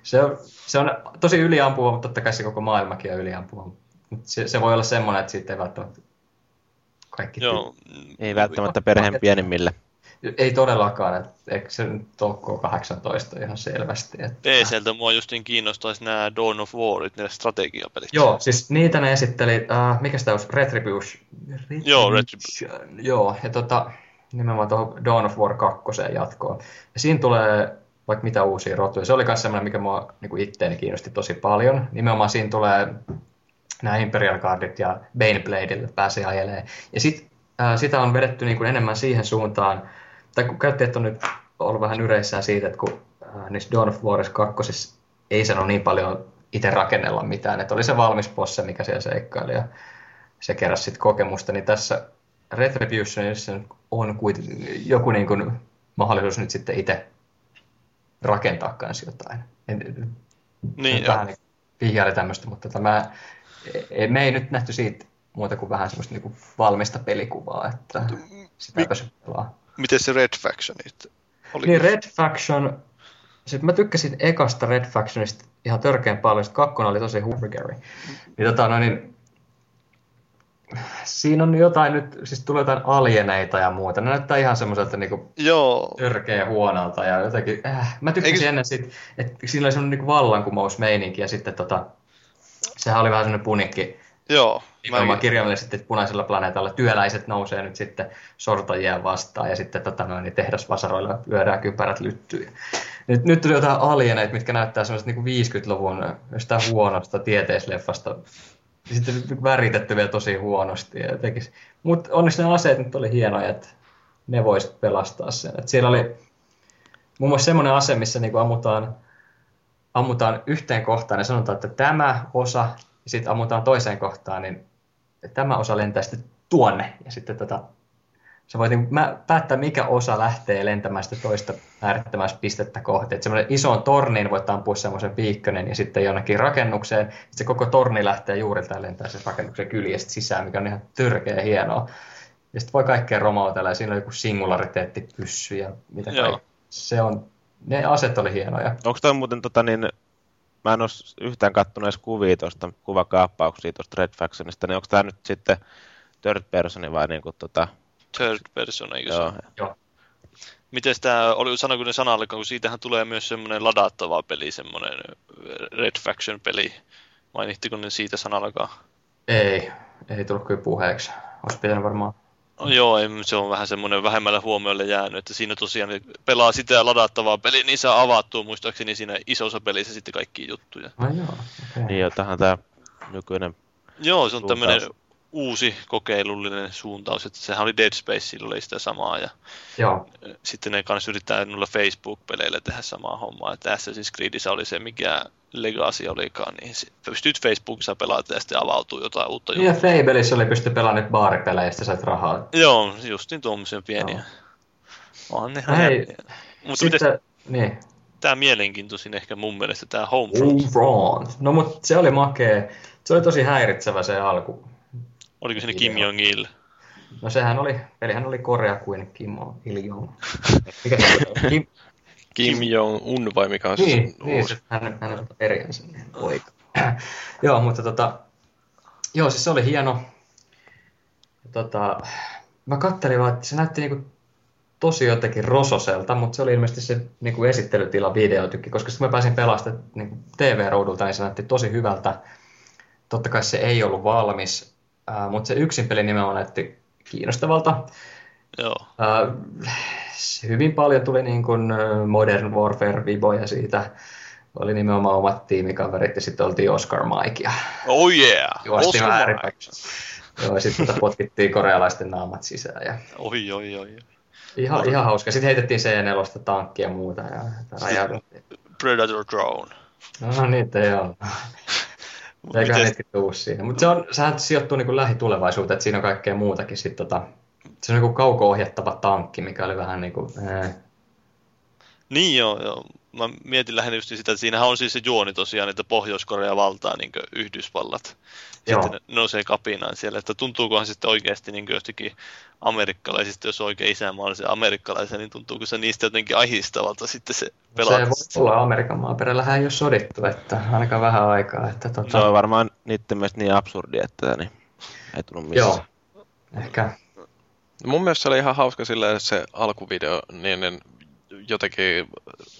E: Se on, se on tosi yliampuva, mutta totta kai se koko maailmakin on yliampuva. Se, se voi olla semmoinen, että siitä ei välttämättä kaikki...
D: Joo.
C: Ei välttämättä perheen pienimmille.
E: Ei todellakaan, että eikö se nyt ole kahdeksantoista ihan selvästi. Että...
D: P C:ltä mua justiin kiinnostaisi nämä Dawn of Warit, ne strategiapelit.
E: Joo, siis niitä ne esitteli, uh, mikä sitä olisi, Retribution. Retribution.
D: Joo, Retribution.
E: Joo, ja tota, nimenomaan tuohon Dawn of War kakkoseen jatkoon. Ja siinä tulee vaikka mitä uusia rotuja. Se oli myös semmoinen, mikä mua niin itteeni kiinnosti tosi paljon. Nimenomaan siinä tulee nämä Imperial Guardit ja Banebladelle pääsee ajelemaan. Ja sit, äh, sitä on vedetty niin kuin enemmän siihen suuntaan, tai kun käyttäjät on nyt ollut vähän yreissään siitä, että kun äh, niissä Dawn of War kakkosissa ei sano niin paljon itse rakennella mitään, että oli se valmis bosse, mikä siellä seikkaili, ja se keräsi sitten kokemusta, niin tässä Retributionissa on kuitenkin joku niin kuin mahdollisuus nyt sitten itse rakentaa kanssa jotain. En,
D: niin,
E: en vähän niin vihjaili tämmöistä, mutta tämä, me ei nyt nähty siitä muuta kuin vähän semmoista niin kuin valmista pelikuvaa, että sitä
D: Mi-
E: pääsy pelaa.
D: Miten se Red Faction? Oli...
E: Niin Red Faction, sitten mä tykkäsin ekasta Red Factionista ihan törkeän paljon, sitten kakkonen oli tosi humorgary. Niin, tota, no niin, siinä on jotain nyt, siis tulee jotain alieneita ja muuta. Ne näyttää ihan semmoiselta niinku törkeä huonolta ja jotenkin, äh. Mä tykkäsin Eikö... ennen siitä, että siinä oli semmoinen niinku vallankumousmeininki ja sitten tota, sehän oli vähän semmoinen punikki.
D: Joo.
E: Nimenomaan kirjaimellisesti, että punaisella planeetalla työläiset nousee nyt sitten sortajia vastaan ja sitten tota, noin, niin tehdasvasaroilla lyödään kypärät lyttyyn. Nyt, nyt tuli jotain alieneita, mitkä näyttää semmoista niinku viisikymmentäluvun jostain huonosta tieteisleffasta. Sitten väritetty vielä tosi huonosti. Mutta onneksi ne aseet nyt oli hienoja, että ne voisivat pelastaa sen. Et siellä oli muun muassa semmoinen ase, missä niinku ammutaan, ammutaan yhteen kohtaan ja sanotaan, että tämä osa, ja sitten ammutaan toiseen kohtaan, niin tämä osa lentää sitten tuonne. Ja sitten tota, sä voit niinku päättää, mikä osa lähtee lentämään sitä toista määrittämässä pistettä kohti. Että semmoinen isoon torniin voit ampua semmoisen piikkönen ja sitten jonnekin rakennukseen. Sitten se koko torni lähtee juurilta ja lentää sen rakennuksen kyljestä sisään, mikä on ihan törkeä hienoa. Ja sitten voi kaikkea romautella ja siinä on joku singulariteettipyssy ja mitä kaikkea. Se on, ne aset oli hienoja.
C: Onko toi muuten tota niin, mä en ole yhtään kattonut edes kuvia tuosta, kuvakaappauksia tuosta Red Factionista, niin onko tää nyt sitten third personi vai niinku tota...
D: Third person, eikö se?
C: Joo.
E: Joo.
D: Mites tää oli, sanoiko ne sanallekaan, kun siitähän tulee myös semmoinen ladattava peli, semmoinen Red Faction-peli. Mainittiko ne siitä sanallakaan?
E: Ei, ei tullut kyllä puheeksi. Olisi pitänyt varmaan.
D: No, joo, se on vähän semmoinen vähemmällä huomiolle jäänyt, että siinä tosiaan pelaa sitä ladattavaa peliä, niin saa avattua muistaakseni siinä isossa pelissä sitten kaikkia juttuja.
E: Ah, joo, okay.
C: Niin, jotahan tää nykyinen
D: Joo, se on tämmöinen uusi kokeilullinen suuntaus, että sehän oli Dead Spaceilla oli sitä samaa ja
E: Joo.
D: sitten ne kanssa yrittää noilla Facebook-peleillä tehdä samaa hommaa, että Assassin's Creedissä oli se, mikä Legacy olikaan, niin pystyt Facebookissa pelaamaan ja sitten avautuu jotain uutta
E: juttua. Ja Fableissa oli pysty pelaamaan nyt baaripelejä ja sitten sait rahaa.
D: Joo, just niin tuommoisia pieniä. Onhan ne ihan
E: Hei,
D: mutta
E: sitten,
D: mites,
E: niin.
D: tää mielenkiintoisin ehkä mun mielestä tää Homefront.
E: Homefront. No mut se oli makea. Se oli tosi häiritsevä se alku.
D: Oliko sinne Kim Jong-il?
E: No sehän oli, pelihän oli korea kuin Kim Il-jong. Mikä se oli? Kim,
B: Kim Jong-un vai mikä on
E: niin,
B: se
E: niin,
B: uusi?
E: se, hän, hän on eriänsä poika. Joo, mutta tota, joo, siis se oli hieno. Tota, mä kattelin vaan, että se näytti niinku tosi jotenkin rososelta, mutta se oli ilmeisesti se niinku esittelytila videotykki, koska sitten mä pääsin pelastamaan niinku T V-ruudulta, niin se näytti tosi hyvältä. Totta kai se ei ollut valmis, äh, mutta se yksin peli nimenomaan näytti kiinnostavalta.
D: Joo.
E: Äh, hyvin paljon tuli niin kuin Modern Warfare-viboja siitä. Oli nimenomaan omat tiimikaverit ja sitten oltiin Oscar Mike. Ja
D: oh yeah!
E: juostiin ääripäin. Joo, sitten tota potkittiin korealaisten naamat sisään. Ja
D: oi, oi, oi.
E: Ihan, ihan hauska. Sitten heitettiin C neljä tankkia ja muuta. Ja
D: Predator Drone.
E: No niitä ei ole. Eiköhän niitäkin tuu siihen. Mutta se on, sehän sijoittuu niin lähitulevaisuuteen, että siinä on kaikkea muutakin. Sit, tota, se on niin kauko-ohjattava tankki, mikä oli vähän niin kuin... Ee.
D: Niin joo, joo. mä mietin lähinnä just sitä, että siinähän on siis se juoni tosiaan, että Pohjois-Korea valtaa niin Yhdysvallat.
E: Joo.
D: Sitten ne nousee kapinaan siellä, että tuntuukohan sitten oikeasti niin jostakin amerikkalaisista, jos oikein isänmaallisia amerikkalaisia, niin tuntuuko se niistä jotenkin ahistavalta sitten se pelata?
E: Se voi olla Amerikan maaperällähän ei ole sodittu, että ainakaan vähän aikaa. Että tota...
C: Se on varmaan niiden mielestä niin absurdi, että niin, ei tullut missään.
E: Joo, ehkä.
B: Mun mielestä se oli ihan hauska silleen se alkuvideo, niin jotenkin,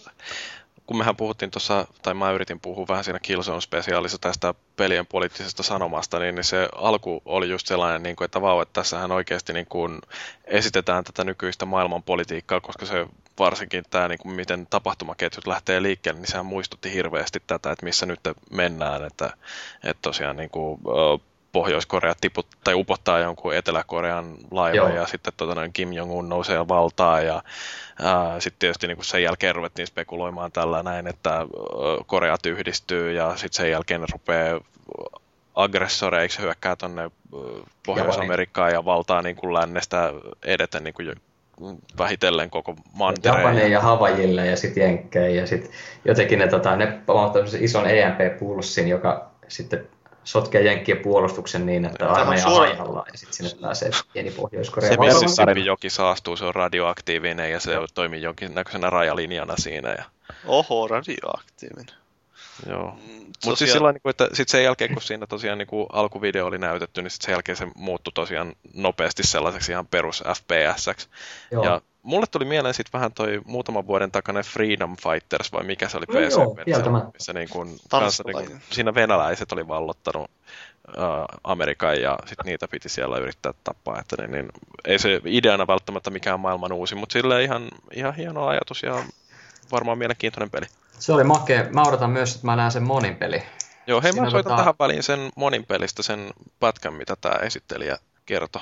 B: kun mehän puhuttiin tuossa, tai mä yritin puhua vähän siinä Killzone-spesiaalissa tästä pelien poliittisesta sanomasta, niin se alku oli just sellainen, niin kuin, että vau, että tässähän oikeasti niin kuin esitetään tätä nykyistä maailmanpolitiikkaa, koska se varsinkin tämä, niin kuin miten tapahtumaketjut lähtee liikkeelle, niin sehän muistutti hirveästi tätä, että missä nyt mennään, että, että tosiaan niin kuin, Pohjois-Korea tiput, tai upottaa jonkun Etelä-Korean laivan. Joo. Ja sitten tota, noin Kim Jong-un nousee valtaan ja sitten tietysti niin sen jälkeen ruvettiin spekuloimaan tällä näin, että ää, Koreat yhdistyy ja sitten sen jälkeen rupeaa aggressoreiksi hyökkää tuonne Pohjois-Amerikkaan ja valtaa niin kuin lännestä edeten niin kuin vähitellen koko mantereen.
E: Japaniin ja Havajille ja sitten Jenkkeihin ja sitten jotenkin ne, tota, ne pamauttavat ison E M P-pulssin, joka sitten sotkee Jenkkien puolustuksen niin, että armeija hajallaan ja sitten sinne pääsee pieni Pohjois-Korea.
B: Se Mississippi joki saastuu, se on radioaktiivinen ja se toimii jonkinnäköisenä rajalinjana siinä. Ja...
D: Oho, radioaktiivinen.
B: Joo. Mm, mutta siis silloin, että sit sen jälkeen, kun siinä tosiaan niin alkuvideo oli näytetty, niin sit sen jälkeen se muuttui tosiaan nopeasti sellaiseksi ihan perus F P S-ksi. Ja mulle tuli mieleen sitten vähän toi muutaman vuoden takainen Freedom Fighters, vai mikä se oli P C-pelissä, missä niin kun, kanssa, niin kun, siinä venäläiset oli vallottanut uh, Amerikan ja sitten niitä piti siellä yrittää tappaa. Että niin, niin, ei se ideana välttämättä mikään maailman uusi, mutta silleen ihan, ihan hieno ajatus ja varmaan mielenkiintoinen peli.
E: Se oli makea. Mä odotan myös, että mä näen sen monin peli.
B: Joo, hei, mä soitan tota... tähän väliin sen monin pelistä, sen pätkän, mitä tää esittelijä kertoi.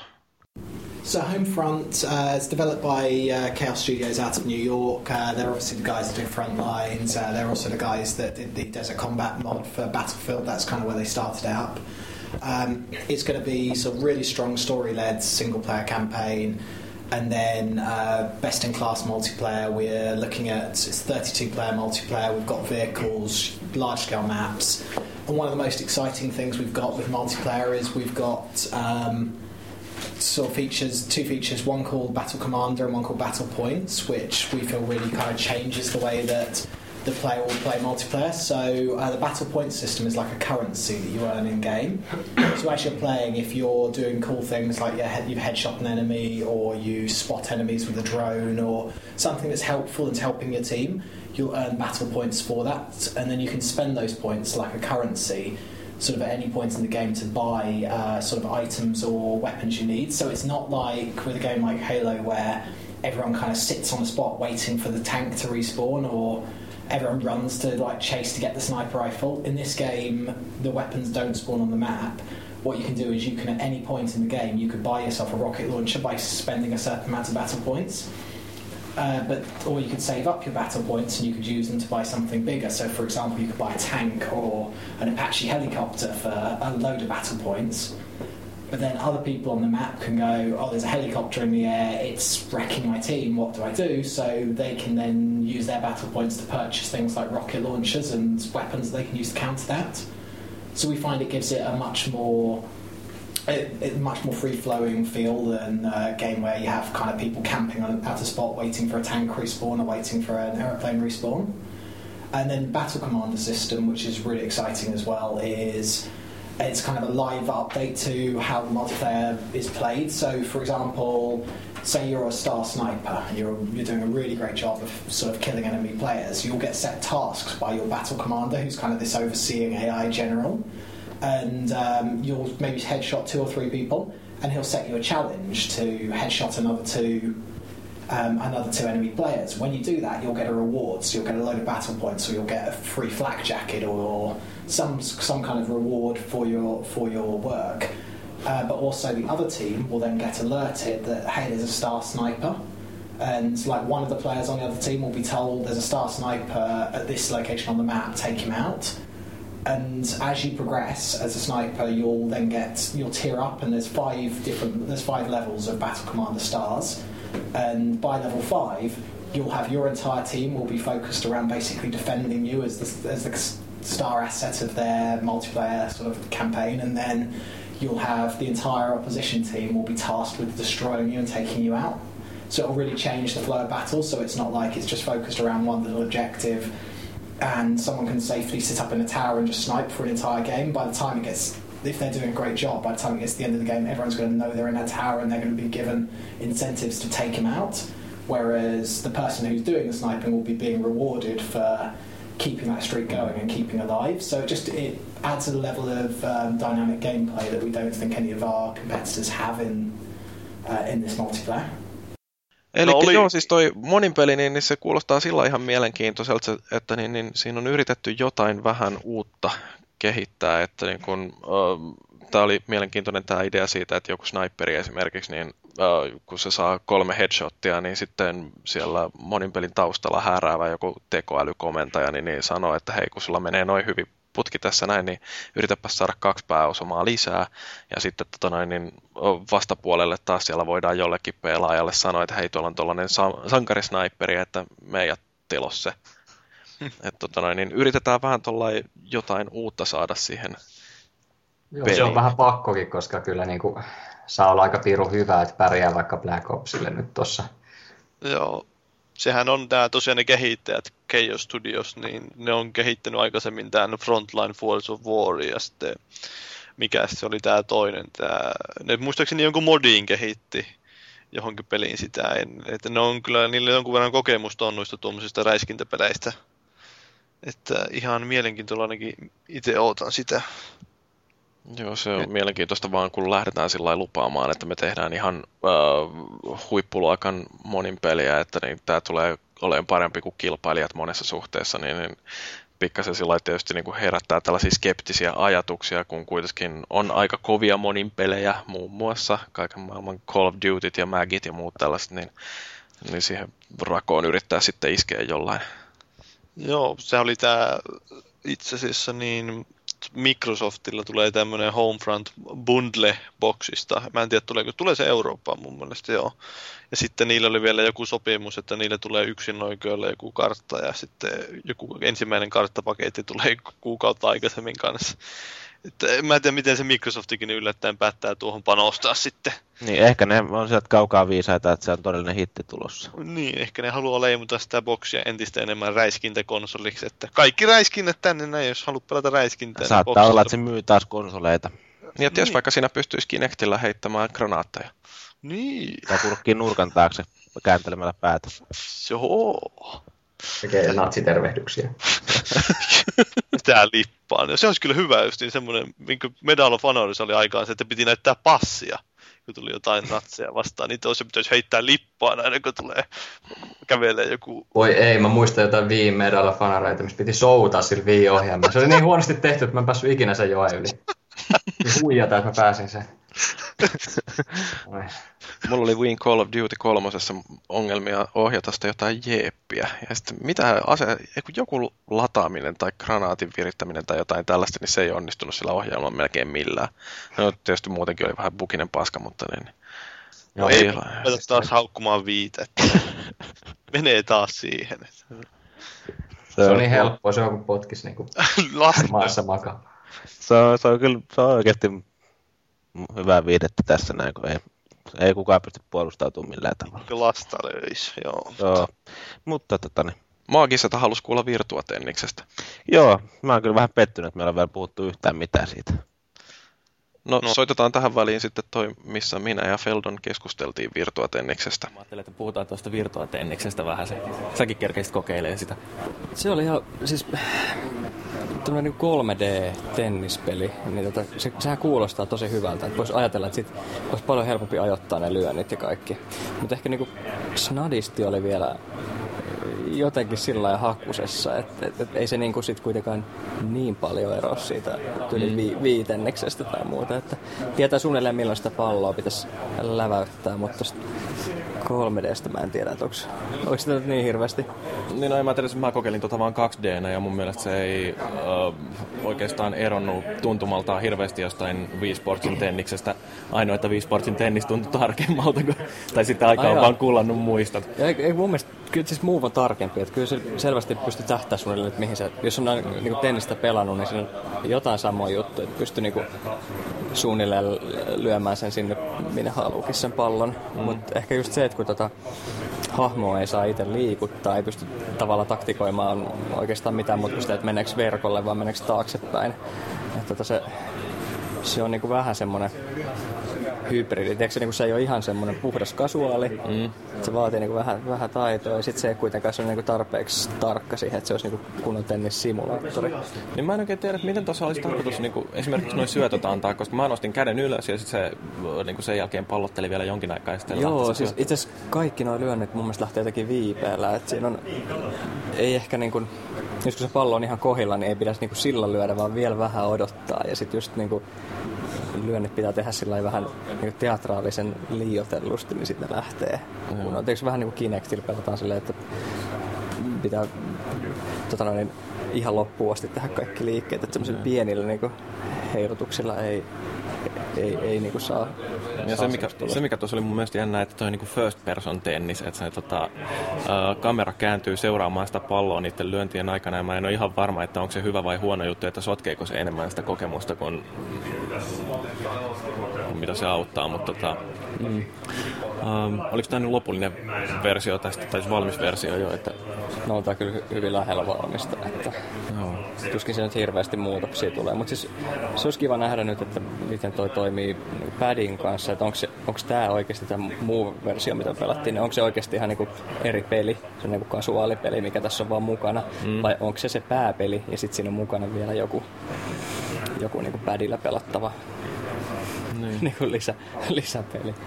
G: So Homefront uh, is developed by uh, Chaos Studios out of New York. Uh, they're obviously the guys that do Frontlines. Uh, they're also the guys that did the Desert Combat mod for Battlefield. That's kind of where they started out. Um, it's going to be sort of really strong story-led single-player campaign. And then uh, best-in-class multiplayer, we're looking at it's thirty-two player multiplayer, we've got vehicles, large-scale maps. And one of the most exciting things we've got with multiplayer is we've got um, sort of features, two features, one called Battle Commander and one called Battle Points, which we feel really kind of changes the way that the player will play multiplayer. So uh, the Battle Points system is like a currency that you earn in-game. So as you're playing, if you're doing cool things like you've headshot an enemy or you spot enemies with a drone or something that's helpful and helping your team, you'll earn battle points for that. And then you can spend those points like a currency sort of at any point in the game to buy uh, sort of items or weapons you need. So it's not like with a game like Halo where everyone kind of sits on the spot waiting for the tank to respawn or everyone runs to like chase to get the sniper rifle. In this game, the weapons don't spawn on the map. What you can do is you can at any point in the game you could buy yourself a rocket launcher by spending a certain amount of battle points. Uh, but or you could save up your battle points and you could use them to buy something bigger. So for example, you could buy a tank or an Apache helicopter for a load of battle points. But then other people on the map can go, oh, there's a helicopter in the air, it's wrecking my team, what do I do? So they can then use their battle points to purchase things like rocket launchers and weapons they can use to counter that. So we find it gives it a much more a, a much more free-flowing feel than a game where you have kind of people camping on, at a spot waiting for a tank respawn or waiting for an aeroplane respawn. And then Battle Commander system, which is really exciting as well, is it's kind of a live update to how the multiplayer is played. So, for example, say you're a star sniper, you're you're doing a really great job of sort of killing enemy players. You'll get set tasks by your battle commander, who's kind of this overseeing A I general, and um, you'll maybe headshot two or three people, and he'll set you a challenge to headshot another two. Um, another two enemy players. When you do that, you'll get a reward. So you'll get a load of battle points, or you'll get a free flak jacket, or some some kind of reward for your for your work. Uh, but also the other team will then get alerted that hey, there's a star sniper, and like one of the players on the other team will be told there's a star sniper at this location on the map. Take him out. And as you progress as a sniper, you'll then get you'll tier up, and there's five different there's five levels of Battle Commander stars. And by level five, you'll have your entire team will be focused around basically defending you as the, as the star asset of their multiplayer sort of campaign, and then you'll have the entire opposition team will be tasked with destroying you and taking you out. So it'll really change the flow of battle, so it's not like it's just focused around one little objective and someone can safely sit up in a tower and just snipe for an entire game. By the time it gets, if they're doing a great job, by the time it gets to the end of the game, everyone's going to know they're in a tower and they're going to be given incentives to take him out, whereas the person who's doing the sniping will be being rewarded for keeping that streak going and keeping alive. So it just it adds a level of um, dynamic gameplay that we don't think any of our competitors have in uh, in this multiplayer.
B: Eli
D: No oli...
B: joo, siis toi monin peli, niin, niin se kuulostaa sillä ihan mielenkiintoiselta, että niin, niin, siinä on yritetty jotain vähän uutta kehittää, että niin kun, äh, tämä oli mielenkiintoinen tämä idea siitä, että joku sniperi esimerkiksi, niin äh, kun se saa kolme headshottia, niin sitten siellä monin pelin taustalla hääräävä joku tekoälykomentaja, niin, niin sanoo, että hei, kun sulla menee noin hyvin putki tässä näin, niin yritäpä saada kaksi pääosumaa lisää. Ja sitten tota noin, niin vastapuolelle taas siellä voidaan jollekin pelaajalle sanoa, että hei, tuolla on tuollainen sankarisnaipperi, että meidät tilos se. Että tota noin, niin yritetään vähän tollain jotain uutta saada siihen
E: Joo, se on vähän pakkokin, koska kyllä niin kuin, saa olla aika pirun hyvä, että pärjää vaikka Black Opsille nyt tossa.
D: Joo. Sehän on tämä tosiaan ne kehittäjät, Chaos Studios, niin ne on kehittänyt aikaisemmin tämän Frontline Force of War ja sitten mikä se oli tämä toinen, tää, ne muistaakseni jonkun modiin kehitti johonkin peliin sitä, että ne on kyllä, niillä jonkun verran kokemusta on noista tuommoisista räiskintäpeleistä, että ihan mielenkiintoista ainakin itse ootan sitä.
B: Joo, se on Et... mielenkiintoista vaan, kun lähdetään sillä lailla lupaamaan, että me tehdään ihan äh, huippuluokan monin peliä, että niin, tämä tulee olemaan parempi kuin kilpailijat monessa suhteessa, niin, niin pikkasen sillä lailla tietysti niin kuin herättää tällaisia skeptisiä ajatuksia, kun kuitenkin on aika kovia monin pelejä, muun muassa kaiken maailman Call of Dutyt ja Magit ja muut tällaiset, niin, niin siihen rakoon yrittää sitten iskeä jollain.
D: Joo, se oli tämä itse asiassa niin... Microsoftilla tulee tämmöinen Homefront Bundle-boksista. Mä en tiedä, tuleeko. Tulee se Eurooppaan mun mielestä, joo. Ja sitten niillä oli vielä joku sopimus, että niille tulee yksin oikeudella joku kartta ja sitten joku ensimmäinen karttapaketti tulee kuukautta aikaisemmin kanssa. Että mä en tiedä, miten se Microsoftikin yllättäen päättää tuohon panostaa sitten.
C: Niin, ehkä ne on sieltä kaukaa viisaita, että se on todellinen hitti tulossa.
D: Niin, ehkä ne haluaa leimuta sitä boksia entistä enemmän räiskintäkonsoliksi, että kaikki räiskinnät tänne näin, jos haluat pelata räiskintää.
C: Saattaa niin olla, että se myy taas konsoleita.
B: Niin, että jos niin. Vaikka siinä pystyisi Kinectillä heittämään granaatteja.
D: Niin.
C: Tai kurkkiin nurkan taakse kääntelemällä päätä.
D: Joo.
E: Tekee natsitervehdyksiä.
D: Tää lippaan. Se olisi kyllä hyvä just niin semmoinen, minkä Medal of Honorissa oli aikaan se, että piti näyttää passia, kun tuli jotain natseja vastaan. Niitä olisi pitäisi heittää lippaan aina, kun tulee kävelee joku...
E: Voi ei, mä muistan jotain Wii Medal of Honoreita, missä piti soutaa sillä Wii-ohjelmalla. Se oli niin huonosti tehty, että mä en päässyt ikinä sen joen yli. Huijata, että mä pääsin sen.
B: Mulla oli Wii Call of Duty kolmosessa ongelmia ohjata sitä jotain jeeppiä. Ja sitten mitä ase, joku lataaminen tai granaatin virittäminen tai jotain tällaista, niin se ei onnistunut sillä ohjelmalla melkein millään. No tietysti muutenkin oli vähän buginen paska, mutta niin...
D: No ei, ei taas haukkumaan viitä. Menee taas siihen.
E: Se on niin helppoa, se on kun potkis niinku maassa makaa.
C: Se on, se on kyllä, se on oikeasti hyvää viidettä tässä näin, kun ei, ei kukaan pysty puolustautumaan millään tavalla.
D: Lasta löisi, joo.
C: Joo, mutta tota niin.
B: Maagisata halusi kuulla Virtua Tenniksestä.
C: Joo, mä oon kyllä vähän pettynyt, että meillä on vielä puhuttu yhtään mitään siitä.
B: No, no soitetaan tähän väliin sitten toi, missä minä ja Feldon keskusteltiin Virtua Tenniksestä.
F: Mä ajattelin, että puhutaan tuosta Virtua Tenniksestä vähän. Se. Säkin kerkeisit kokeilemaan sitä. Se oli ihan, siis tämmöinen kolme D-tennispeli. Niin tota, se, sehän kuulostaa tosi hyvältä. Että voisi ajatella, että sit olisi paljon helpompi ajoittaa ne lyönnit ja kaikki. Mutta ehkä niinku snadisti oli vielä jotenkin sillä lailla hakkusessa, että et, et ei se niinku sit kuitenkaan niin paljon eroa siitä tyli vi, viitenneksestä tai muuta. Että tietää suunnilleen milloin sitä palloa pitäisi läväyttää, mutta kolme D:stä mä en tiedä, että onko, onko sitä nyt niin hirveästi.
H: Niin no en mä tiedä, että mä kokeilin tota vaan kaksi D:nä ja mun mielestä se ei äh, oikeastaan eronnut tuntumaltaan hirveästi jostain Wii Sportsin tenniksestä. Ainoa, että Wii Sportsin tennis tuntui tarkemmalta, kun, tai sitten aika on vaan kullannut muistot.
F: Ja ei, ei mun mielestä, kyllä siis Move on tarkempi, että kyllä se selvästi pystyy tähtää suunnilleen, että mihin se, jos on niin tennistä pelannut, niin siinä on jotain samoa juttu, että pystyy niin suunnilleen lyömään sen sinne, minne haluukin sen pallon. Mm. Mutta ehkä just se, että kun tota hahmoa ei saa itse liikuttaa, ei pysty tavallaan taktikoimaan oikeastaan mitään muuta kuin sitä, että meneekö verkolle vai meneekö taaksepäin. Että tota se, se on niinku vähän semmoinen hybridi. Tiedätkö, se, niinku se ei ole ihan semmoinen puhdas kasuaali. Mm. Se vaatii niinku vähän, vähän taitoa ja sitten se ei kuitenkaan ole niinku tarpeeksi tarkka siihen, että se olisi niinku kunnon tennissimulaattori.
H: Niin mä en oikein tiedä, että miten tuossa olisi tarkoitus niinku, esimerkiksi noin syötöt antaa, koska mä nostin käden ylös ja sitten se niinku sen jälkeen pallotteli vielä jonkin aikaa ja sitten
F: joo, siis itse asiassa kaikki nuo lyönnit mun mielestä lähtee jotenkin viipeellä. Että siinä on, ei ehkä niinku, jos kun se pallo on ihan kohilla, niin ei pitäisi niinku silloin lyödä, vaan vielä vähän odottaa. Ja sitten just niinku lyönnit pitää tehdä sillä vähän niinku teatraalisen liioitellusti, niin sitten ne lähtee. Mm. Kun on tietysti vähän niin kuin Kinectillä pelataan silleen, että pitää tota noin, ihan loppuun asti tehdä kaikki liikkeet, että semmoisilla mm. pienillä niinku heilutuksilla ei, ei, ei niinku saa.
H: Ja se mikä, se, mikä tuossa oli mun mielestä jännä, että toi niinku first person tennis, että se tota, ää, kamera kääntyy seuraamaan sitä palloa niiden lyöntien aikana, ja mä en ole ihan varma, että onko se hyvä vai huono juttu, että sotkeeko se enemmän sitä kokemusta kuin mitä se auttaa, mutta tota, mm. ähm, oliko tämä nyt lopullinen versio tästä, tai valmis versio jo? Että
F: no on tämä kyllä hyvin lähellä valmista, että no. Tuskin se nyt hirveästi muutoksia tulee, mutta siis se olisi kiva nähdä nyt, että miten toi toimii padin kanssa, että onko, se, onko tämä oikeasti tämä muu versio, mitä pelattiin, niin onko se oikeasti ihan niinku eri peli, se on niinku kasuaalipeli, mikä tässä on vaan mukana, mm. vai onko se se pääpeli ja sitten siinä on mukana vielä joku, joku niinku padilla pelattava niin. Niin kuin lisä, lisäpeli.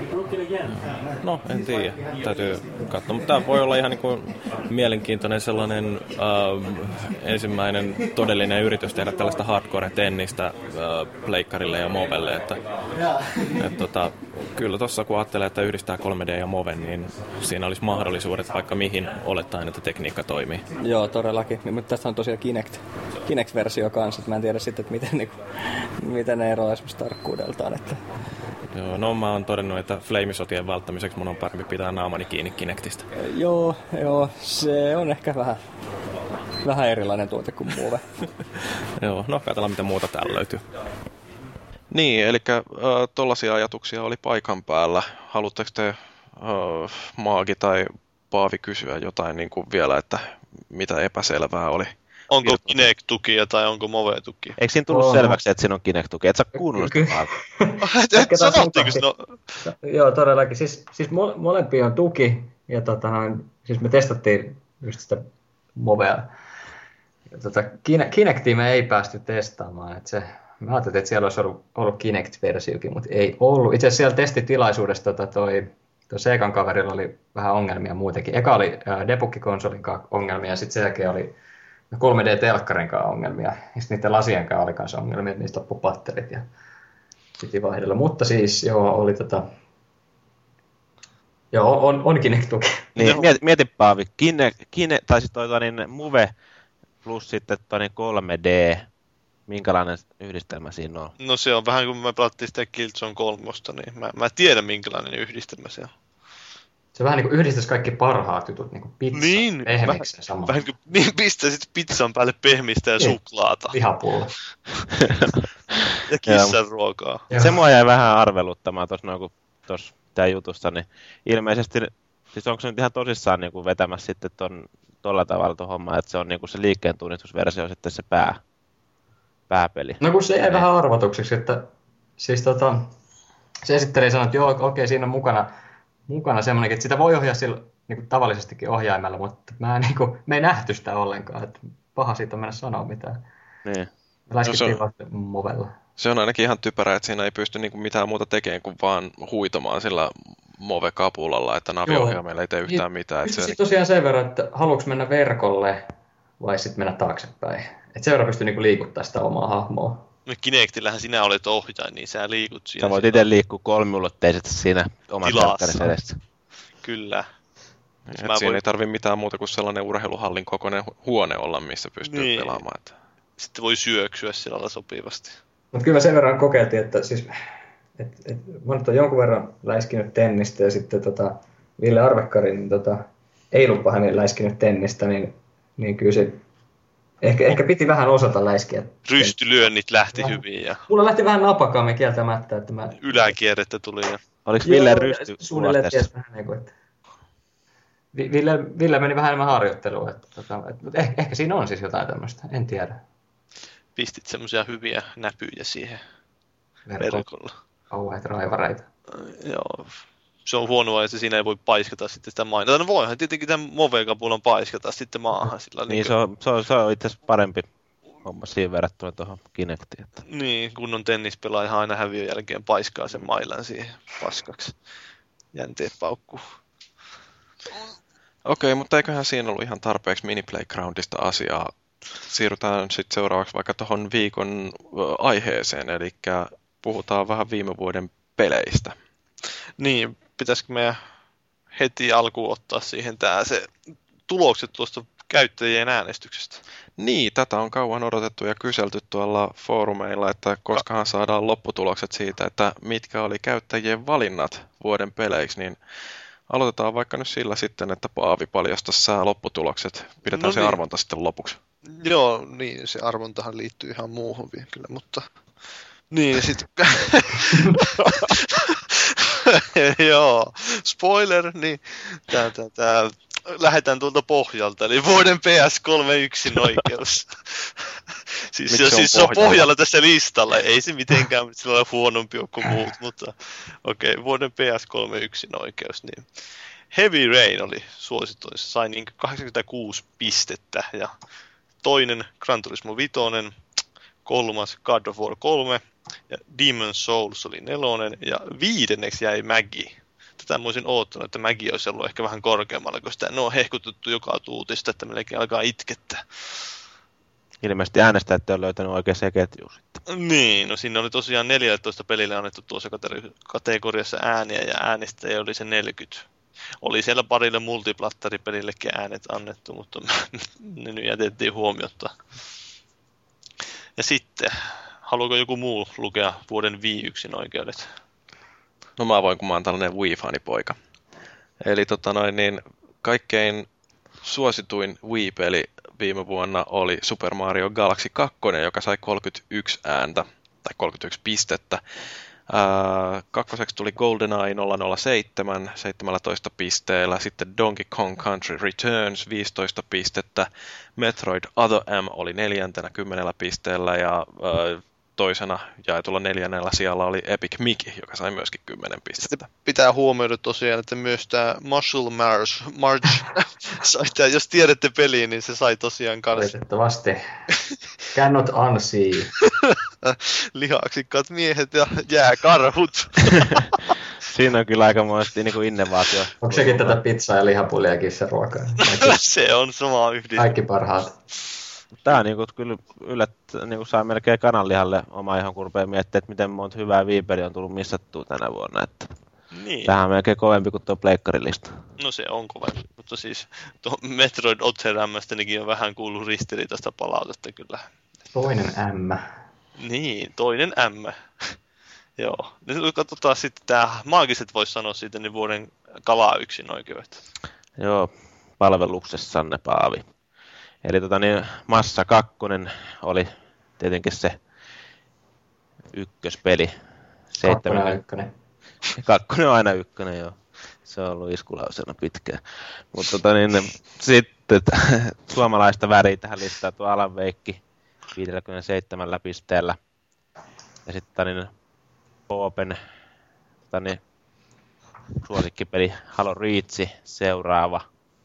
H: No, en tiedä. Täytyy katsoa. Mutta tämä voi olla ihan niin kuin mielenkiintoinen sellainen äh, ensimmäinen todellinen yritys tehdä tällaista hardcore-tennistä äh, pleikkarille ja movelle. Että, et, tota, kyllä tuossa kun ajattelee, että yhdistää kolme D ja moven, niin siinä olisi mahdollisuudet vaikka mihin olettaen, että tekniikka toimii.
F: Joo, todellakin. Mutta tässä on tosiaan Kinect, Kinect-versio kanssa. Mä en tiedä sitten, että miten, niin kuin, miten ne eroaa esimerkiksi tarkkuudeltaan. Että
H: joo, no mä oon todennut, että flamesotien välttämiseksi mun on parempi pitää naamani kiinni Kinectistä.
F: Joo, joo, se on ehkä vähän, vähän erilainen tuote kuin Move.
H: Joo, no katsotaan mitä muuta täällä löytyy.
B: Niin, eli äh, tollaisia ajatuksia oli paikan päällä. Haluatteko te äh, Maagi tai Paavi kysyä jotain niin kuin vielä, että mitä epäselvää oli?
D: Onko Kinect-tukia tai onko Move-tukia?
C: Eikö siinä tullut oh. selväksi, että siinä on Kinect-tukia? Et sä kuunnellut sitä
D: vaan? Sanottiinko se? No...
E: Joo, todellakin. Siis, siis molempia on tuki. Ja tota, siis me testattiin just sitä Movea. Tota, Kinectia me ei päästy testaamaan. Et se, mä ajattelin, että siellä olisi ollut, ollut Kinect-versiokin, mutta ei ollut. Itse asiassa siellä testitilaisuudessa tota, toi, toi Segan kaverilla oli vähän ongelmia muutenkin. Eka oli äh, debuggikonsolin kanssa ongelmia ja sitten sen jälkeen oli kolme D-telkkarin kanssa ongelmia. Ja sitten niiden lasien kanssa oli kanssa ongelmia, että niistä loppui patterit ja piti vaihdella. Mutta siis joo, oli tota... Joo, on, on Kinect-tuki.
C: Niin, mieti, mieti Paavi, Kinect, Kinect, tai siis toi, toi niin Move plus sitten toi niin kolme D, minkälainen yhdistelmä siinä on?
D: No se on vähän kuin me pelattiin sitä Killzone kolme, niin mä, mä tiedän minkälainen yhdistelmä se on.
E: Se vähän niin kuin yhdistäisi kaikki parhaat jutut, niin kuin pizza,
D: niin,
E: pehmiksen samalla.
D: Vähän kuin niin pistäisit pizzan päälle pehmistä ja niin, suklaata.
E: Lihapulla.
D: Ja kissan ruokaa.
C: Se mua jäi vähän arveluttamaan tuossa no, tää jutusta, niin ilmeisesti, siis onko se nyt ihan tosissaan niin kuin vetämässä sitten ton, tolla tavalla tuon hommaan, että se on niin kuin se liikkeen tunnistusversio sitten se pää, pääpeli.
E: No kun se jäi vähän arvotukseksi, että siis tota, se esitteli sanoa, että joo, okei, okay, siinä on mukana mukana semmoinen, että sitä voi ohjaa sillä niin kuin tavallisestikin ohjaimella, mutta mä, niin kuin, me ei nähty sitä ollenkaan, että paha siitä on mennä sanoa mitään.
C: Niin.
E: Me läskittiin no, vasta Movella.
B: Se on ainakin ihan typerä, että siinä ei pysty niin kuin mitään muuta tekemään kuin vaan huitomaan sillä Move-kapulalla, että naviohjaimella ei tee yhtään mitään.
E: Pystyy se... tosiaan sen verran, että haluatko mennä verkolle vai sitten mennä taaksepäin. Että sen verran pystyy niin kuin liikuttamaan sitä omaa hahmoa.
D: No Kinectillähän sinä olet ohjaaja, niin sä liikut siinä.
C: Sä voit itse liikkua kolmiulotteisesti siinä oman telkkarissa edessä.
D: Kyllä.
B: Et siinä voin... ei tarvitse mitään muuta kuin sellainen urheiluhallin kokoinen huone olla, missä pystyy niin. pelaamaan. Että...
D: Sitten voi syöksyä sillä lailla sopivasti.
E: Mutta kyllä sen verran kokeiltiin, että siis, et, et, mä nyt olen jonkun verran läiskinyt tennistä ja sitten tota, Ville Arvekkari niin tota, ei ollut pahemmin läiskinyt tennistä, niin, niin kyllä se ehkä, ehkä piti vähän osata läiskiä.
D: Rystylyönnit lähti ja. hyvin. Ja...
E: Mulla lähti vähän napakaamme kieltämättä. Että mä...
D: Yläkierrettä tuli. Ja...
C: Oliko Ville rysty?
E: Suunnilleen ties vähän niin kuin, että... Ville, Ville meni vähän enemmän harjoitteluun. Että, tota, että, ehkä, ehkä siinä on siis jotain tämmöistä, en tiedä.
D: Pistit semmoisia hyviä näpyjä siihen
E: Verkko.
D: verkolla.
E: Kauheita raivareita.
D: Uh, joo. Se on huonoa, että siinä ei voi paiskata sitten sitä mainita. No voihan tietenkin tämän Move-kapulan paiskata sitten maahan. Sillä
C: niin, niin se on, se on, se on itse asiassa parempi homma siihen verrattuna tuohon Kinectiin. Että...
D: Niin, kunnon tennispelaaja aina häviön jälkeen paiskaa sen mailan siihen paskaksi. Jänteet paukkuu.
B: Okei, mutta eiköhän siinä ollut ihan tarpeeksi Mini Playgroundista asiaa. Siirrytään sitten seuraavaksi vaikka tuohon viikon aiheeseen, eli puhutaan vähän viime vuoden peleistä.
D: Niin, pitäisikö meidän heti alkuun ottaa siihen tää se tulokset tuosta käyttäjien äänestyksestä?
B: Niin, tätä on kauan odotettu ja kyselty tuolla foorumeilla, että koskahan saadaan lopputulokset siitä, että mitkä oli käyttäjien valinnat vuoden peleiksi, niin aloitetaan vaikka nyt sillä sitten, että Paavi paljastaisi sää lopputulokset. Pidetään no se niin. arvonta sitten lopuksi.
D: Joo, niin se arvontahan liittyy ihan muuhun vielä kyllä, mutta... Niin, sitten... Joo, spoiler, niin tää, tää, tää. Lähdetään tuolta pohjalta, eli vuoden P S kolme yksin oikeus. siis se, siis se on pohjalla tässä listalla, ei se mitenkään sillä ole huonompi kuin muut, mutta okei, okay, vuoden P S kolme yksin oikeus, niin Heavy Rain oli suosituin, se sai niin kahdeksankymmentäkuusi pistettä, ja toinen Gran Turismo viisi, kolmas God of War kolme, ja Demon's Souls oli nelonen, ja viidenneksi jäi Maggie. Tätä mä olisin oottanut, että Maggie olisi ollut ehkä vähän korkeammalla, koska sitä on hehkutettu joka tuutista, että melkein alkaa itkettää.
C: Ilmeisesti äänestäjät on löytänyt oikein se ketju sitten.
D: Niin, no siinä oli tosiaan neljätoista pelille annettu tuossa kategoriassa ääniä, ja äänestäjä oli se neljäkymmentä. Oli siellä parille multiplattaripelillekin äänet annettu, mutta ne nyt jätettiin huomiota. Ja sitten, haluaako joku muu lukea vuoden Wii yksin oikeudet?
B: No mä voin, kun mä oon tällainen Wii-fanipoika. Eli tota noin, niin kaikkein suosituin Wii-peli viime vuonna oli Super Mario Galaxy kaksi, joka sai kolmekymmentäyksi ääntä, tai kolmekymmentäyksi pistettä. Ää, kakkoseksi tuli GoldenEye nolla nolla seitsemän, seitsemäntoista pisteellä. Sitten Donkey Kong Country Returns, viisitoista pistettä. Metroid Other M oli neljäntenä kymmenellä pisteellä, ja ää, toisena jaetulla neljännellä sijalla oli Epic Mickey, joka sai myöskin kymmenen pistettä.
D: Pitää huomioida tosiaan, että myös tämä Muscle March, March sai tää, jos tiedätte peliin, niin se sai tosiaan kanssa.
E: Valitettavasti. Cannot unsee.
D: Lihaksikkaat miehet ja jääkarhut.
C: Siinä on kyllä aikamoisesti niin kuin innovaatio.
E: Onko sekin tätä pizzaa ja lihapulia ja kissaruokaa?
D: Se on sama yhdistys.
E: Kaikki parhaat.
C: Tämä niinku kyllä yllät, niinku saa melkein kananlihalle oma ihan kun rupeaa miettimään, että miten monta hyvää viipeliä on tullut missattua tänä vuonna. Että niin. Tämähän on melkein kovempi kuin tuo pleikkarilista.
D: No se on kovempi, mutta siis tuo Metroid Other M:stänikin on vähän kuullut ristiriitaista palautetta kyllä.
E: Toinen M.
D: Niin, toinen M. Joo. Nyt katsotaan sitten tämä, maagiset voisi sanoa siitä, niin vuoden kalaa yksin oikeudet.
C: Joo, palveluksessanne Paavi. Eli tota niin, Massa kakkonen oli tietenkin se ykköspeli.
E: Kakkonen on ykkönen.
C: Kakkonen on aina ykkönen, joo. Se on ollut iskulauseena pitkään. Mutta tota niin, sitten suomalaista väriä tähän listaa tuo Alan Wake viisikymmentäseitsemän pisteellä. Ja sitten niin Open tota niin, suosikkipeli Halo Reach seuraava.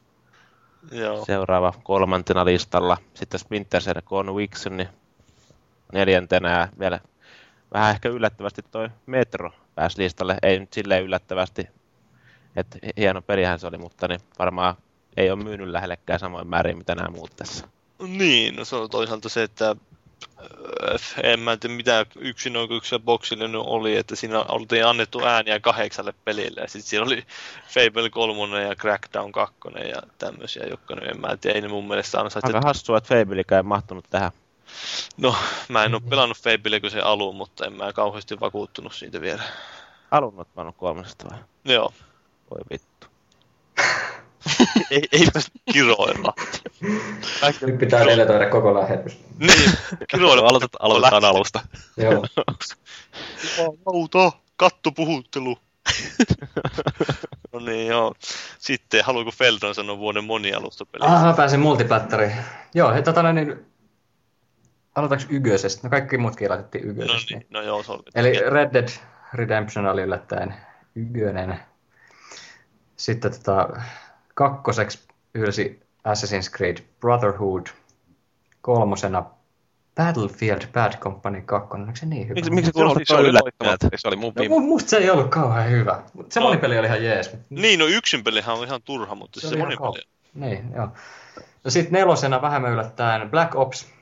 D: Joo.
C: Seuraava kolmantena listalla. Sitten Splinter Cell Conviction niin neljäntenä ja vielä vähän ehkä yllättävästi toi Metro pääsi listalle. Ei nyt silleen yllättävästi, että hieno pelihän se oli, mutta niin varmaan ei ole myynyt lähellekään samoin määrin mitä nämä muut tässä.
D: Niin, no se on toisaalta se, että En mä tiedä mitä yksinoikeuksia boksille nyt oli, että siinä oltiin annettu ääniä kahdeksalle pelille. Ja sitten siellä oli Fable kolme ja Crackdown kaksi ja tämmöisiä, jotka nyt en mä tiedä, ei ne mun mielestä ansaitse.
C: Aika hassua, että Fableikään ei mahtunut tähän.
D: No, mä en oo pelannut Fablea kuin se alun, mutta en mä kauheasti vakuuttunut siitä vielä.
C: Alun oot pannut kolmesta vai?
D: Joo.
C: Voi vittu.
D: ei, eipä kiroilla.
E: Nyt pitää deletoida koko lähetys.
D: Niin, kiroilla.
B: Aloitat, aloitetaan alusta.
E: Joo.
D: Auto, kattopuhuttelu. No niin, joo. Sitten, haluatko Feldon sanoa vuoden monialustapeli?
E: Ah, mä pääsin multiplattariin. Joo, he tota niin... Aloitaks ykkösestä? No kaikki muutkin laitettiin ykkösestä.
D: No niin, no joo, se oli.
E: Eli Red Dead Redemption oli yllättäen ykkönen. Sitten tota, kakkoseksi ylsi Assassin's Creed Brotherhood. Kolmosena Battlefield Bad Company kaksi. Onko se niin hyvä?
C: Miksi, miksi se
B: Se oli,
C: kuulostaa
B: se oli
C: yllättävältä?
B: loistava. Se oli mun
E: No,
B: viime.
E: mu- musta se ei ollut kauhean hyvä. Se
D: No.
E: monipeli oli ihan jees.
D: Niin, no yksin pelihän on ihan turha, mutta se,
E: oli
D: se
E: ihan
D: monipeli.
E: kau- Niin, joo. Ja sitten nelosena vähemmän yllättäen Black Ops.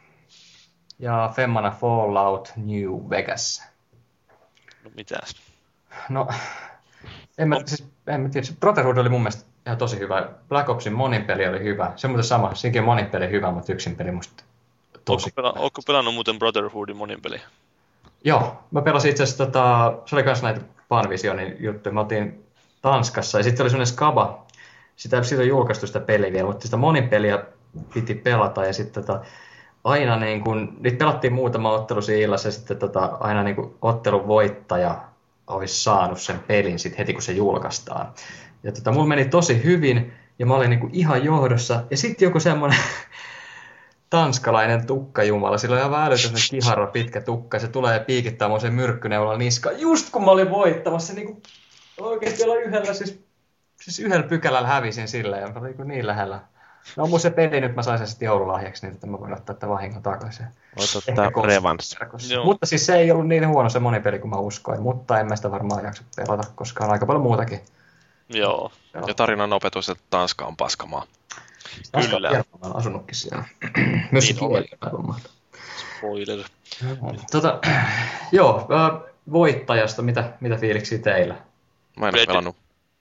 E: Ja femmana Fallout New Vegas.
D: No mitäs?
E: No, en mä, siis, en mä tiedä. Brotherhood oli mun mielestä ihan tosi hyvä. Black Opsin monipeli oli hyvä. Se on muuten sama. Siinkin on monipeli hyvä, mutta yksin peli musta tosi.
D: Ootko, pela- ootko pelannut muuten Brotherhoodin monin peli?
E: Joo, mä pelasin itse asiassa, tota, se oli myös näitä Panvisionin juttuja. Me oltiin Tanskassa ja sitten oli sellainen skaba. Sitä, siitä on julkaistu sitä peliä vielä, mutta sitä monipeliä piti pelata ja sitten tota, aina niin kun, niitä pelattiin muutama ottelu siinä illassa ja sitten tota, aina niin kun ottelun voittaja olisi saanut sen pelin sit heti kun se julkaistaan. Ja tota, mulla meni tosi hyvin ja mä olin niin kun ihan johdossa ja sitten joku semmoinen tanskalainen tukkajumala, sillä on ihan älytön se kihara pitkä tukka ja se tulee ja piikittää mun sen myrkkyneulan niskaan just kun mä olin voittamassa niin kun, oikeasti olla yhdellä siis, siis yhdellä pykälällä hävisin silleen ja mä olin niin lähellä. No mun se peli nyt mä sain sen sitten joululahjaksi, niin että mä voin ottaa tämän vahingon takaisin.
C: Voit ottaa revanssi.
E: Mutta siis se ei ollut niin huono se monipeli kuin mä uskoin, mutta en mä sitä varmaan jaksa pelata, koska on aika paljon muutakin.
D: Joo.
B: Ja tarinan opetus, että Tanska on paskamaa.
D: Kyllä.
E: Mä oon asunutkin siellä. Myös se
D: Niin
E: kieli on aivan mahtava.
D: Spoiler.
E: Tota, joo, äh, voittajasta, mitä, mitä fiiliksiä teillä?
B: Mä en
D: Red-
B: ole pelannut.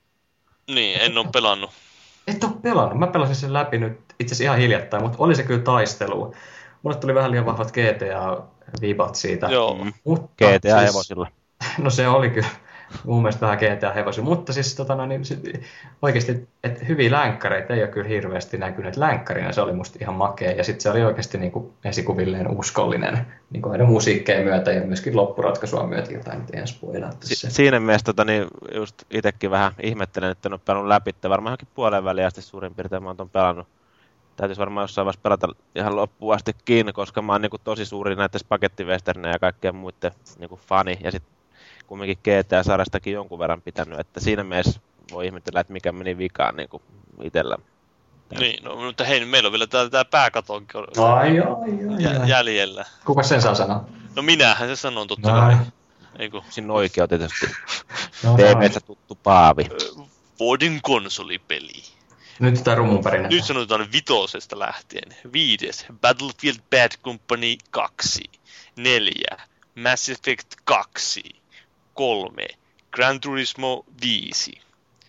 D: Niin, en ole pelannut.
E: Et ole pelannut. Mä pelasin sen läpi nyt itse asiassa ihan hiljattain, mutta oli se kyllä taistelu. Mulle tuli vähän liian vahvat G T A-vibat siitä.
D: Joo.
E: Mutta,
C: G T A-hevosilla.
E: Siis, no se oli kyllä mun mielestä vähän G T A-hevosilla. Mutta siis tota, no, niin, sit, oikeasti että hyviä länkkäreitä ei ole kyllä hirveästi näkynyt länkkärina. Se oli musta ihan makea. Ja sitten se oli oikeasti niin kuin esikuvilleen uskollinen. Niin kuin aina musiikkeja myötä ja myöskin loppuratkaisua myötä jotain nyt ensi puolella.
C: Si- siinä mielessä tota, niin just itsekin vähän ihmettelen, että en ole pelannut läpi. Varmaan johonkin puolen väliin asti suurin piirtein mä oon ton pelannut. Täytyisi varmaan jossain vaiheessa pelata ihan loppuun asti kiinni, koska mä oon niin kuin tosi suuri näiden spagettivesternejä ja kaikkien muiden niin kuin fani. Ja sitten kumminkin G T A-sarjastakin jonkun verran pitänyt, että siinä mielessä voi ihmetellä, että mikä meni vikaan niin kuin itsellä.
D: Niin, no, mutta hei, meillä on vielä tää, tää pääkatonki
E: Ai, ai, ai, ai.
D: jäljellä.
E: Kuka sen saa sanoa?
D: No minähän se sanon totta
E: Ai.
D: kai. Eiku.
C: Siinä oikea tietysti.
E: No,
C: T V:ssä tuttu Paavi.
D: Vuoden konsolipeli.
E: Nyt tää rummunperinne.
D: Nyt sanotaan vitosesta lähtien. Viides, Battlefield Bad Company kaksi. Neljä, Mass Effect kaksi. Kolme, Gran Turismo viisi.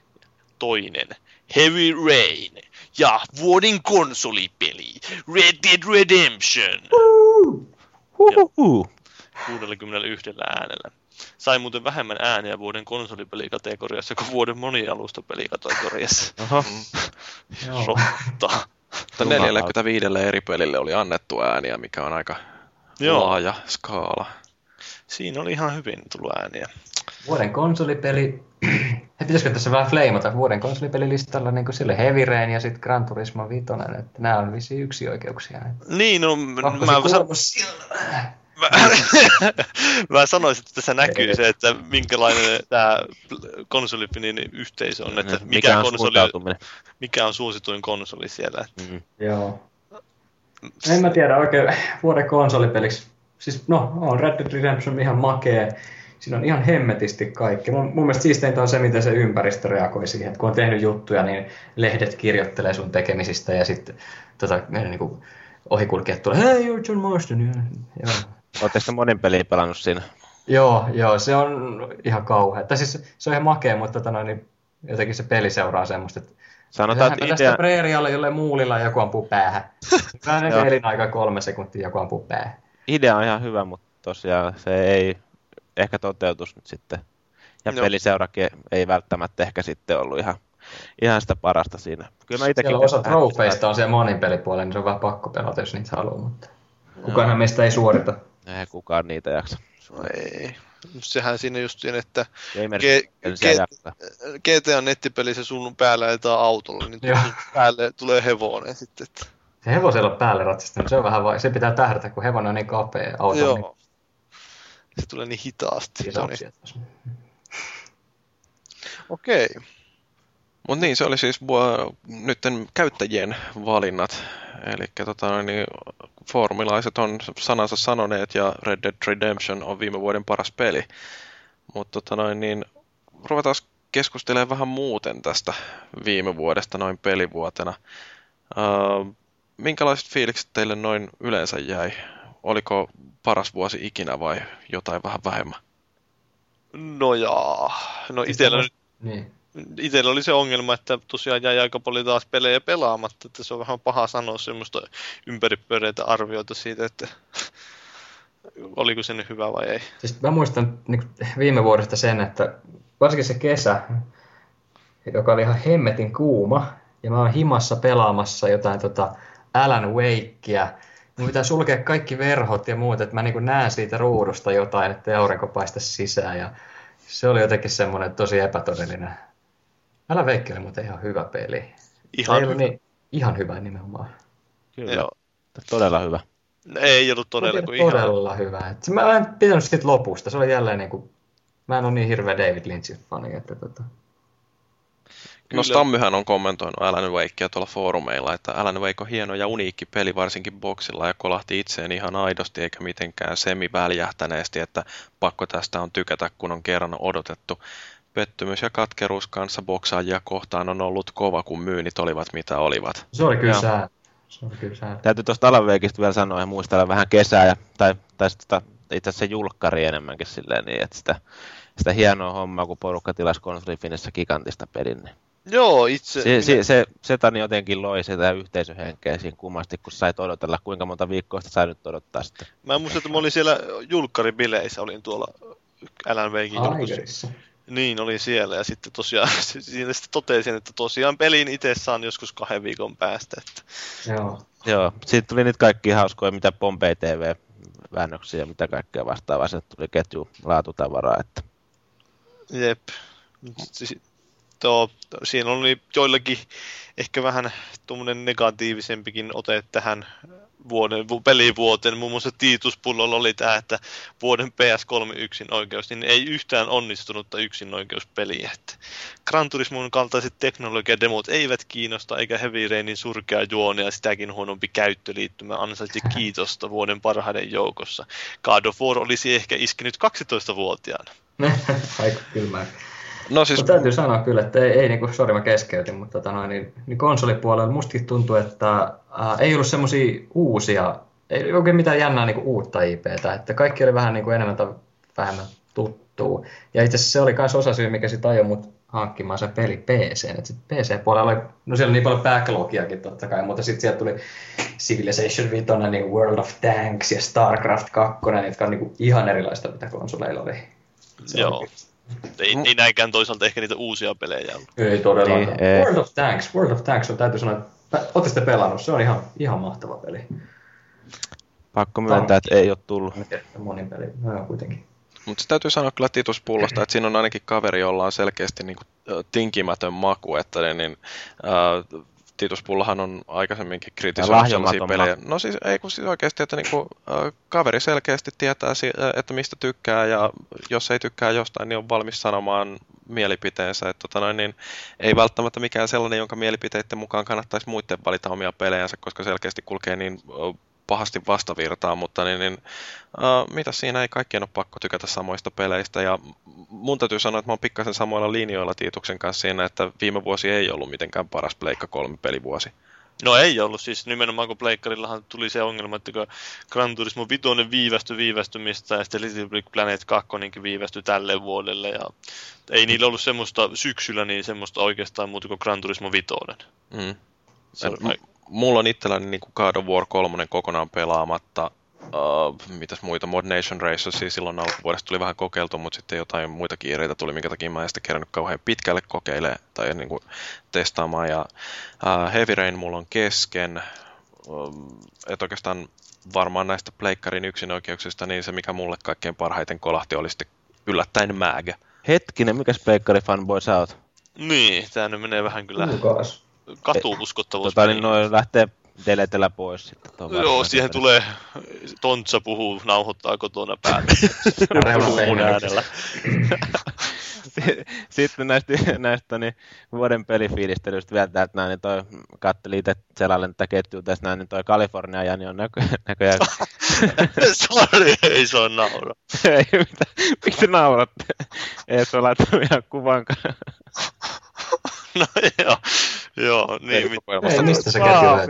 D: Toinen, Heavy Rain. Ja vuoden konsolipeli, Red Dead Redemption.
C: Huhuhu.
D: kuusikymmentäyksi äänellä. Sai muuten vähemmän ääniä vuoden konsolipelikategoriassa kuin vuoden monialustapelikategoriassa.
C: Oho.
E: Joo.
D: Rotta.
B: Mutta neljäkymmentäviisi eri pelille oli annettu ääniä, mikä on aika
D: Joo.
B: laaja skaala.
D: Siinä oli ihan hyvin tullut ääniä.
E: Vuoden konsolipeli, he pitäisikö tässä vähän fleimata vuoden konsolipelilistalla niin kuin sille Heavy Rain ja sitten Gran Turismo viisi, että nämä on vissiin yksi oikeuksia.
D: Niin, no
E: Onko
D: mä,
E: se
D: san...
E: kuulus siellä?
D: mä, mä sanoisin, että tässä näkyy se, että minkälainen tämä konsolipelin yhteisö on, että
C: Mikä,
D: mikä,
C: on
D: konsoli, mikä on suosituin konsoli siellä.
C: Mm.
E: Joo. En mä tiedä oikein vuoden konsolipeliksi. Siis no, on Red Dead Redemption ihan makea. Siinä on ihan hemmetisti kaikki. Mun, mun mielestä siisteintä on se, miten se ympäristö reagoi siihen. Että kun on tehnyt juttuja, niin lehdet kirjoittelee sun tekemisistä ja sitten tota, niin kuin, ohikulkijat tulee, hei, you're John Marston. Joo.
C: Oletteko te monin peliä pelannut siinä?
E: Joo, joo, se on ihan kauhea. Tai siis se on ihan makea, mutta tota noin, niin jotenkin se peli seuraa semmoista, että
C: sanotaan, että
E: idea... tästä preerialle jolle muulilla joku ampuu päähän. Vähän elinaika kolme sekuntia joku ampuu päähän.
C: Idea on ihan hyvä, mutta tosiaan se ei ehkä toteutus nyt sitten. Ja no. Peliseurakin ei välttämättä ehkä sitten ollut ihan, ihan sitä parasta siinä. Kyllä mä itekin
E: siellä osa trofeista on siellä monin pelipuolella, niin se on vähän pakko pelata, jos niitä haluaa, mutta kukaan no. meistä ei suorita.
C: Ei kukaan niitä jaksa.
D: No ei. Sehän siinä just siinä, että G T A-nettipelissä sun päällä ajetaan autolla, niin päälle tulee hevonen sitten. Että...
E: Se hevosella päälle ratsastaa, se on vähän vai... se pitää tähdätä, kun hevonen on niin kapea auto.
D: Joo.
E: Niin...
D: se tulee niin hitaasti.
E: Niin...
D: Okei. Okay.
B: Mutta niin, se oli siis uh, nytten käyttäjien valinnat. Eli tota, niin, foorumilaiset on sanansa sanoneet ja Red Dead Redemption on viime vuoden paras peli. Mutta tota, niin, ruvetaan keskustelemaan vähän muuten tästä viime vuodesta noin pelivuotena. Uh, minkälaiset fiilikset teille noin yleensä jäi? Oliko paras vuosi ikinä vai jotain vähän vähemmän?
D: No jaa. No itsellä nyt... Niin. Itsellä oli se ongelma, että tosiaan jäi aika paljon taas pelejä pelaamatta, että se on vähän paha sanoa semmoista ympäripyöreitä arvioita siitä, että oliko se nyt hyvä vai ei.
E: Siis mä muistan niin viime vuodesta sen, että varsinkin se kesä, joka oli ihan hemmetin kuuma, ja mä oon himassa pelaamassa jotain tota Alan Wakea. Mun pitää sulkea kaikki verhot ja muut, että mä niin näen siitä ruudusta jotain, että aurinko paistaisi sisään, ja se oli jotenkin semmoinen tosi epätodellinen. Alan Wake oli muuten ihan hyvä peli.
D: Ihan hyvä.
E: Niin, ihan hyvä nimenomaan.
C: Kyllä, joo. Todella hyvä.
D: Ei ollut todella kuin
E: ihan. Todella hyvä. Et mä en pitänyt siitä lopusta. Se oli jälleen niin kuin, mä en ole niin hirveä David Lynchin fani, että tota...
B: No Stammyhän on kommentoinut Alan Wakea tuolla foorumeilla, että Alan Wake on hieno ja uniikki peli varsinkin boksilla ja kolahti itseen ihan aidosti eikä mitenkään semi-väljähtäneesti, että pakko tästä on tykätä, kun on kerran odotettu. Pettymys ja katkeruus kanssa boksaajia kohtaan on ollut kova, kun myynnit olivat mitä olivat.
E: Se oli kyllä sää. Se oli kyllä sää.
C: Täytyy tuosta Alan Wakeista vielä sanoa ja muistella vähän kesää, ja, tai, tai sitä, itse asiassa se julkkari enemmänkin silleen niin, että sitä, sitä hienoa hommaa, kun porukka tilasi konsolifinissä gigantista pelin. Niin.
D: Joo, itse...
C: Se, se, se, se tani jotenkin loi sitä yhteisöhenkeä siinä kummasti, kun sait odotella, kuinka monta viikkoa sitä sai nyt odottaa sitten.
D: Mä muistan, että mä olin siellä julkkaribileissä, olin tuolla Alan Wakein julkussa. Niin, oli siellä ja sitten tosiaan siinä sitten totesin, että tosiaan pelin itse saan joskus kahden viikon päästä. Että...
E: Joo.
C: Joo, siitä tuli niitä kaikki hauskoja, mitä Bombay T V-väännöksiä ja mitä kaikkea vastaavaa, se tuli ketju laatutavaraa. Että...
D: Jep. Tuo, siinä oli joillakin ehkä vähän tuommoinen negatiivisempikin ote tähän vuoden, pelivuoteen. Muun muassa Tiituspullolla oli tämä, että vuoden P S kolme yksin oikeus, niin ei yhtään onnistunutta yksin oikeuspeliä. Gran Turismon kaltaiset teknologiademot eivät kiinnosta, eikä Heavy Rainin surkea juone ja sitäkin huonompi käyttöliittymä ansaitsi kiitosta vuoden parhaiden joukossa. God of War olisi ehkä iskenyt kaksitoistavuotiaana.
E: Aika kylmää.
B: No siis...
E: täytyy sanoa kyllä, että ei, ei niin kuin, sori mä keskeytin, mutta tota noin, niin, niin konsolipuolella mustakin tuntuu, että ää, ei ollut semmosia uusia, ei oikein mitään jännää niin kuin uutta I P:tä, että kaikki oli vähän niin kuin enemmän tai vähemmän tuttua. Ja itse asiassa se oli myös osa syy, mikä sitten ajoi mut hankkimaan se peli P C:n. Että sitten P C-puolella oli, no siellä oli niin paljon backlogiakin totta kai, mutta sitten sieltä tuli Civilization viisi, niin World of Tanks ja StarCraft kaksi, jotka on niin kuin ihan erilaista, mitä konsoleilla oli. Se
D: Joo. Oli Ei, ei näinkään toisaalta ehkä niitä uusia pelejä ollut.
E: Ei todellakaan. Niin, World of Tanks. World of Tanks on, täytyy sanoa, että ootte sitä pelannut. Se on ihan, ihan mahtava peli.
C: Pakko myöntää, että ei ole tullut.
E: Monin peli. No joo, kuitenkin.
B: Mutta se täytyy sanoa kyllä Tituspullosta, että siinä on ainakin kaveri, jolla on selkeästi niinku tinkimätön maku, että niin, äh, Tituspullahan on aikaisemminkin kritisoinut sellaisia pelejä. No siis ei kun siis oikeasti, että niinku, äh, kaveri selkeästi tietää, että mistä tykkää ja jos ei tykkää jostain, niin on valmis sanomaan mielipiteensä. Että, tota noin, niin, ei välttämättä mikään sellainen, jonka mielipiteiden mukaan kannattaisi muiden valita omia pelejänsä, koska selkeästi kulkee niin äh, pahasti vastavirtaa, mutta niin, niin, äh, mitä siinä ei kaikkien ole pakko tykätä samoista peleistä. Ja mun täytyy sanoa, että mä oon pikkasen samoilla linjoilla Tiituksen kanssa siinä, että viime vuosi ei ollut mitenkään paras Pleikka kolme pelivuosi.
D: No ei ollut, siis nimenomaan kun Pleikkarillahan tuli se ongelma, että kun Gran Turismo viisi viivästyi viivästymistä ja sitten Little Big Planet kaksi viivästyi tälle vuodelle ja ei niillä ollut semmoista syksyllä niin semmoista oikeastaan muuta kuin Gran Turismo viisi.
B: Mm. M- mulla on itselläni niin kuin God of War kolme kokonaan pelaamatta. Uh, mitäs muita, Mod Nation Racersia silloin alkuvuodesta tuli vähän kokeiltu, mutta sitten jotain muita kiireitä tuli, minkä takia mä en sitten kerännyt kauhean pitkälle kokeilemaan tai niin kuin testaamaan. Ja, uh, Heavy Rain mulla on kesken. Uh, et oikeastaan varmaan näistä Pleikkarin yksinoikeuksista, niin se mikä mulle kaikkein parhaiten kolahti oli sitten yllättäen Mag.
C: Hetkinen, mikäs Pleikkari fanboy sä oot?
D: Niin, tää nyt menee vähän kyllä katuuskottavuus.
C: Tota niin noin lähtee deletellä pois sitten.
D: Joo, siihen tulee, Tontsa puhuu, nauhoittaa kotona päälle.
C: mun äänellä. Sitten näistä, näistä niin vuoden pelifiilistelystä vielä täältä näin, niin toi katteli itse selalle tätä ketjua tässä näin, niin toi California Jani on näkö, näköjään.
D: Sorry, ei se on naura.
C: Ei mitään, miksi nauratte? Ei se ole laittanut ihan kuvan kanssa.
D: No joo, joo, niin.
E: Ei, mistä sä ketjulet?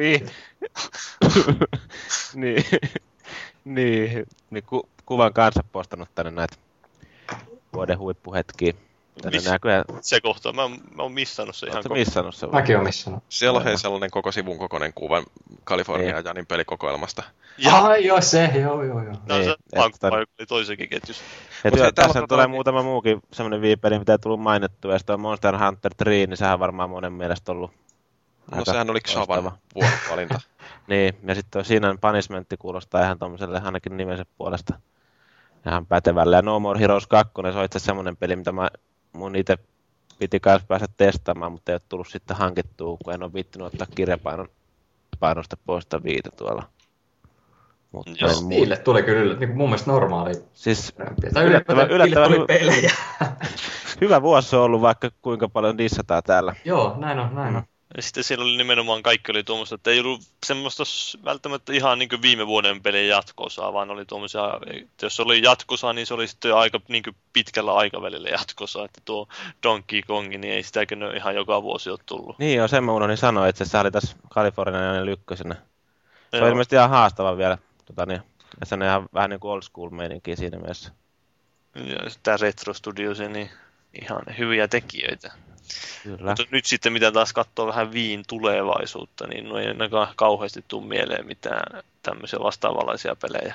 C: niin, niin, niin ku, kuvan kanssa postannut tänne näitä vuoden huippuhetkiä. Tänne näkyy.
D: Se kohta, mä, mä oon missannut se ihan
C: koko. missannut se?
E: Mäkin oon missannut.
B: Siellä on hei sellainen koko sivun kokoinen kuva California ja Janin pelikokoelmasta.
E: Ai joo, se, joo, joo, joo.
D: No se pankkuva, joka oli toisenkin ketjussa.
C: Joo, tässä tulee niin muutama muukin semmoinen viipeli, mitä ei tullut mainittua. Ja sitten Monster Hunter kolme, niin sehän on varmaan monen mielestä ollut.
B: No sehän oli Xavan vuorovalinta.
C: Niin, ja sitten siinä Punishmentti kuulostaa ihan tommoselle ainakin nimensä puolesta ihan pätevälle. Ja No More Heroes kaksi, se on itse semmoinen peli, mitä mä, mun itse piti kanssa päästä testaamaan, mutta ei ole tullut sitten hankittua, kun en ole viittinyt ottaa kirjapainosta pois sitä viitä tuolla.
E: Jos niille tuli kyllä niin mun mielestä normaali.
C: Siis
E: tai yllättävän, yllättävän tuli pelejä.
C: Hyvä vuosi on ollut, vaikka kuinka paljon dissataan täällä.
E: Joo, näin on, näin on.
D: Ja sitten siellä oli nimenomaan kaikki oli tuommoista, että ei ollut semmoista välttämättä ihan niin kuin viime vuoden pelin jatko-osaa, vaan oli tuommoisia, että jos oli jatko-osa, niin se oli sitten aika niin kuin pitkällä aikavälillä jatko-osa, että tuo Donkey Kong, niin ei sitäkin ihan joka vuosi ole tullut.
C: Niin joo, sen mä unohdin sanoa, että se oli tässä Californian lykkösenä. Se on ilmeisesti ihan haastava vielä, tota niin, ja se on ihan vähän niin kuin old school meininkiä siinä mielessä.
D: Ja tämä Retro Studios, niin ihan hyviä tekijöitä.
C: Kyllä.
D: Mutta nyt sitten, mitä taas katsoo vähän Viin tulevaisuutta, niin no ei ainakaan kauheasti tule mieleen mitään tämmöisiä vastaavanlaisia pelejä.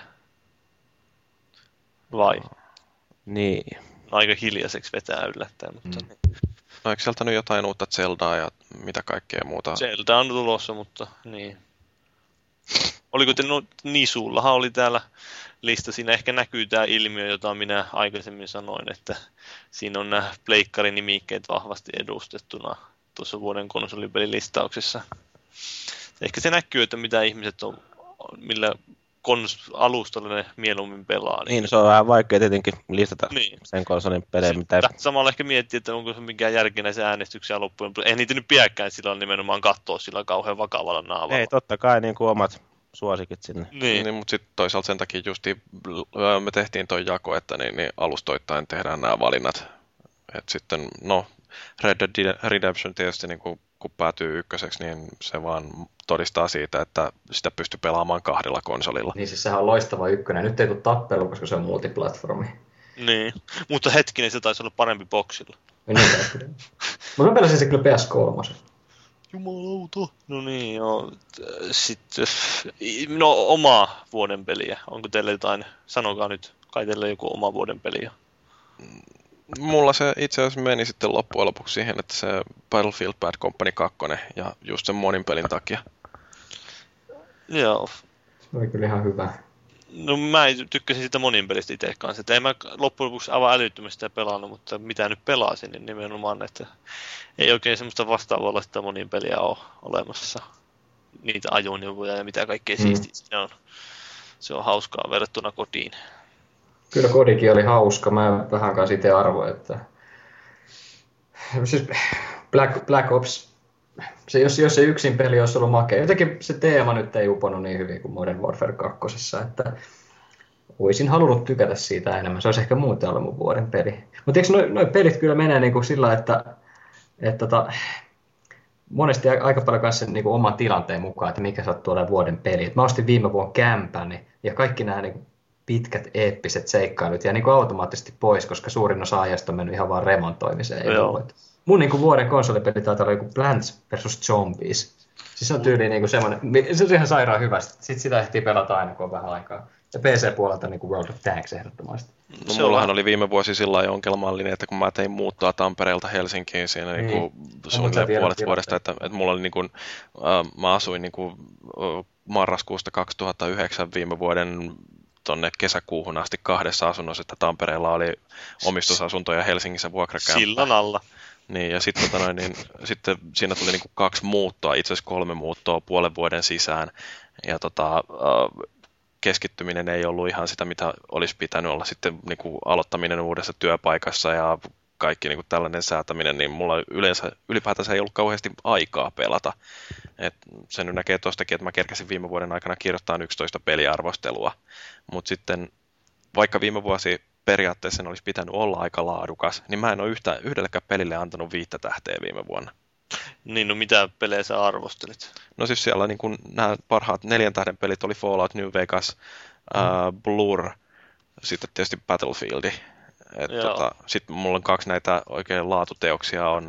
D: Vai?
C: Niin.
D: No, aika hiljaiseksi vetää yllättäen, mutta mm.
B: niin. No eikö sieltä nyt jotain uutta Zeldaa ja mitä kaikkea muuta?
D: Zelda on tulossa, mutta niin. Oliko te, no Nisullahan oli täällä lista, siinä ehkä näkyy tämä ilmiö, jota minä aikaisemmin sanoin, että siinä on nämä pleikkarinimikkeet vahvasti edustettuna tuossa vuoden konsolipelilistauksessa. Ehkä se näkyy, että mitä ihmiset on, millä kons- alustalla ne mieluummin pelaa.
C: Niin, se on vähän vaikea tietenkin listata
D: niin.
C: sen konsolin pelejä. Mitä...
D: Samalla ehkä miettiä, että onko se mikään järki näissä äänestyksiä loppujen, mutta ei niitä nyt pidäkään sillä nimenomaan katsoa sillä kauhean vakavalla naavalla.
C: Ei, totta kai niin kuin omat suosikit sinne.
B: Niin, niin mutta sitten toisaalta sen takia justiin me tehtiin toi jako, että niin, niin alustoittain tehdään nämä valinnat. Et sitten, no, Red Dead Redemption tietysti niin kun, kun päätyy ykköseksi, niin se vaan todistaa siitä, että sitä pystyy pelaamaan kahdella konsolilla.
E: Niin siis sehän on loistava ykkönen. Nyt ei tule tappelu, koska se on multiplatformi.
D: Niin, mutta hetkinen se taisi olla parempi boksilla.
E: Mutta mä pelasin se kyllä P S kolme.
D: Jumalauta. No niin, joo. Sitten, no oma vuoden peliä. Onko teillä jotain, sanokaa nyt, kai teillä joku oma vuoden peliä?
B: Mulla se itse asiassa meni sitten loppujen lopuksi siihen, että se Battlefield Bad Company kaksi ja just sen monin pelin takia.
D: Joo.
E: Se oli kyllä ihan hyvä.
D: No mä tykkäsin sitä monin pelistä itse kanssa. Että en mä loppujen lopuksi aivan älyttömästi sitä pelannut, mutta mitä nyt pelasin, niin nimenomaan, että ei oikein semmoista vastaavallaista monin peliä ole olemassa. Niitä ajoneuvoja ja mitä kaikkea mm. siistiä siinä on. Se on hauskaa verrattuna kotiin.
E: Kyllä kodikin oli hauska. Mä vähän kanssa itse arvoin, että siis Black, Black Ops, se, jos, jos se yksin peli olisi ollut makea. Jotenkin se teema nyt ei uponnut niin hyvin kuin Modern Warfare kaksi, että olisin halunnut tykätä siitä enemmän. Se olisi ehkä muuten ollut mun vuoden peli. Mutta eikö noi, noi pelit kyllä menee niin kuin sillä, että, että ta, monesti aika paljon kanssa niin kuin oman tilanteen mukaan, että mikä sattuu olemaan vuoden peli. Et mä ostin viime vuonna kämpäni ja kaikki nämä niin kuin pitkät eeppiset seikkailut ja niin kuin automaattisesti pois, koska suurin osa ajasta on mennyt ihan vaan remontoimiseen. Mun niin kuin vuoden konsolipeli taitaa olla joku Plants versus. Zombies. Siis se on tyyliin niin kuin semmoinen, se on ihan sairaan hyvä. Sitten sitä ehtii pelata aina, kun on vähän aikaa. Ja P C-puolelta niin kuin World of Tanks ehdottomasti.
B: No, mullahan oli viime vuosi sillä lailla ongelmallinen, että kun mä tein muuttoa Tampereelta Helsinkiin siinä niin. Niin suunnilleen puolet vuodesta, että, että mulla oli niin kuin, äh, mä asuin niin kuin, äh, marraskuusta kaksituhattayhdeksän viime vuoden tonne kesäkuuhun asti kahdessa asunnossa, että Tampereella oli omistusasunto ja Helsingissä vuokrakämppä.
D: Sillan alla.
B: Niin, ja sitten, tota noin, niin, sitten siinä tuli niin kuin kaksi muuttoa, itse asiassa kolme muuttoa puolen vuoden sisään. Ja tota, äh, keskittyminen ei ollut ihan sitä, mitä olisi pitänyt olla sitten niin kuin aloittaminen uudessa työpaikassa ja kaikki niin kuin tällainen säätäminen, niin mulla yleensä ylipäätänsä ei ollut kauheasti aikaa pelata. Et sen nyt näkee tuostakin, että mä kerkäsin viime vuoden aikana kirjoittaa yksitoista peliarvostelua, mutta sitten vaikka viime vuosi periaatteessa sen olisi pitänyt olla aika laadukas, niin mä en ole yhtä, yhdellekään pelille antanut viittä tähteä viime vuonna.
D: Niin, no mitä pelejä sä arvostelit?
B: No siis siellä niin kun nämä parhaat neljän tähden pelit oli Fallout New Vegas, mm. uh, Blur, sitten tietysti Battlefield. Tota, sitten mulla on kaksi näitä oikein laatuteoksia, on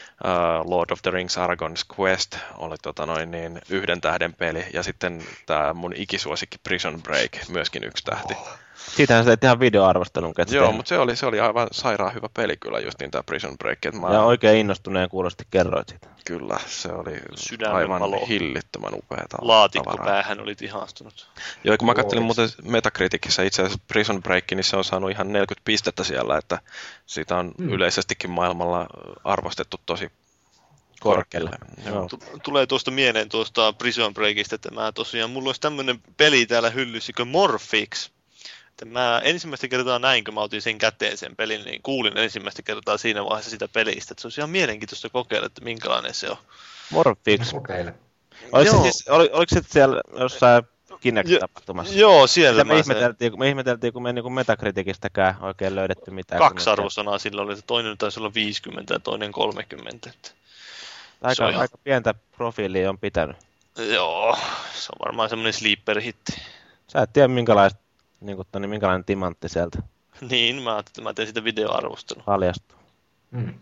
B: uh, Lord of the Rings Aragorn's Quest, oli tota noin niin yhden tähden peli, ja sitten tämä mun ikisuosikki Prison Break, myöskin yksi tähti. Oh.
C: Siitähän sä teit ihan videoarvostelun.
B: Joo, mutta se oli, se oli aivan sairaan hyvä peli kyllä, just niin tämä Prison Break. Mä...
C: Ja oikein innostuneen kuulosti kerroit siitä.
B: Kyllä, se oli
D: Sydämen
B: aivan
D: malo.
B: Hillittömän upeata.
D: Laatikkopäähän olit ihastunut.
B: Joo, kun mä katselin muuten Metacriticissa itse asiassa Prison Break, niin se on saanut ihan neljäkymmentä pistettä siellä, että siitä on hmm. yleisestikin maailmalla arvostettu tosi korkealle.
D: Joo. Tulee tuosta mieleen tuosta Prison Breakista, että mä tosiaan, mulla olisi tämmöinen peli täällä hyllyssä kuin Morphix. Että mä ensimmäistä kertaa näin, kun mä otin sen käteen sen pelin, niin kuulin ensimmäistä kertaa siinä vaiheessa sitä pelistä. Että se olisi ihan mielenkiintoista kokeilla, että minkälainen se on.
C: Morphix. Kokeile. Oliko, siis, oli, oliko se siellä jossain Kinect-tapahtumassa?
D: Joo, siellä
C: me ihmeteltiin, se... me ihmeteltiin, kun me ei niin Metacritikistäkään oikein löydetty mitään.
D: Kaksi arvosanaa sillä oli, että toinen taisi olla viisikymmentä ja toinen kolmekymmentä. Että...
C: Aika, on... aika pientä profiilia on pitänyt.
D: Joo, se on varmaan semmoinen sleeper-hitti.
C: Sä et tiedä minkälaista. Niin kuin toni, minkälainen timantti sieltä.
D: Niin, mä ajattelin, että mä teen sitä videoarvostelua.
C: Paljastuu. Mm.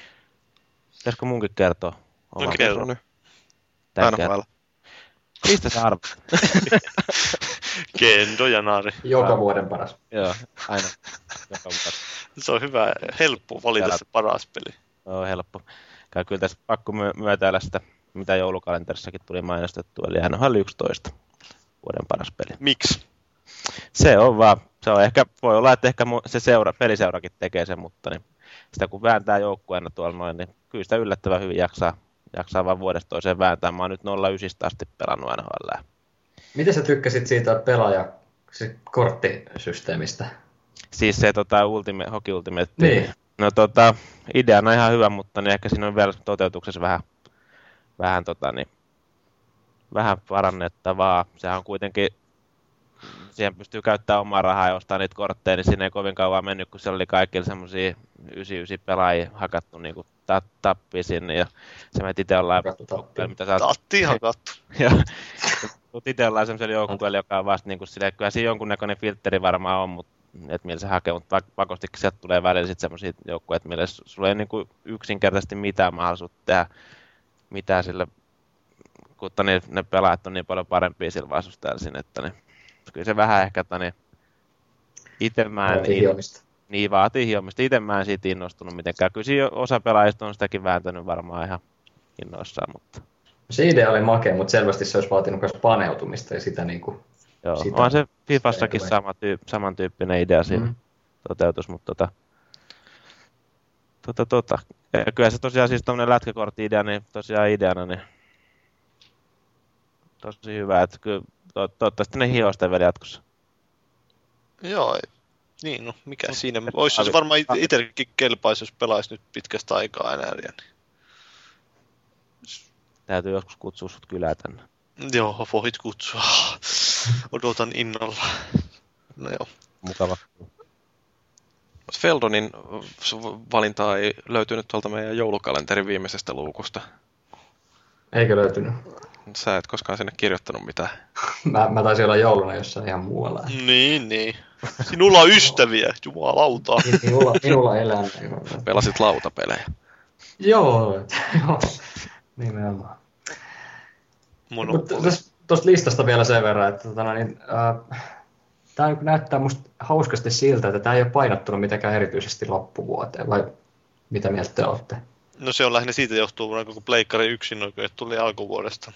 C: Pitäisikö munkin kertoa?
B: No kerro nyt.
C: N H L. Mistä sä arvostat?
D: Kendo ja Nari.
E: Joka vuoden paras.
C: Joo, aina. Joka vuoden.
D: Se on hyvä, helppo valita Täällä... se paras peli.
C: Joo, helppo. Kai kyllä tässä pakko my- myötäillä sitä, mitä joulukalenterissakin tuli mainostettua, eli N H L yksitoista vuoden paras peli.
D: Miksi?
C: Se on vaan, se on ehkä, voi olla, että ehkä se seura, peliseurakin tekee sen, mutta niin sitä kun vääntää joukkueena tuolla noin, niin kyllä sitä yllättävän hyvin jaksaa, jaksaa vaan vuodesta toiseen vääntää. Mä oon nyt nolla yhdeksän asti pelannut N H L.
E: Miten sä tykkäsit siitä pelaaja korttisysteemistä?
C: Siis se tota, Ultimate, Hockey Ultimate.
E: Niin.
C: No tota, ideana ihan hyvä, mutta niin ehkä siinä on vielä toteutuksessa vähän, vähän, tota, niin, vähän parannettavaa. Sehän on kuitenkin siihen pystyy käyttämään omaa rahaa ja ostaa niitä kortteja, niin siinä ei kovin kauan mennyt, kun siellä oli kaikilla semmosia yhdeksänkymmentäyhdeksän pelaajia hakattu niinku ta- tappiin sinne, ja se mä itse ollaan...
D: Mitä sä... Tattiin hakattu.
C: Joo. Itse ollaan semmoisella joukkueella, joka on vasta niinku silleen, kyllä siinä jonkunnäköinen filtteri varmaan on, mutta että millä se hakee, mutta pakostikin sieltä tulee välillä sitten semmosia joukkueita, millä sulla ei niinku yksinkertaisesti mitään mahdollisuutta tehdä mitään sille, kun ne, ne pelaajat on niin paljon parempia sillä vastustajalla sinne, että ne kyllä se vähän ehkä, että niin, ite mä en...
E: Vaatii hiomista.
C: Niin, vaatii hiomista. Ite mä en siitä innostunut mitenkään. Kyllä osa pelaajista on sitäkin vääntänyt varmaan ihan innoissaan, mutta...
E: Se idea oli makea, mutta selvästi se olisi vaatinut myös paneutumista ja sitä niinku...
C: Joo, sitä on se Fifassakin sama tyyp, samantyyppinen idea siinä mm-hmm. toteutus, mutta tota... Tota, tota. Ja kyllä se tosiaan siis tommonen lätkäkortti-idea, niin tosiaan ideana, niin... Tosi hyvä, että kyllä... To- toivottavasti ne hioo sitä vielä jatkossa.
D: Joo, niin no, mikä siinä. Olisi se varmaan itsellekin kelpaisi, jos pelaisi nyt pitkästä aikaa enää. Niin.
C: Täytyy joskus kutsua sut kylään tänne.
D: Joo, voit kutsua. Odotan innolla. No joo.
C: Mukava.
B: Feldonin valinta ei löytynyt tuolta meidän joulukalenterin viimeisestä luukusta.
E: Eikö löytynyt?
B: Sä et koskaan sinne kirjoittanut mitään.
E: mä, mä taisin olla jouluna jossain ihan muualla.
D: Niin, niin. Sinulla on ystäviä, jumalauta.
E: Minulla, minulla elää.
B: Pelasit lautapelejä.
E: Joo, joo. Nimenomaan. Mutta tuosta listasta vielä sen verran, että tota, niin, äh, tämä näyttää musta hauskasti siltä, että tämä ei ole painottunut mitenkään erityisesti loppuvuoteen, vai mitä mieltä te olette?
D: No se on lähinnä siitä johtuu, kun Pleikkari yksin oikein tuli alkuvuodesta.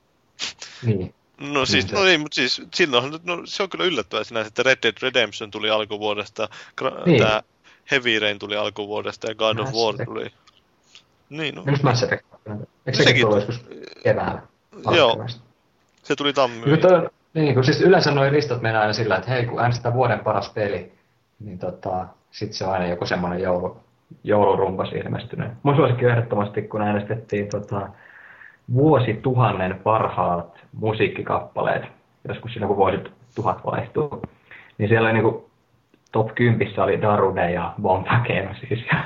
E: Niin.
D: No siis, niin no ei, mutta siis silloin, no, se on kyllä yllättävää sinä, että Red Dead Redemption tuli alkuvuodesta, niin. Tämä Heavy Rain tuli alkuvuodesta ja God of War tuli. Niin, no.
E: Just Mass Effect. Eikö sekin tullut joskus keväällä?
D: Joo, se tuli tammyyn.
E: Niin, kun siis yleensä nuo listat mennään aina sillä, että hei, kun äänestetään vuoden paras peli, niin tota, sit se on aina joku semmoinen joulu, joulurumpas ilmestynyt. Mun suosikki ehdottomasti, kun äänestettiin tota, vuosituhannen parhaat musiikkikappaleet, joskus siinä kun vuosit tuhat vaihtuu, niin siellä oli niinku top kympissä oli Darude ja Bombakeno siis, ja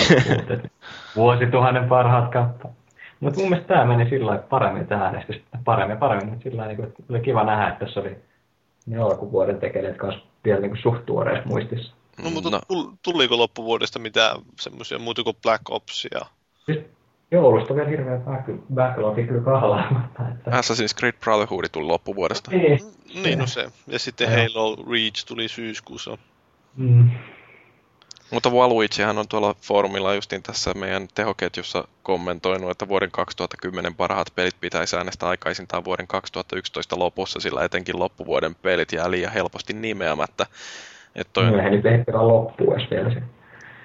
E: vuosituhannen parhaat kappaleet. Mutta mun mielestä tämä meni sillä lailla paremmin tähän äänestys, paremmin paremmin, mutta sillä lailla niin oli kiva nähdä, että tässä oli ne alkuvuoden tekeleet kanssa vielä niin suht tuoreessa muistissa.
D: No mutta no. Tuliko loppuvuodesta mitään semmoisia muuta kuin Black Opsia?
E: Siis joulusta vielä hirveän backlogi kyllä kahlaamatta. Että...
B: Assassin's Creed Brotherhood tuli loppuvuodesta.
E: Niin,
D: niin no se. Ja sitten ja Halo Reach tuli syyskuussa.
E: Mm.
B: Mutta Waluigihan on tuolla foorumilla justiin tässä meidän tehoketjussa kommentoinut, että vuoden kaksituhattakymmenen parhaat pelit pitäisi äänestää aikaisintaan vuoden kaksituhattayksitoista lopussa, sillä etenkin loppuvuoden pelit jää liian helposti nimeämättä. Toi...
E: No eihän nyt ehkä loppuu edes vielä se.